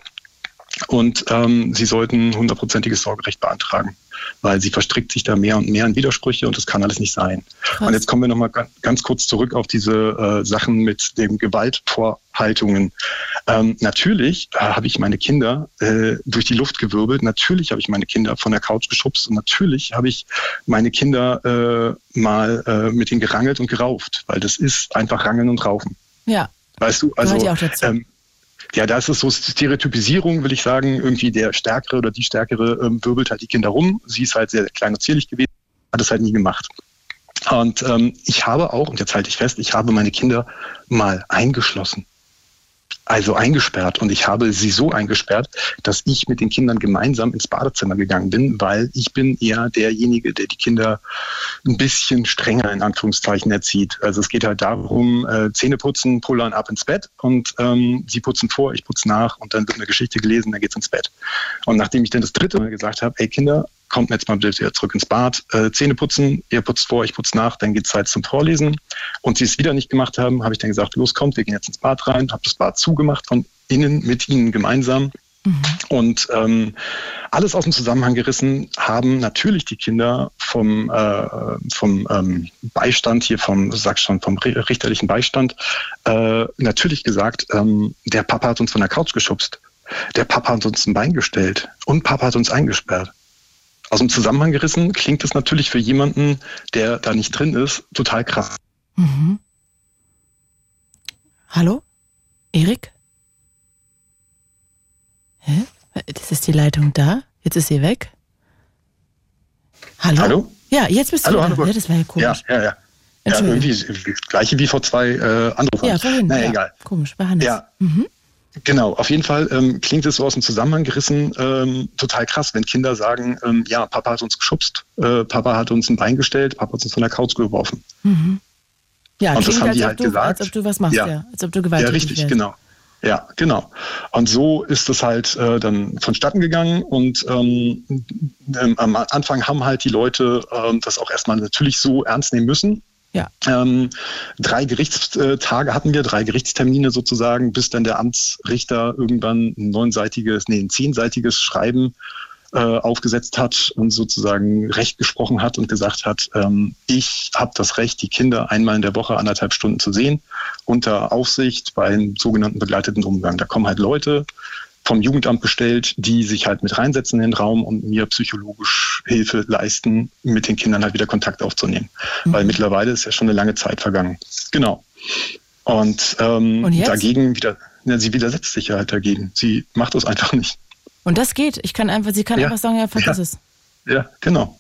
und ähm, Sie sollten hundertprozentiges Sorgerecht beantragen, weil sie verstrickt sich da mehr und mehr in Widersprüche und das kann alles nicht sein. Krass. Und jetzt kommen wir nochmal ganz, ganz kurz zurück auf diese äh, Sachen mit den Gewaltvorhaltungen. Ähm, natürlich äh, habe ich meine Kinder äh, durch die Luft gewirbelt, natürlich habe ich meine Kinder von der Couch geschubst und natürlich habe ich meine Kinder äh, mal äh, mit ihnen gerangelt und gerauft, weil das ist einfach Rangeln und Raufen. Ja. Weißt du, also Gehört ja auch dazu. Ähm, Ja, da ist es so Stereotypisierung, will ich sagen. Irgendwie der Stärkere oder die Stärkere ähm, wirbelt halt die Kinder rum. Sie ist halt sehr klein und zierlich gewesen, hat es halt nie gemacht. Und ähm, ich habe auch, und jetzt halte ich fest, ich habe meine Kinder mal eingeschlossen. Also eingesperrt. Und ich habe sie so eingesperrt, dass ich mit den Kindern gemeinsam ins Badezimmer gegangen bin, weil ich bin eher derjenige, der die Kinder ein bisschen strenger in Anführungszeichen erzieht. Also es geht halt darum, äh, Zähne putzen, pullern, ab ins Bett und ähm, sie putzen vor, ich putze nach und dann wird eine Geschichte gelesen, dann geht's ins Bett. Und nachdem ich dann das dritte Mal gesagt habe, ey Kinder, kommt jetzt mal bitte wieder zurück ins Bad, äh, Zähne putzen, ihr putzt vor, ich putze nach, dann geht's halt zum Vorlesen. Und sie es wieder nicht gemacht haben, habe ich dann gesagt, los, kommt, wir gehen jetzt ins Bad rein, habe das Bad zugemacht von innen mit ihnen gemeinsam. Mhm. Und ähm, alles aus dem Zusammenhang gerissen haben natürlich die Kinder vom, äh, vom ähm, Beistand hier, vom, sag schon, vom richterlichen Beistand, äh, natürlich gesagt, ähm, der Papa hat uns von der Couch geschubst, der Papa hat uns ein Bein gestellt und Papa hat uns eingesperrt. Aus dem Zusammenhang gerissen klingt es natürlich für jemanden, der da nicht drin ist, total krass. Mhm. Hallo? Erik? Hä? Das ist die Leitung da? Jetzt ist sie weg? Hallo? Hallo? Ja, jetzt bist du hallo, da. Hallo. Ja, das war ja komisch. Ja, ja, ja. Ja, irgendwie das Gleiche wie vor zwei äh, Anrufern. Ja, vorhin. Naja, ja. egal. Komisch, war Hannes. Ja. Mhm. Genau, auf jeden Fall ähm, klingt es so aus dem Zusammenhang gerissen, ähm, total krass, wenn Kinder sagen, ähm, ja, Papa hat uns geschubst, äh, Papa hat uns ein Bein gestellt, Papa hat uns von der Couch geworfen. Mhm. Ja, und das haben als, die ob halt du, gesagt. als ob du was machst, ja. ja. Als ob du gewalttätig Ja, richtig, wärst. genau. Ja, genau. Und so ist es halt äh, dann vonstatten gegangen und ähm, ähm, am Anfang haben halt die Leute ähm, das auch erstmal natürlich so ernst nehmen müssen. Ja. Ähm, drei Gerichtstage hatten wir, drei Gerichtstermine sozusagen, bis dann der Amtsrichter irgendwann ein neunseitiges, nee, ein zehnseitiges Schreiben äh, aufgesetzt hat und sozusagen Recht gesprochen hat und gesagt hat, ähm, ich habe das Recht, die Kinder einmal in der Woche anderthalb Stunden zu sehen, unter Aufsicht bei einem sogenannten begleiteten Umgang. Da kommen halt Leute, vom Jugendamt bestellt, die sich halt mit reinsetzen in den Raum und mir psychologisch Hilfe leisten, mit den Kindern halt wieder Kontakt aufzunehmen. Mhm. Weil mittlerweile ist ja schon eine lange Zeit vergangen. Genau. Und, ähm, und dagegen wieder, ja, sie widersetzt sich ja halt dagegen. Sie macht das einfach nicht. Und das geht. Ich kann einfach, sie kann ja. einfach sagen, ja, vergiss ja. es. Ja, genau.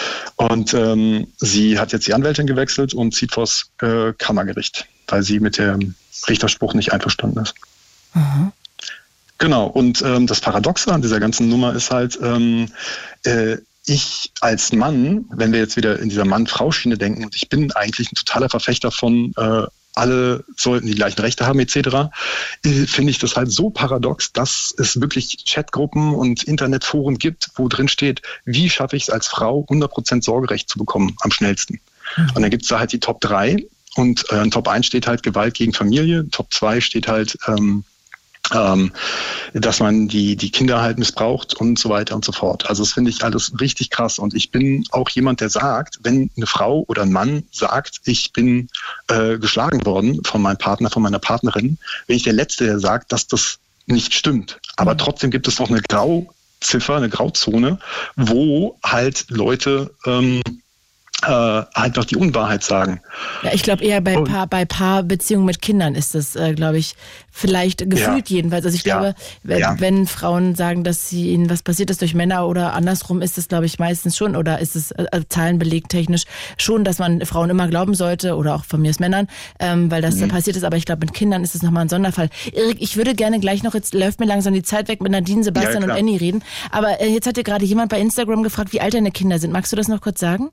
Und ähm, sie hat jetzt die Anwältin gewechselt und zieht vors äh, Kammergericht, weil sie mit dem Richterspruch nicht einverstanden ist. Mhm. Genau, und ähm, das Paradoxe an dieser ganzen Nummer ist halt, ähm, äh, ich als Mann, wenn wir jetzt wieder in dieser Mann-Frau-Schiene denken, und ich bin eigentlich ein totaler Verfechter von äh, alle sollten die gleichen Rechte haben et cetera, äh, finde ich das halt so paradox, dass es wirklich Chatgruppen und Internetforen gibt, wo drin steht, wie schaffe ich es als Frau, hundert Prozent Sorgerecht zu bekommen am schnellsten. Mhm. Und dann gibt es da halt die Top drei und äh, in Top eins steht halt Gewalt gegen Familie, Top zwei steht halt ähm, Ähm, dass man die, die Kinder halt missbraucht und so weiter und so fort. Also das finde ich alles richtig krass. Und ich bin auch jemand, der sagt, wenn eine Frau oder ein Mann sagt, ich bin äh, geschlagen worden von meinem Partner, von meiner Partnerin, bin ich der Letzte, der sagt, dass das nicht stimmt. Aber trotzdem gibt es noch eine Grauziffer, eine Grauzone, wo halt Leute ähm, Äh, einfach die Unwahrheit sagen. Ja, ich glaube eher bei Paar, bei Paarbeziehungen mit Kindern ist das, äh, glaube ich, vielleicht gefühlt ja. jedenfalls. Also ich ja. glaube, wenn, ja. wenn Frauen sagen, dass sie ihnen was passiert ist durch Männer oder andersrum, ist es, glaube ich, meistens schon, oder ist es äh, zahlenbelegtechnisch schon, dass man Frauen immer glauben sollte, oder auch von mir aus Männern, ähm, weil das mhm. passiert ist. Aber ich glaube, mit Kindern ist es nochmal ein Sonderfall. Erik, ich würde gerne gleich noch, jetzt läuft mir langsam die Zeit weg, mit Nadine, Sebastian ja, und Annie reden. Aber äh, jetzt hat dir gerade jemand bei Instagram gefragt, wie alt deine Kinder sind. Magst du das noch kurz sagen?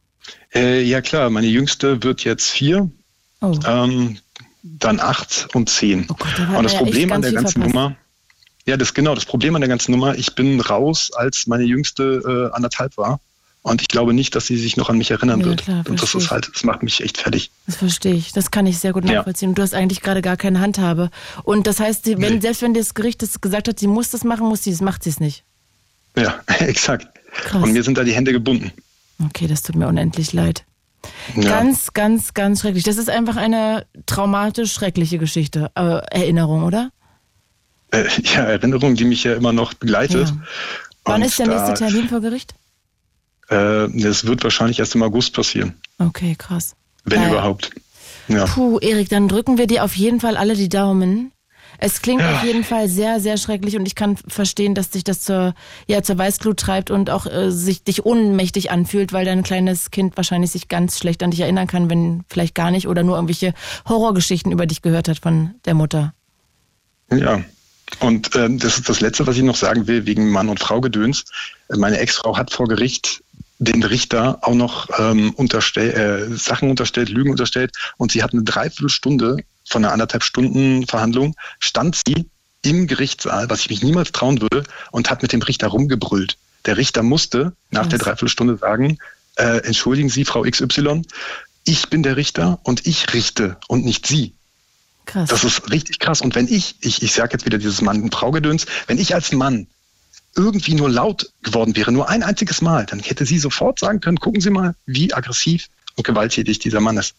Äh, ja klar, meine Jüngste wird jetzt vier, oh. ähm, dann acht und zehn. Oh Gott, und das ja Problem an der ganzen verpasst. Nummer, ja das genau, das Problem an der ganzen Nummer, ich bin raus, als meine Jüngste äh, anderthalb war. Und ich glaube nicht, dass sie sich noch an mich erinnern ja, wird. Klar, und das ist halt, das macht mich echt fertig. Das verstehe ich. Das kann ich sehr gut nachvollziehen. Ja. Du hast eigentlich gerade gar keine Handhabe. Und das heißt, wenn, nee. selbst wenn das Gericht das gesagt hat, sie muss das machen, muss sie das, macht sie es nicht. Ja, exakt. Krass. Und mir sind da die Hände gebunden. Okay, das tut mir unendlich leid. Ja. Ganz, ganz, ganz schrecklich. Das ist einfach eine traumatisch schreckliche Geschichte. Äh, Erinnerung, oder? Äh, ja, Erinnerung, die mich ja immer noch begleitet. Ja. Wann Und ist der nächste da, Termin vor Gericht? Äh, das wird wahrscheinlich erst im August passieren. Okay, krass. Wenn äh, überhaupt. Ja. Puh, Erik, dann drücken wir dir auf jeden Fall alle die Daumen. Es klingt ja. auf jeden Fall sehr, sehr schrecklich und ich kann verstehen, dass dich das zur, ja, zur Weißglut treibt und auch äh, sich dich ohnmächtig anfühlt, weil dein kleines Kind wahrscheinlich sich ganz schlecht an dich erinnern kann, wenn vielleicht gar nicht oder nur irgendwelche Horrorgeschichten über dich gehört hat von der Mutter. Ja, und äh, das ist das Letzte, was ich noch sagen will, wegen Mann- und Frau-Gedöns. Meine Ex-Frau hat vor Gericht den Richter auch noch ähm, unterstell, äh, Sachen unterstellt, Lügen unterstellt und sie hat eine Dreiviertelstunde von einer anderthalb Stunden Verhandlung, stand sie im Gerichtssaal, was ich mich niemals trauen würde, und hat mit dem Richter rumgebrüllt. Der Richter musste nach was? der Dreiviertelstunde sagen, äh, entschuldigen Sie, Frau X Y, ich bin der Richter und ich richte und nicht Sie. Krass. Das ist richtig krass. Und wenn ich, ich, ich sage jetzt wieder dieses Mann-Frau-Gedöns, wenn ich als Mann irgendwie nur laut geworden wäre, nur ein einziges Mal, dann hätte sie sofort sagen können, gucken Sie mal, wie aggressiv und gewalttätig dieser Mann ist.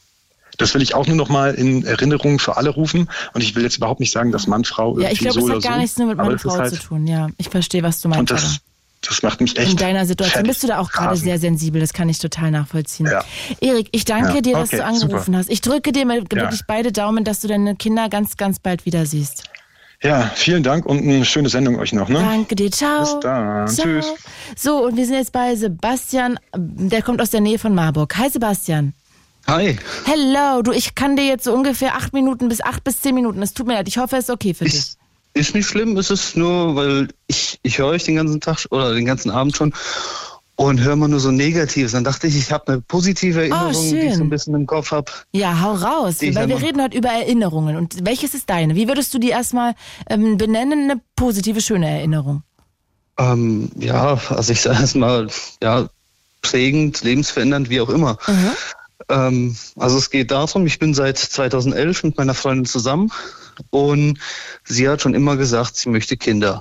Das will ich auch nur noch mal in Erinnerung für alle rufen. Und ich will jetzt überhaupt nicht sagen, dass Mann, Frau irgendwie so oder so. Ja, ich glaube, es hat gar nichts nur mit Mann, Frau halt zu tun. Ja, ich verstehe, was du meinst. Und das, das macht mich echt. In deiner Situation bist du da auch gerade sehr sensibel. Das kann ich total nachvollziehen. Ja. Erik, ich danke ja. dir, dass okay, du angerufen super. hast. Ich drücke dir mal wirklich ja. beide Daumen, dass du deine Kinder ganz, ganz bald wieder siehst. Ja, vielen Dank und eine schöne Sendung euch noch. Ne? Danke dir, ciao. Bis dann, ciao. Tschüss. So, und wir sind jetzt bei Sebastian, der kommt aus der Nähe von Marburg. Hi Sebastian. Hi. Hello, du, ich kann dir jetzt so ungefähr acht Minuten bis acht bis zehn Minuten. Es tut mir leid, ich hoffe, es ist okay für ist, dich. Ist nicht schlimm, es ist nur, weil ich, ich höre euch den ganzen Tag oder den ganzen Abend schon und höre immer nur so Negatives. Dann dachte ich, ich habe eine positive Erinnerung, oh, die ich so ein bisschen im Kopf habe. Ja, hau raus, weil wir reden heute über Erinnerungen. Und welches ist deine? Wie würdest du die erstmal ähm, benennen, eine positive, schöne Erinnerung? Ähm, ja, also ich sage erstmal, ja, prägend, lebensverändernd, wie auch immer. Mhm. Ähm, also es geht darum, ich bin seit zweitausendelf mit meiner Freundin zusammen und sie hat schon immer gesagt, sie möchte Kinder.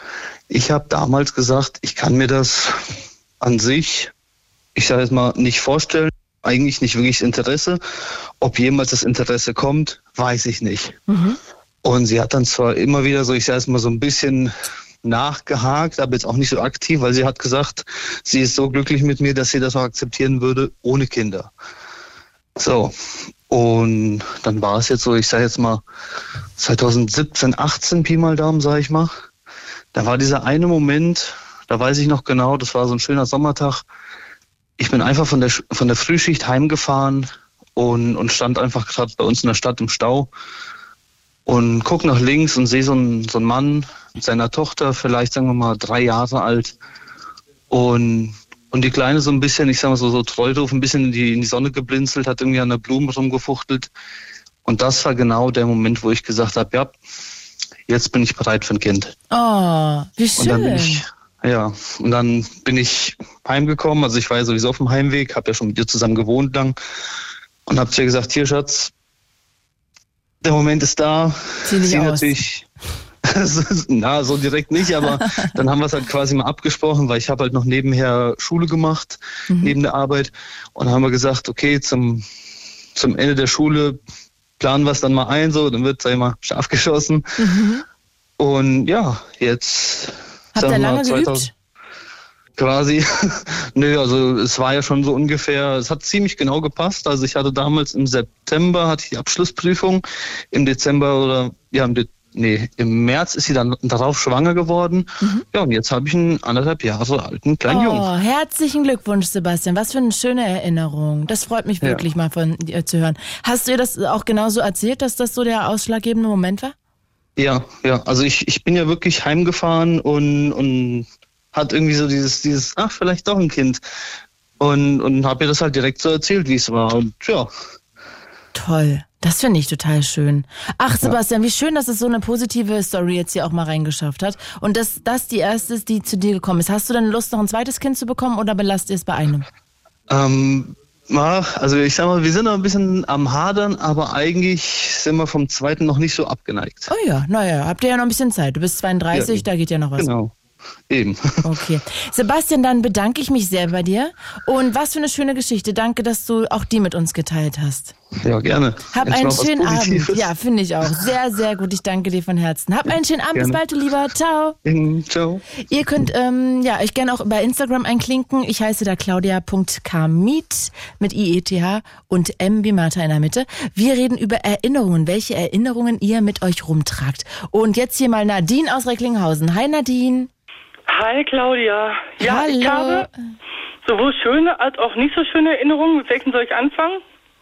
Ich habe damals gesagt, ich kann mir das an sich, ich sage jetzt mal, nicht vorstellen, eigentlich nicht wirklich Interesse. Ob jemals das Interesse kommt, weiß ich nicht. Mhm. Und sie hat dann zwar immer wieder so, ich sage es mal so ein bisschen nachgehakt, aber jetzt auch nicht so aktiv, weil sie hat gesagt, sie ist so glücklich mit mir, dass sie das auch akzeptieren würde ohne Kinder. So, und dann war es jetzt so, ich sage jetzt mal zwanzig siebzehn, achtzehn, Pi mal Daumen, sage ich mal. Da war dieser eine Moment, da weiß ich noch genau, das war so ein schöner Sommertag. Ich bin einfach von der von der Frühschicht heimgefahren und, und stand einfach gerade bei uns in der Stadt im Stau und guck nach links und sehe so einen, so einen Mann mit seiner Tochter, vielleicht sagen wir mal drei Jahre alt. Und, und die Kleine so ein bisschen, ich sag mal so, so treu drauf, ein bisschen in die, in die Sonne geblinzelt, hat irgendwie an der Blume rumgefuchtelt. Und das war genau der Moment, wo ich gesagt habe, ja, jetzt bin ich bereit für ein Kind. Oh, wie schön. Und dann bin ich, ja, und dann bin ich heimgekommen. Also ich war ja sowieso auf dem Heimweg, habe ja schon mit ihr zusammen gewohnt lang und habe zu ihr gesagt, hier Schatz, der Moment ist da. Sieh nicht Sie aus. natürlich, na, so direkt nicht, aber dann haben wir es halt quasi mal abgesprochen, weil ich habe halt noch nebenher Schule gemacht, mhm. neben der Arbeit. Und dann haben wir gesagt, okay, zum, zum Ende der Schule planen wir es dann mal ein, so, dann wird, sag ich mal, scharf geschossen. Mhm. Und ja, jetzt... Habt ihr lange geübt? Quasi. Nö, also es war ja schon so ungefähr, es hat ziemlich genau gepasst. Also ich hatte damals im September hatte ich die Abschlussprüfung, im Dezember oder ja, im, De- nee, im März ist sie dann darauf schwanger geworden. Mhm. Ja, und jetzt habe ich einen anderthalb Jahre alten kleinen oh, Jungen. Oh, herzlichen Glückwunsch, Sebastian. Was für eine schöne Erinnerung. Das freut mich wirklich ja. mal von dir zu hören. Hast du ihr das auch genauso erzählt, dass das so der ausschlaggebende Moment war? Ja, ja. Also ich, ich bin ja wirklich heimgefahren und, und hat irgendwie so dieses, dieses, ach, vielleicht doch ein Kind. Und, und habe ihr das halt direkt so erzählt, wie es war. Und ja. Toll. Das finde ich total schön. Ach, Sebastian, ja. wie schön, dass es so eine positive Story jetzt hier auch mal reingeschafft hat. Und dass das die erste ist, die zu dir gekommen ist. Hast du denn Lust, noch ein zweites Kind zu bekommen oder belasst ihr es bei einem? Ähm, ja, also ich sag mal, wir sind noch ein bisschen am Hadern, aber eigentlich sind wir vom zweiten noch nicht so abgeneigt. Oh ja, naja, habt ihr ja noch ein bisschen Zeit. Du bist zweiunddreißig, ja, da geht ja noch was. Genau. Eben. Okay. Sebastian, dann bedanke ich mich sehr bei dir. Und was für eine schöne Geschichte. Danke, dass du auch die mit uns geteilt hast. Ja, gerne. Hab einen schönen Abend. Ja, finde ich auch. Sehr, sehr gut. Ich danke dir von Herzen. Hab einen schönen Abend. Gerne. Bis bald, du Lieber. Ciao. Ciao. Ihr könnt ähm, ja euch gerne auch bei Instagram einklinken. Ich heiße da claudia punkt kamit mit I E T H und M wie Martha in der Mitte. Wir reden über Erinnerungen, welche Erinnerungen ihr mit euch rumtragt. Und jetzt hier mal Nadine aus Recklinghausen. Hi Nadine. Hi Claudia. Ja, Hallo. Ich habe sowohl schöne als auch nicht so schöne Erinnerungen. Mit welchen soll ich anfangen?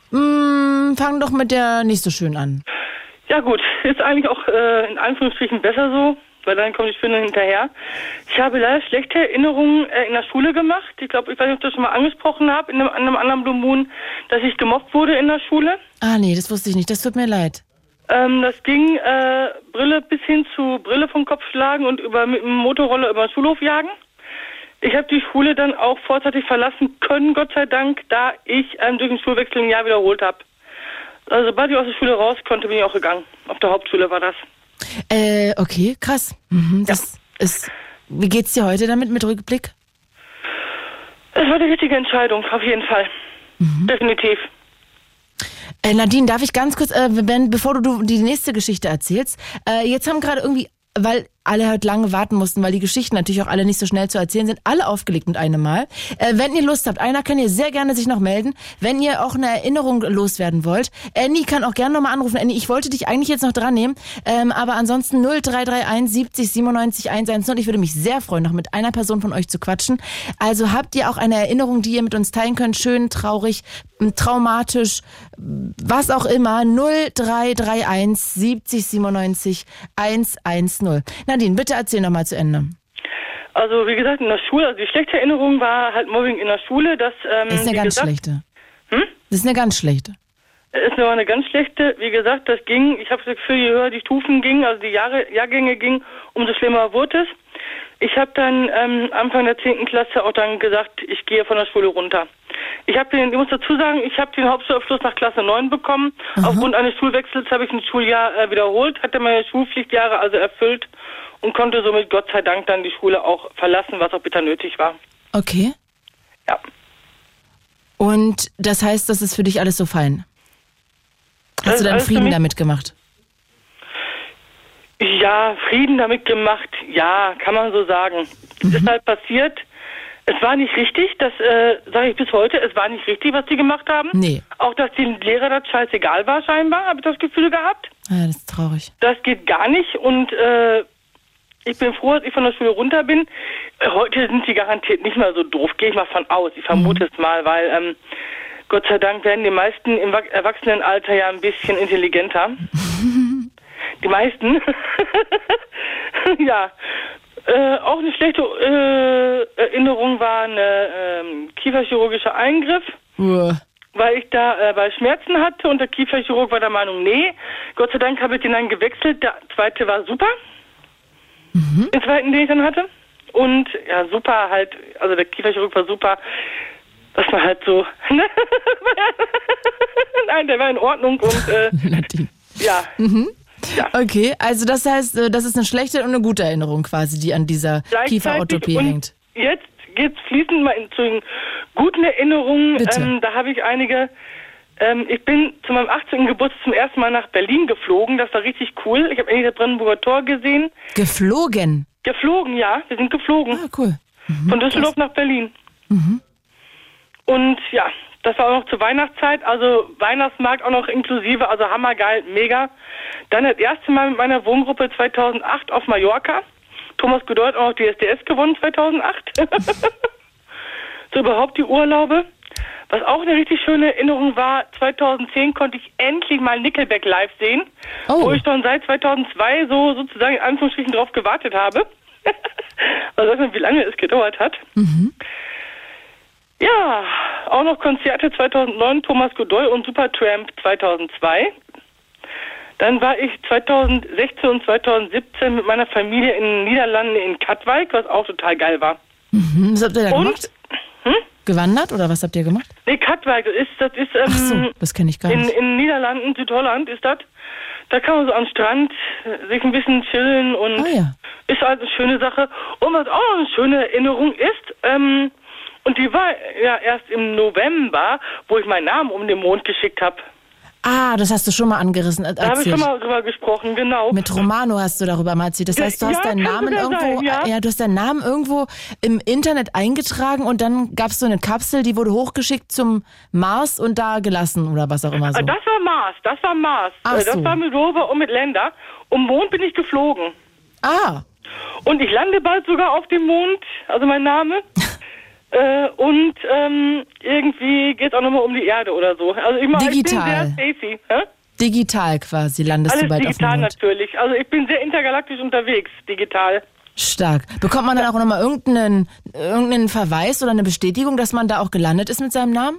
Mm, fang doch mit der nicht so schön an. Ja gut, ist eigentlich auch äh, in Anführungsstrichen besser so, weil dann kommt die Schöne hinterher. Ich habe leider schlechte Erinnerungen äh, in der Schule gemacht. Ich glaube, ich weiß nicht, ob ich das schon mal angesprochen habe, in einem, an einem anderen Blue Moon, dass ich gemobbt wurde in der Schule. Ah nee, das wusste ich nicht. Das tut mir leid. Ähm, das ging äh, Brille bis hin zu Brille vom Kopf schlagen und über mit dem Motorroller über den Schulhof jagen. Ich habe die Schule dann auch vorzeitig verlassen können, Gott sei Dank, da ich ähm, durch den Schulwechsel ein Jahr wiederholt habe. Also sobald ich aus der Schule raus konnte, bin ich auch gegangen. Auf der Hauptschule war das. Äh, okay, krass. Mhm, das ja. ist. Wie geht's dir heute damit mit Rückblick? Es war die richtige Entscheidung, auf jeden Fall. Mhm. Definitiv. Äh, Nadine, darf ich ganz kurz, äh, wenn, bevor du die nächste Geschichte erzählst, äh, jetzt haben gerade irgendwie, weil alle halt lange warten mussten, weil die Geschichten natürlich auch alle nicht so schnell zu erzählen sind, alle aufgelegt mit einem Mal. Äh, wenn ihr Lust habt, einer kann ihr sehr gerne sich noch melden, wenn ihr auch eine Erinnerung loswerden wollt. Annie kann auch gerne nochmal anrufen. Annie, ich wollte dich eigentlich jetzt noch dran nehmen, ähm, aber ansonsten null drei drei eins siebzig siebenundneunzig hundertzehn. Ich würde mich sehr freuen, noch mit einer Person von euch zu quatschen. Also habt ihr auch eine Erinnerung, die ihr mit uns teilen könnt? Schön, traurig, traumatisch, was auch immer. null drei drei eins siebzig siebenundneunzig hundertzehn. Nadine, bitte erzähl nochmal zu Ende. Also wie gesagt, in der Schule, also die schlechte Erinnerung war halt Mobbing in der Schule. Das, ähm, das ist eine ganz gesagt, schlechte. Hm? Das ist eine ganz schlechte. Ist nur eine ganz schlechte. Wie gesagt, das ging, ich habe das Gefühl, je höher die Stufen gingen, also die Jahre, Jahrgänge gingen, umso schlimmer wurde es. Ich habe dann ähm, Anfang der zehnten Klasse auch dann gesagt, ich gehe von der Schule runter. Ich habe den, ich muss dazu sagen, ich habe den Hauptschulabschluss nach Klasse neun bekommen. Aha. Aufgrund eines Schulwechsels habe ich ein Schuljahr äh, wiederholt, hatte meine Schulpflichtjahre also erfüllt und konnte somit Gott sei Dank dann die Schule auch verlassen, was auch bitter nötig war. Okay. Ja. Und das heißt, das ist für dich alles so fein? Hast das du dann Frieden damit gemacht? Ja, Frieden damit gemacht, ja, kann man so sagen. Mhm. Es ist halt passiert, es war nicht richtig, das äh, sage ich bis heute, es war nicht richtig, was die gemacht haben. Nee. Auch, dass den Lehrer das scheißegal war scheinbar, habe ich das Gefühl gehabt. Ja, das ist traurig. Das geht gar nicht und äh, ich bin froh, dass ich von der Schule runter bin. Äh, heute sind die garantiert nicht mehr so doof, gehe ich mal von aus, ich vermute mhm. es mal, weil ähm, Gott sei Dank werden die meisten im Erwachsenenalter ja ein bisschen intelligenter. Die meisten. Ja. Äh, auch eine schlechte äh, Erinnerung war ein ähm, kieferchirurgischer Eingriff. Uh. Weil ich da äh, bei Schmerzen hatte und der Kieferchirurg war der Meinung, nee. Gott sei Dank habe ich den dann gewechselt. Der zweite war super. Mhm. Den zweiten, den ich dann hatte. Und ja, super halt, also der Kieferchirurg war super. Das war halt so. Nein, der war in Ordnung und äh, ja. Mhm. Ja. Okay, also das heißt, das ist eine schlechte und eine gute Erinnerung quasi, die an dieser Kieferorthopädie hängt. Jetzt geht's fließend mal in, zu den guten Erinnerungen. Ähm, da habe ich einige. Ähm, ich bin zu meinem achtzehnten Geburtstag zum ersten Mal nach Berlin geflogen. Das war richtig cool. Ich habe endlich das Brandenburger Tor gesehen. Geflogen? Geflogen, ja. Wir sind geflogen. Ah, cool. Mhm, Von Düsseldorf krass. nach Berlin. Mhm. Und ja, das war auch noch zur Weihnachtszeit, also Weihnachtsmarkt auch noch inklusive, also hammergeil, mega. Dann das erste Mal mit meiner Wohngruppe zweitausendacht auf Mallorca. Thomas Godoy hat auch noch die S D S gewonnen zweitausendacht. So überhaupt die Urlaube. Was auch eine richtig schöne Erinnerung war, zweitausendzehn konnte ich endlich mal Nickelback live sehen, oh. wo ich schon seit zweitausendzwei so sozusagen in Anführungsstrichen drauf gewartet habe. Also weiß nicht, wie lange es gedauert hat. Mhm. Ja, auch noch Konzerte zweitausendneun, Thomas Godoy und Supertramp zweitausendzwei. Dann war ich zweitausendsechzehn und zweitausendsiebzehn mit meiner Familie in den Niederlanden in Katwijk, was auch total geil war. Mhm. Was habt ihr da und, gemacht? Hm? Gewandert oder was habt ihr gemacht? Nee, Katwijk, das ist, das ist, ähm, Ach so, das kenne ich gar in, nicht. in den Niederlanden, Südholland ist das. Da kann man so am Strand sich ein bisschen chillen und ah, ja. ist halt eine schöne Sache. Und was auch noch eine schöne Erinnerung ist, ähm, und die war ja erst im November, wo ich meinen Namen um den Mond geschickt habe. Ah, das hast du schon mal angerissen. Erzählt. Da habe ich schon mal drüber gesprochen, genau. Mit Romano hast du darüber mal erzählt. Das heißt, du hast ja, deinen Namen irgendwo, sein, ja? ja, du hast deinen Namen irgendwo im Internet eingetragen und dann gab es so eine Kapsel, die wurde hochgeschickt zum Mars und da gelassen oder was auch immer so. Das war Mars, das war Mars. Ach das so. war mit Rover und mit Lander. Um Mond bin ich geflogen. Ah. Und ich lande bald sogar auf dem Mond, also mein Name. Äh, und ähm, irgendwie geht es auch nochmal um die Erde oder so. Also ich, mach, digital. ich bin sehr spacey. Hä? Digital quasi landest Alles du bald digital auf dem Mond. Natürlich. Also ich bin sehr intergalaktisch unterwegs, digital. Stark. Bekommt man dann auch nochmal irgendeinen, irgendeinen Verweis oder eine Bestätigung, dass man da auch gelandet ist mit seinem Namen?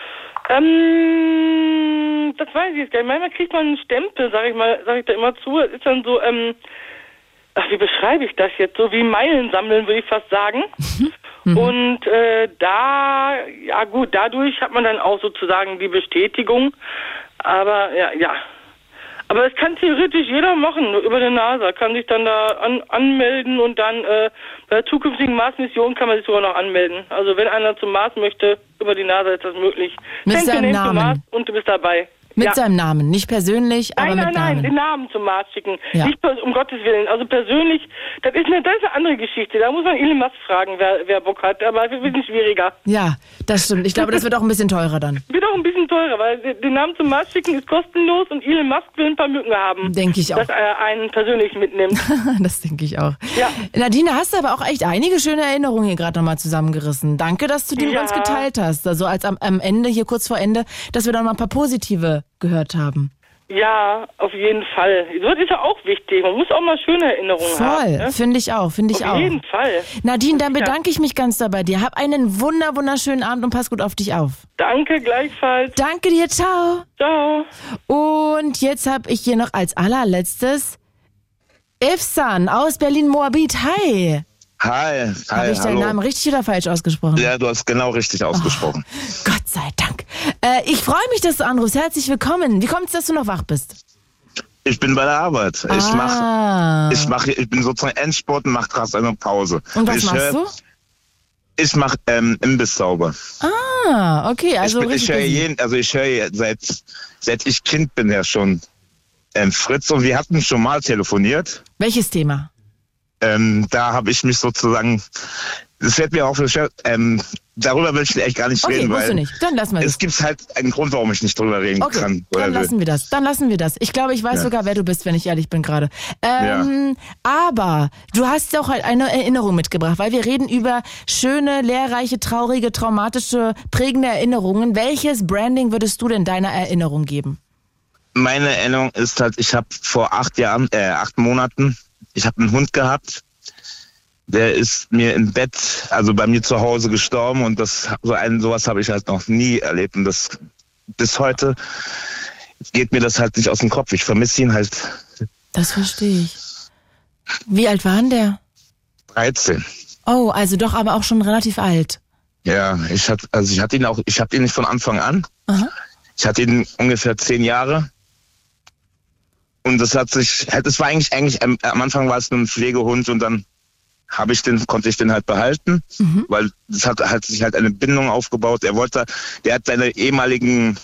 Ähm, das weiß ich jetzt gar nicht. Manchmal kriegt man einen Stempel, sag ich mal, sag ich da immer zu. Das ist dann so, ähm, ach, wie beschreibe ich das jetzt? So wie Meilen sammeln, würde ich fast sagen. Mhm. Und äh, da, ja gut, dadurch hat man dann auch sozusagen die Bestätigung. Aber ja, ja. Aber es kann theoretisch jeder machen, über der NASA. Kann sich dann da an, anmelden und dann äh, bei der zukünftigen Mars-Mission kann man sich sogar noch anmelden. Also wenn einer zum Mars möchte, über die NASA ist das möglich. Mit seinem Namen. Zum Mars und du bist dabei. Mit ja. seinem Namen, nicht persönlich, nein, aber nein, mit Namen. Nein, nein, den Namen zum Mars schicken. Ja. Nicht um Gottes Willen. Also persönlich, das ist eine, das ist eine andere Geschichte. Da muss man Elon Musk fragen, wer, wer Bock hat. Aber es wird ein bisschen schwieriger. Ja, das stimmt. Ich glaube, das wird auch ein bisschen teurer dann. Wird auch ein bisschen teurer, weil den Namen zum Mars schicken ist kostenlos und Elon Musk will ein paar Mücken haben. Denke ich auch. Dass er einen persönlich mitnimmt. Das denke ich auch. Ja. Nadine, hast du aber auch echt einige schöne Erinnerungen hier gerade nochmal zusammengerissen. Danke, dass du die mit ja. uns geteilt hast. Also als am, am Ende, hier kurz vor Ende, dass wir dann mal ein paar positive gehört haben. Ja, auf jeden Fall. Das ist ja auch wichtig. Man muss auch mal schöne Erinnerungen Voll, haben. Voll, ne? finde ich auch, finde ich auf auch. Auf jeden Fall. Nadine, dann bedanke ich mich ganz doll bei dir. Hab einen wunder, wunderschönen Abend und pass gut auf dich auf. Danke, gleichfalls. Danke dir, ciao. Ciao. Und jetzt habe ich hier noch als allerletztes Efsan aus Berlin-Moabit. Hi. Hi, hi, Habe ich deinen hallo. Namen richtig oder falsch ausgesprochen? Ja, du hast genau richtig ausgesprochen. Oh, Gott sei Dank. Äh, ich freue mich, dass du anrufst. Herzlich willkommen. Wie kommt es, dass du noch wach bist? Ich bin bei der Arbeit. Ah. Ich mach, ich mach, ich bin sozusagen Endsport und mache gerade eine Pause. Und was ich machst hör, du? Ich mache ähm, Imbiss sauber. Ah, okay, also ich, bin, richtig ich höre busy. jeden, also ich höre seit seit ich Kind bin ja schon ähm, Fritz und wir hatten schon mal telefoniert. Welches Thema? Ähm, da habe ich mich sozusagen, das wird mir auch für, ähm, darüber will ich echt gar nicht okay, reden, musst weil du nicht. Dann lassen wir es das. gibt halt einen Grund, warum ich nicht drüber reden okay, kann. Dann Oder lassen will. wir das. Dann lassen wir das. Ich glaube, ich weiß Ja. sogar, wer du bist, wenn ich ehrlich bin gerade. Ähm, ja. Aber du hast auch halt eine Erinnerung mitgebracht, weil wir reden über schöne, lehrreiche, traurige, traumatische, prägende Erinnerungen. Welches Branding würdest du denn deiner Erinnerung geben? Meine Erinnerung ist halt, ich habe vor acht Jahren, äh, acht Monaten, ich habe einen Hund gehabt. Der ist mir im Bett, also bei mir zu Hause gestorben und das so ein sowas habe ich halt noch nie erlebt und das bis heute geht mir das halt nicht aus dem Kopf. Ich vermisse ihn halt. Das verstehe ich. Wie alt war denn der? dreizehn. Oh, also doch, aber auch schon relativ alt. Ja, ich hatte, also ich hatte ihn auch, ich hatte ihn nicht von Anfang an. Aha. Ich hatte ihn ungefähr zehn Jahre. Und das hat sich, es war eigentlich, eigentlich, am Anfang war es nur ein Pflegehund und dann habe ich den, konnte ich den halt behalten, mhm. weil es hat, hat sich halt eine Bindung aufgebaut. Er wollte, der hat seine ehemaligen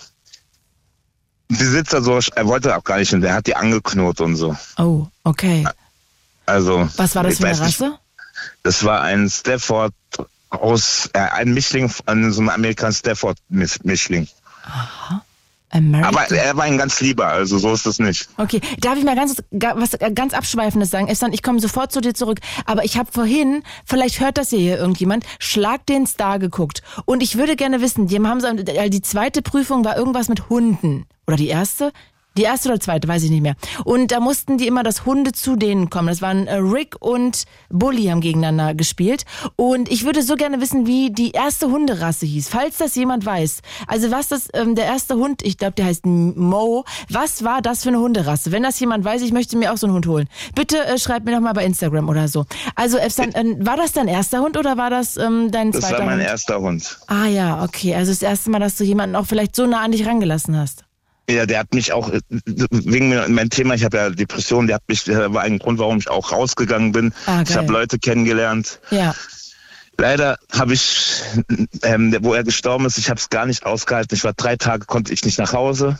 Besitzer so, er wollte auch gar nicht, und der hat die angeknurrt und so. Oh, okay. Also. Was war das für eine Rasse? Nicht, das war ein Stafford aus, äh, ein Mischling, so ein American Stafford Mischling. Aha. American. Aber er war ein ganz lieber, also so ist es nicht. Okay, darf ich mal ganz was ganz Abschweifendes sagen? Efsan, ich komme sofort zu dir zurück, aber ich habe vorhin, vielleicht hört das hier irgendjemand, Schlag den Star geguckt. Und ich würde gerne wissen, die haben so, die zweite Prüfung war irgendwas mit Hunden. Oder die erste? Die erste oder zweite, weiß ich nicht mehr. Und da mussten die immer, dass Hunde zu denen kommen. Das waren äh, Rick und Bully haben gegeneinander gespielt. Und ich würde so gerne wissen, wie die erste Hunderasse hieß, falls das jemand weiß. Also was das, ähm, der erste Hund, ich glaube, der heißt Mo. Was war das für eine Hunderasse? Wenn das jemand weiß, ich möchte mir auch so einen Hund holen. Bitte äh, schreib mir doch mal bei Instagram oder so. Also Efsan, äh, war das dein erster Hund oder war das ähm, dein das zweiter Hund? Das war mein erster Hund. Ah ja, okay. Also das erste Mal, dass du jemanden auch vielleicht so nah an dich rangelassen hast. Ja, der hat mich auch, wegen meinem Thema, ich habe ja Depressionen, der hat mich, der war ein Grund, warum ich auch rausgegangen bin. Ah, ich habe Leute kennengelernt. Ja. Leider habe ich, ähm, wo er gestorben ist, ich habe es gar nicht ausgehalten. Ich war drei Tage, konnte ich nicht nach Hause.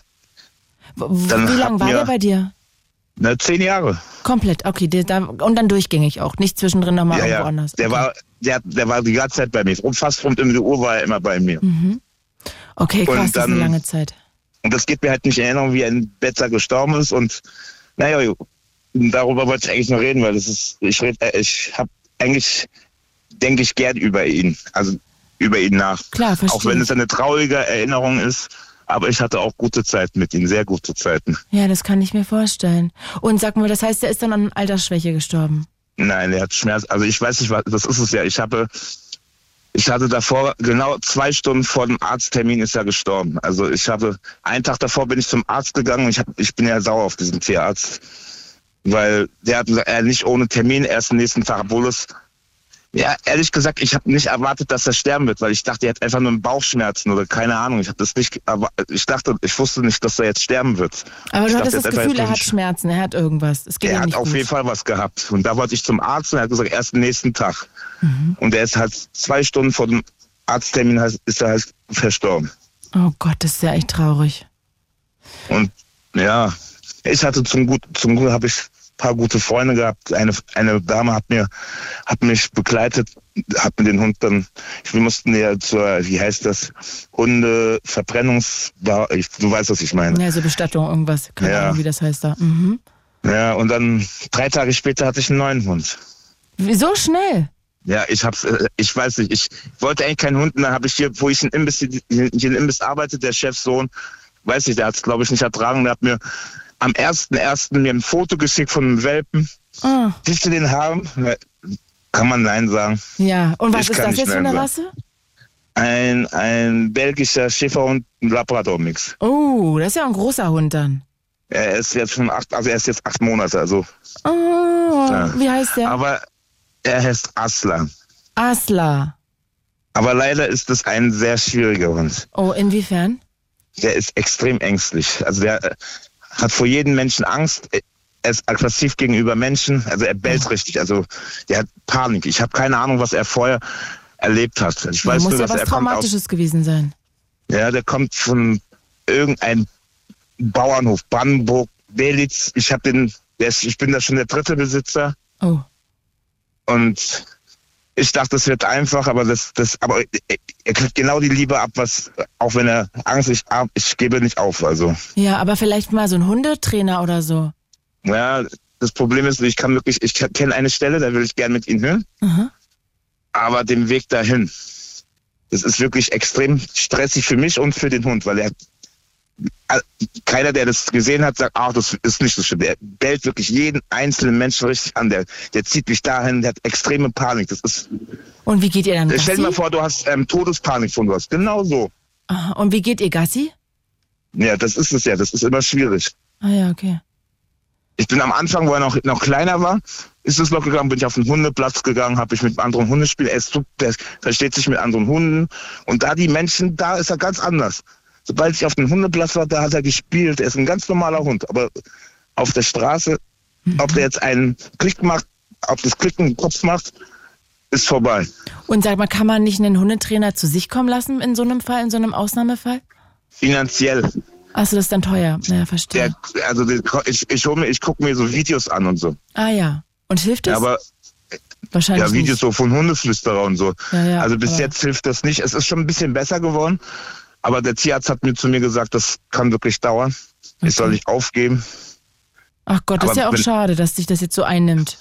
W dann wie lange war der bei dir? Na, zehn Jahre. Komplett, okay. Der, da, und dann durchgängig auch, nicht zwischendrin nochmal ja, irgendwo ja. anders. Der, okay. war, der, der war die ganze Zeit bei mir. Fast rund um die Uhr war er immer bei mir. Mhm. Okay, krass, und dann, das ist eine lange Zeit. Und das geht mir halt nicht in Erinnerung, wie ein Betzer gestorben ist. Und naja, darüber wollte ich eigentlich nur reden, weil das ist, ich rede, ich habe eigentlich, denke ich gern über ihn, also über ihn nach. Klar, verstehe. Auch wenn es eine traurige Erinnerung ist, aber ich hatte auch gute Zeiten mit ihm, sehr gute Zeiten. Ja, das kann ich mir vorstellen. Und sag mal, das heißt, er ist dann an Altersschwäche gestorben? Nein, er hat Schmerz, also ich weiß nicht, was, das ist es ja, ich habe... Ich hatte davor, genau zwei Stunden vor dem Arzttermin ist er gestorben. Also ich habe, einen Tag davor bin ich zum Arzt gegangen und ich, hab, ich bin ja sauer auf diesen Tierarzt. Weil der hat er nicht ohne Termin, erst am nächsten Tag, obwohl es, ja, ehrlich gesagt, ich habe nicht erwartet, dass er sterben wird, weil ich dachte, er hat einfach nur einen Bauchschmerzen oder keine Ahnung. Ich habe das nicht, aber ich dachte, ich wusste nicht, dass er jetzt sterben wird. Aber du ich hattest dachte, das Gefühl, er hat Schmerzen, er hat irgendwas. Es geht er ja hat nicht auf gut. jeden Fall was gehabt. Und da wollte ich zum Arzt und er hat gesagt, erst am nächsten Tag. Mhm. Und er ist halt zwei Stunden vor dem Arzttermin ist er halt verstorben. Oh Gott, das ist ja echt traurig. Und ja, ich hatte zum Gut, zum Glück habe ich ein paar gute Freunde gehabt. Eine, eine Dame hat mir, hat mich begleitet, hat mir den Hund dann, wir mussten ja zur, wie heißt das, Hundeverbrennungs, du weißt, was ich meine. Ja, so Bestattung, irgendwas, keine ja. Ahnung, wie das heißt da. Mhm. Ja, und dann drei Tage später hatte ich einen neuen Hund. Wieso schnell? Ja, ich hab's, ich weiß nicht, ich wollte eigentlich keinen Hund, und dann habe ich hier, wo ich in Imbiss, hier in Imbiss arbeitet, der Chefsohn, weiß nicht, der hat es glaube ich nicht ertragen, der hat mir am ersten ersten mir ein Foto geschickt von einem Welpen. Oh. Willst du den haben? Kann man Nein sagen. Ja, und was ich ist das jetzt für eine sagen. Rasse? Ein, ein belgischer Schäferhund, ein Labrador-Mix. Oh, das ist ja ein großer Hund dann. Er ist jetzt schon acht, also er ist jetzt acht Monate, also. Oh, ja. Wie heißt der? Aber er heißt Aslan. Asla. Aber leider ist es ein sehr schwieriger Hund. Oh, inwiefern? Der ist extrem ängstlich. Also der hat vor jedem Menschen Angst. Er ist aggressiv gegenüber Menschen. Also er bellt oh. richtig. Also der hat Panik. Ich habe keine Ahnung, was er vorher erlebt hat. Ich ja, weiß muss nur, ja dass was er Traumatisches kommt aus, gewesen sein. Ja, der kommt von irgendeinem Bauernhof, Brandenburg, Belitz, ich habe den, der ist, ich bin da schon der dritte Besitzer. Oh. Und ich dachte, das wird einfach, aber das, das, aber er kriegt genau die Liebe ab, was, auch wenn er Angst, ich, ich gebe nicht auf, also. Ja, aber vielleicht mal so ein Hundetrainer oder so. Ja, das Problem ist, ich kann wirklich, ich kenne eine Stelle, da will ich gern mit ihm hin. Aha. Aber den Weg dahin, das ist wirklich extrem stressig für mich und für den Hund, weil er, keiner, der das gesehen hat, sagt, ach, das ist nicht so schlimm. Der bellt wirklich jeden einzelnen Menschen richtig an. Der, der zieht mich dahin, der hat extreme Panik. Das ist. Und wie geht ihr dann Gassi? Stell dir mal vor, du hast ähm, Todespanik von was. Genau so. Aha. Und wie geht ihr Gassi? Ja, das ist es ja. Das ist immer schwierig. Ah ja, okay. Ich bin am Anfang, wo er noch, noch kleiner war, ist es noch gegangen, bin ich auf den Hundeplatz gegangen, habe ich mit anderen Hunden gespielt. Er ist super, der versteht sich mit anderen Hunden. Und da die Menschen, da ist er ganz anders. Sobald ich auf den Hundeplatz war, da hat er gespielt. Er ist ein ganz normaler Hund. Aber auf der Straße, mhm. ob der jetzt einen Klick macht, ob das Klicken im Kopf macht, ist vorbei. Und sag mal, kann man nicht einen Hundetrainer zu sich kommen lassen in so einem Fall, in so einem Ausnahmefall? Finanziell. Achso, das ist dann teuer. Naja, verstehe. Der, also der, ich, ich, hol mir, ich gucke mir so Videos an und so. Ah ja. Und hilft das? Ja, aber wahrscheinlich ja, Videos nicht. So von Hundeflüsterer und so. Ja, ja, also bis aber jetzt hilft das nicht. Es ist schon ein bisschen besser geworden. Aber der Tierarzt hat mir zu mir gesagt, das kann wirklich dauern. Okay. Ich soll nicht aufgeben. Ach Gott, das aber ist ja auch wenn, schade, dass dich das jetzt so einnimmt.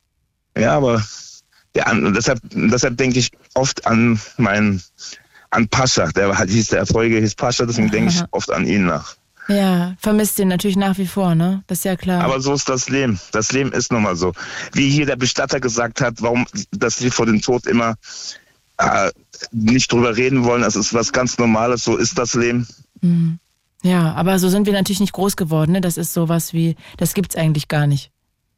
Ja, aber ja, deshalb, deshalb denke ich oft an meinen, an Pascha. Der hieß, der Erfolge hieß Pascha, deswegen denke ich oft an ihn nach. Ja, vermisst ihn natürlich nach wie vor, ne? Das ist ja klar. Aber so ist das Leben. Das Leben ist nun mal so. Wie hier der Bestatter gesagt hat, warum, dass wir vor dem Tod immer äh, nicht drüber reden wollen, das ist was ganz Normales, so ist das Leben. Mhm. Ja, aber so sind wir natürlich nicht groß geworden, ne? Das ist sowas wie, das gibt's eigentlich gar nicht.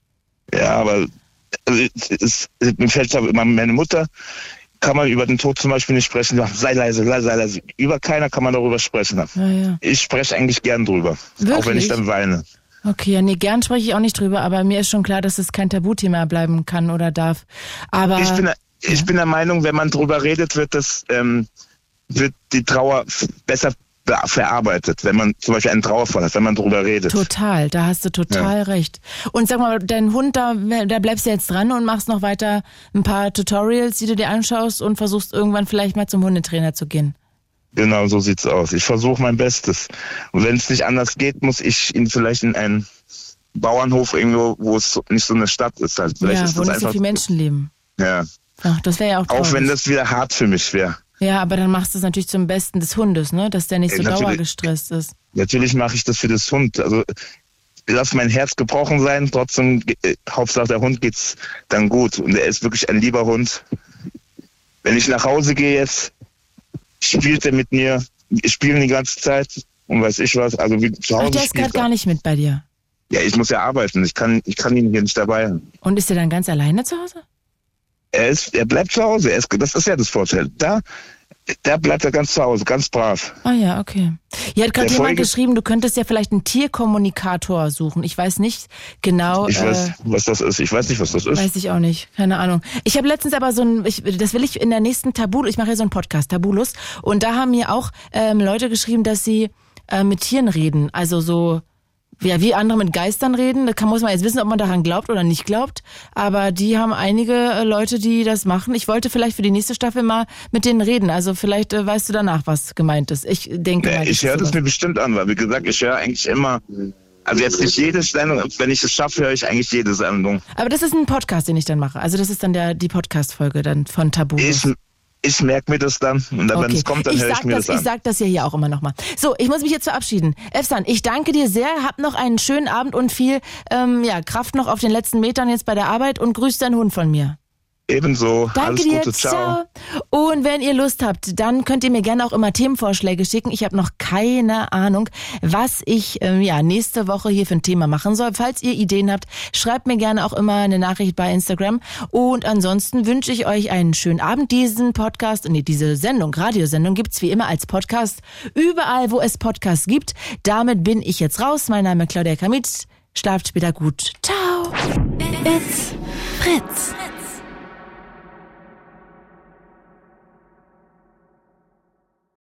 Ja, aber also, es, es, mir fällt aber immer, meine Mutter kann man über den Tod zum Beispiel nicht sprechen. Sei leise, sei leise. Über keiner kann man darüber sprechen. Ja, ja. Ich spreche eigentlich gern drüber, wirklich? Auch wenn ich dann weine. Okay, ja, nee, gern spreche ich auch nicht drüber, aber mir ist schon klar, dass es kein Tabuthema bleiben kann oder darf. Aber ich bin, ich ja. bin der Meinung, wenn man drüber redet, wird das, ähm, wird die Trauer besser verarbeitet, wenn man zum Beispiel einen Trauerfall hat, wenn man drüber redet. Total, da hast du total ja. recht. Und sag mal, dein Hund, da, da bleibst du jetzt dran und machst noch weiter ein paar Tutorials, die du dir anschaust und versuchst irgendwann vielleicht mal zum Hundetrainer zu gehen. Genau, so sieht's aus. Ich versuche mein Bestes. Und wenn es nicht anders geht, muss ich ihn vielleicht in einen Bauernhof irgendwo, wo es nicht so eine Stadt ist. Halt. Vielleicht ja, ist wo das nicht einfach, so viele Menschen leben. Ja. Ach, das wäre ja auch traurig. Auch wenn das wieder hart für mich wäre. Ja, aber dann machst du es natürlich zum Besten des Hundes, ne? Dass der nicht so dauergestresst ist. Natürlich mache ich das für das Hund. Also lass mein Herz gebrochen sein, trotzdem, äh, Hauptsache der Hund geht's dann gut. Und er ist wirklich ein lieber Hund. Wenn ich nach Hause gehe jetzt, spielt er mit mir, wir spielen die ganze Zeit und weiß ich was. Also wie zu Hause. Ach, der ist gerade gar nicht mit bei dir? Ja, ich muss ja arbeiten. Ich kann, ich kann ihn hier nicht dabei haben. Und ist er dann ganz alleine zu Hause? Er ist, er bleibt zu Hause. Er ist, das ist ja das Vorteil. Da, da bleibt er ganz zu Hause, ganz brav. Ah ja, okay. Hier hat gerade jemand geschrieben, du könntest ja vielleicht einen Tierkommunikator suchen. Ich weiß nicht genau. Ich weiß, äh, was das ist. Ich weiß nicht, was das ist. Weiß ich auch nicht. Keine Ahnung. Ich habe letztens aber so ein, ich, das will ich in der nächsten Tabu, ich mache ja so einen Podcast, Tabulus. Und da haben mir auch ähm, Leute geschrieben, dass sie äh, mit Tieren reden. Also so, ja, wie andere mit Geistern reden. Da kann, muss man jetzt wissen, ob man daran glaubt oder nicht glaubt. Aber die haben einige äh, Leute, die das machen. Ich wollte vielleicht für die nächste Staffel mal mit denen reden. Also vielleicht äh, weißt du danach, was gemeint ist. Ich denke ja, mal. Ich höre das mir bestimmt an, weil wie gesagt, ich höre eigentlich immer, also jetzt nicht jede Sendung, wenn ich es schaffe, höre ich eigentlich jede Sendung. Aber das ist ein Podcast, den ich dann mache. Also das ist dann der die Podcast-Folge dann von Tabu. Ich, ich merke mir das dann und dann, okay. wenn es kommt, dann höre ich mir das, das an. Ich sag das ja hier auch immer nochmal. So, ich muss mich jetzt verabschieden. Efsan, ich danke dir sehr, hab noch einen schönen Abend und viel ähm, ja, Kraft noch auf den letzten Metern jetzt bei der Arbeit und grüß deinen Hund von mir. Ebenso. Danke Alles dir. Gute. Ciao. Ciao. Und wenn ihr Lust habt, dann könnt ihr mir gerne auch immer Themenvorschläge schicken. Ich habe noch keine Ahnung, was ich ähm, ja nächste Woche hier für ein Thema machen soll. Falls ihr Ideen habt, schreibt mir gerne auch immer eine Nachricht bei Instagram. Und ansonsten wünsche ich euch einen schönen Abend. Diesen Podcast, nee, diese Sendung, Radiosendung gibt's wie immer als Podcast überall, wo es Podcasts gibt. Damit bin ich jetzt raus. Mein Name ist Claudia Kamit. Schlaft später gut. Ciao. It's Fritz.